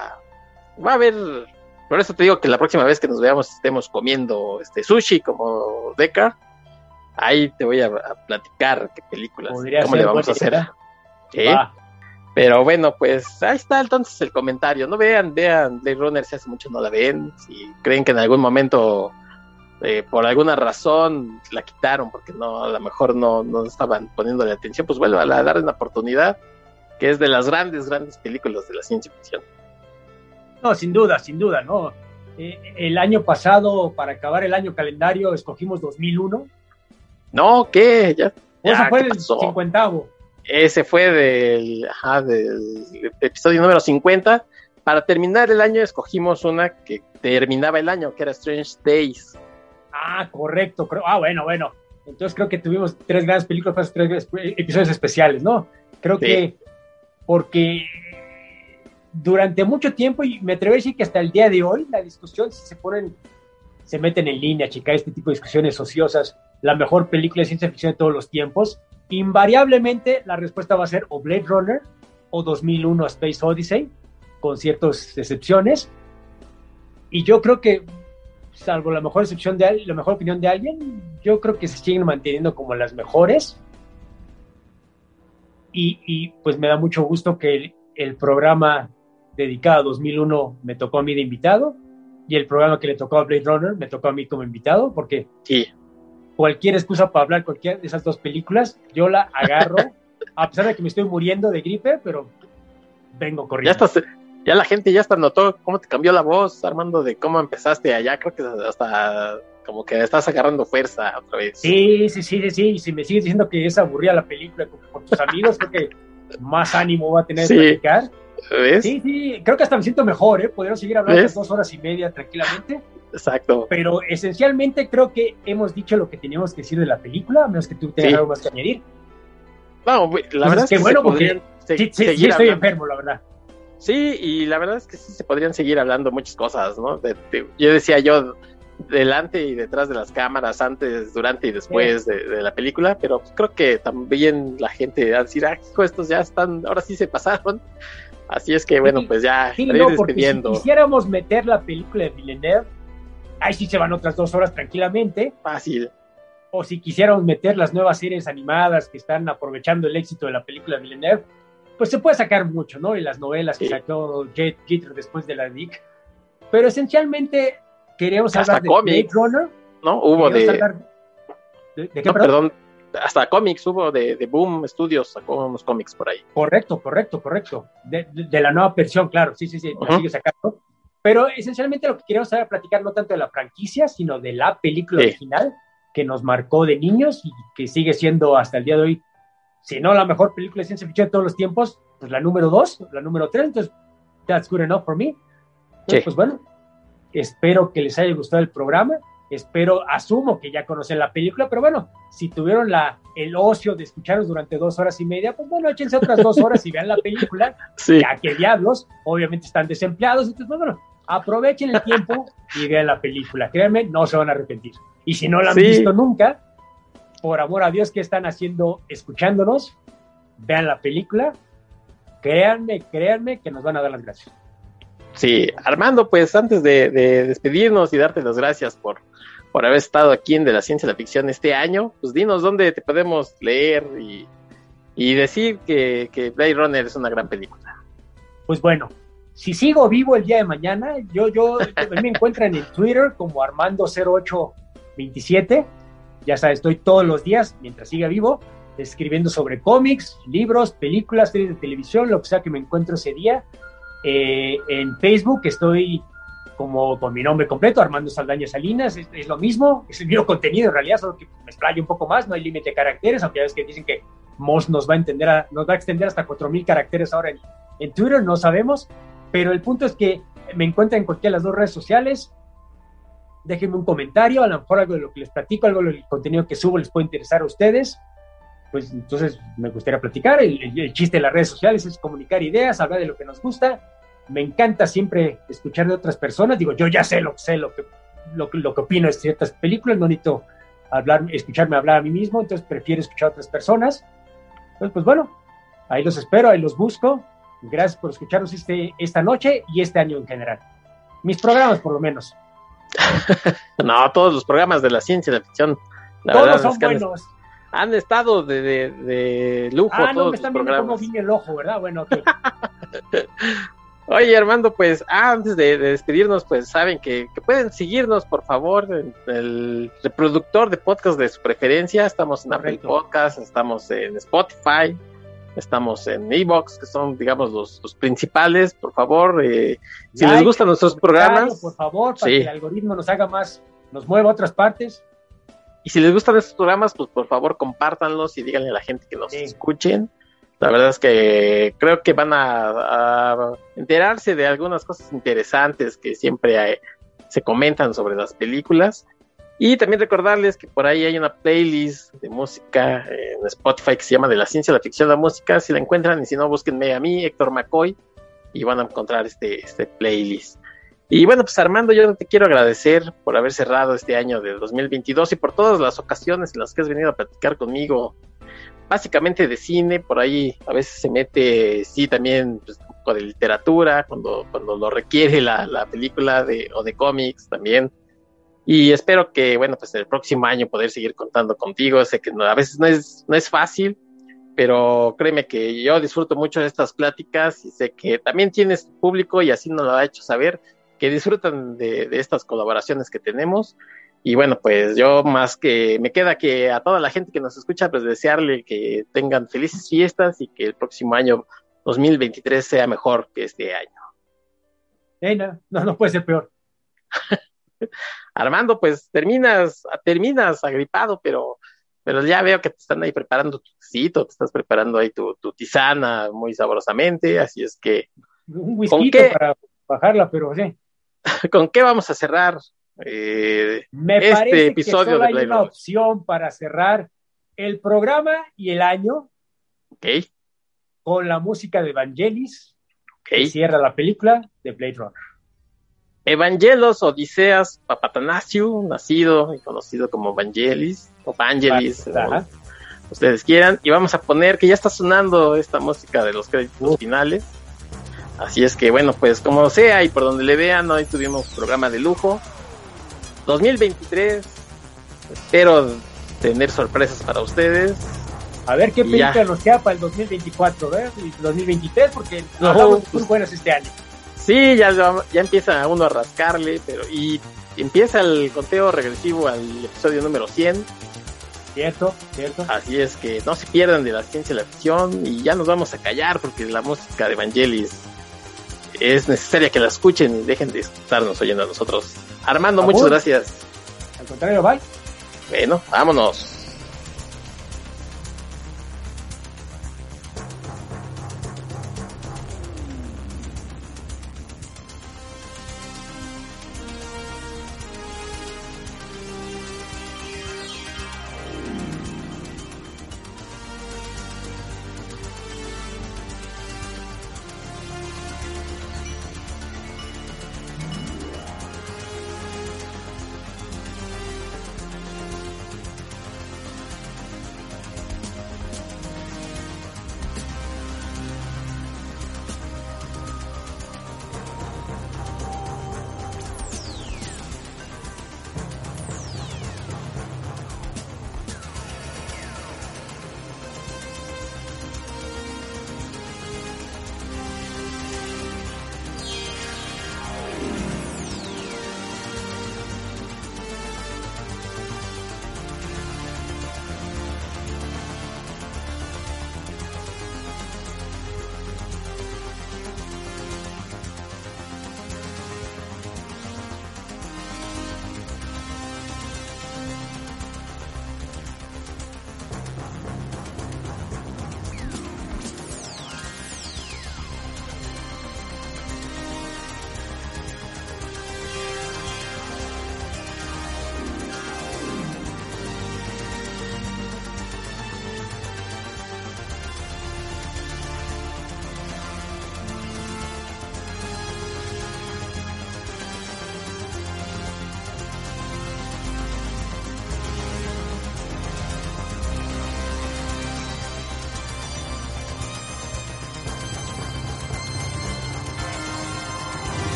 a haber, por eso te digo que la próxima vez que nos veamos estemos comiendo sushi como Deckard, ahí te voy a platicar qué películas, cómo le vamos a hacer. Sí. Pero bueno, pues ahí está entonces el comentario. No vean Blade Runner, si hace mucho no la ven. Si creen que en algún momento, por alguna razón, la quitaron porque no, a lo mejor no estaban poniéndole atención, pues vuelvan a darle una oportunidad, que es de las grandes películas de la ciencia ficción. No, sin duda, ¿no? El año pasado, para acabar el año calendario, escogimos 2001. No, ¿qué? Ya Ese fue el pasó? 50º. Ese fue del episodio número 50. Para terminar el año escogimos una que terminaba el año, que era Strange Days. Ah, correcto. Bueno. Entonces creo que tuvimos 3 grandes películas, 3 episodios especiales, ¿no? Creo que porque durante mucho tiempo, y me atrevo a decir que hasta el día de hoy, la discusión, si se meten en línea a checar este tipo de discusiones ociosas, la mejor película de ciencia ficción de todos los tiempos, invariablemente la respuesta va a ser o Blade Runner o 2001 A Space Odyssey, con ciertas excepciones. Y yo creo que, salvo la mejor opinión de alguien, yo creo que se siguen manteniendo como las mejores. Y pues me da mucho gusto que el programa dedicado a 2001 me tocó a mí de invitado, y el programa que le tocó a Blade Runner me tocó a mí como invitado, porque cualquier excusa para hablar cualquiera de esas 2 películas, yo la agarro, a pesar de que me estoy muriendo de gripe, pero vengo corriendo. Ya la gente ya hasta notó cómo te cambió la voz, Armando, de cómo empezaste allá. Creo que hasta como que estás agarrando fuerza otra vez. Sí. Y si me sigues diciendo que es aburrida la película con tus amigos, creo que más ánimo va a tener de platicar. ¿Ves? Sí, creo que hasta me siento mejor, Podríamos seguir hablando 2 horas y media tranquilamente. Exacto. Pero esencialmente creo que hemos dicho lo que teníamos que decir de la película, a menos que tú tengas algo más que añadir. No, la verdad es que bueno, porque sí estoy enfermo, la verdad. Sí, y la verdad es que sí se podrían seguir hablando muchas cosas, ¿no? Yo decía delante y detrás de las cámaras, antes, durante y después de la película, pero creo que también la gente va a decir, hijo, estos ya están, ahora sí se pasaron. Así es que, bueno, pues ya despidiendo. Si quisiéramos meter la película de Villeneuve, ahí sí se van otras 2 horas tranquilamente. Fácil. O si quisiéramos meter las nuevas series animadas que están aprovechando el éxito de la película de Villeneuve, pues se puede sacar mucho, ¿no? Y las novelas que sacó Jeter después de la DIC. Pero esencialmente queríamos hablar de Blade Runner. ¿No? Hubo ¿de qué, no, perdón? Hasta cómics hubo de Boom Studios, sacó unos cómics por ahí. Correcto. De la nueva versión, claro, sí, la sigue sacando. Pero esencialmente lo que queríamos saber platicar no tanto de la franquicia, sino de la película original que nos marcó de niños y que sigue siendo hasta el día de hoy, si no la mejor película de ciencia ficción de todos los tiempos, pues la número 2, la número 3, entonces that's good enough for me. Entonces, pues bueno, espero que les haya gustado el programa. Asumo que ya conocen la película, pero bueno, si tuvieron el ocio de escucharnos durante 2 horas y media, pues bueno, échense otras 2 horas y vean la película. Ya que diablos, obviamente están desempleados, entonces pues bueno, aprovechen el tiempo y vean la película. Créanme, no se van a arrepentir. Y si no la han visto nunca, por amor a Dios, ¿qué están haciendo escuchándonos? Vean la película. Créanme que nos van a dar las gracias. Sí, Armando, pues antes de despedirnos y darte las gracias por haber estado aquí en De la Ciencia y la Ficción este año, pues dinos dónde te podemos leer y decir que Blade Runner es una gran película. Pues bueno, si sigo vivo el día de mañana, yo me encuentran en Twitter como Armando0827, ya sabes, estoy todos los días mientras siga vivo, escribiendo sobre cómics, libros, películas, series de televisión, lo que sea que me encuentro ese día. En Facebook estoy como con mi nombre completo, Armando Saldaña Salinas, es lo mismo, es el mismo contenido en realidad, solo que me explayo un poco más, no hay límite de caracteres, aunque ya ves que dicen que Moz nos va a extender hasta 4,000 caracteres ahora en Twitter, no sabemos, pero el punto es que me encuentran en cualquiera de las dos redes sociales. Déjenme un comentario, a lo mejor algo de lo que les platico, algo del contenido que subo les puede interesar a ustedes, pues entonces me gustaría platicar. El chiste de las redes sociales es comunicar ideas, hablar de lo que nos gusta. Me encanta siempre escuchar de otras personas. Digo, yo ya sé lo que opino de ciertas películas, no necesito escucharme hablar a mí mismo, entonces prefiero escuchar a otras personas. Entonces, pues bueno, ahí los espero, ahí los busco. Gracias por escucharnos esta noche y este año en general. Mis programas, por lo menos. No, todos los programas de la ciencia y la ficción. Todos son buenos. Han estado de lujo. No, me están viendo cómo viene el ojo, ¿verdad? Bueno, ok. Oye, Armando, pues antes de despedirnos, pues saben que pueden seguirnos, por favor, en el reproductor de podcast de su preferencia. Estamos en Apple Podcast, estamos en Spotify, estamos en iVoox, que son, digamos, los principales. Por favor, si les gustan nuestros programas, por favor, para que el algoritmo nos mueva a otras partes. Y si les gustan estos programas, pues por favor compártanlos y díganle a la gente que nos escuchen. La verdad es que creo que van a enterarse de algunas cosas interesantes que siempre se comentan sobre las películas. Y también recordarles que por ahí hay una playlist de música en Spotify que se llama De la Ciencia, la Ficción, la Música. Si la encuentran, y si no, búsquenme a mí, Héctor McCoy, y van a encontrar este playlist. Y bueno, pues Armando, yo te quiero agradecer por haber cerrado este año del 2022 y por todas las ocasiones en las que has venido a platicar conmigo, básicamente de cine. Por ahí a veces se mete, sí, también pues, un poco de literatura, cuando lo requiere la película o de cómics también. Y espero que, bueno, pues el próximo año poder seguir contando contigo. Sé que a veces no es fácil, pero créeme que yo disfruto mucho de estas pláticas y sé que también tienes público, y así nos lo ha hecho saber, que disfrutan de estas colaboraciones que tenemos. Y bueno, pues yo más que me queda que a toda la gente que nos escucha, pues desearle que tengan felices fiestas y que el próximo año 2023 sea mejor que este año. No puede ser peor. Armando, pues terminas agripado, pero ya veo que te están ahí preparando tu tecito, te estás preparando ahí tu tisana muy sabrosamente, así es que... Un whisky para bajarla, pero sí. ¿Con qué vamos a cerrar me parece episodio que solo hay una opción para cerrar el programa y el año? Okay. Con la música de Vangelis, que cierra la película de Blade Runner. Evangelos Odiseas Papatanasiu, nacido y conocido como Vangelis, o Vangelis, como ustedes quieran, y vamos a poner que ya está sonando esta música de los créditos finales. Así es que bueno, pues como sea y por donde le vean, hoy tuvimos programa de lujo. 2023, espero tener sorpresas para ustedes. A ver qué película nos queda para el 2024, ¿verdad? Y 2023, porque nos muy buenas este año. Sí, ya empieza uno a rascarle, y empieza el conteo regresivo al episodio número 100. Cierto. Así es que no se pierdan de la ciencia y la ficción, y ya nos vamos a callar porque la música de Vangelis es necesaria que la escuchen y dejen de estarnos oyendo a nosotros. Armando, muchas gracias. Al contrario, bye. Bueno, vámonos.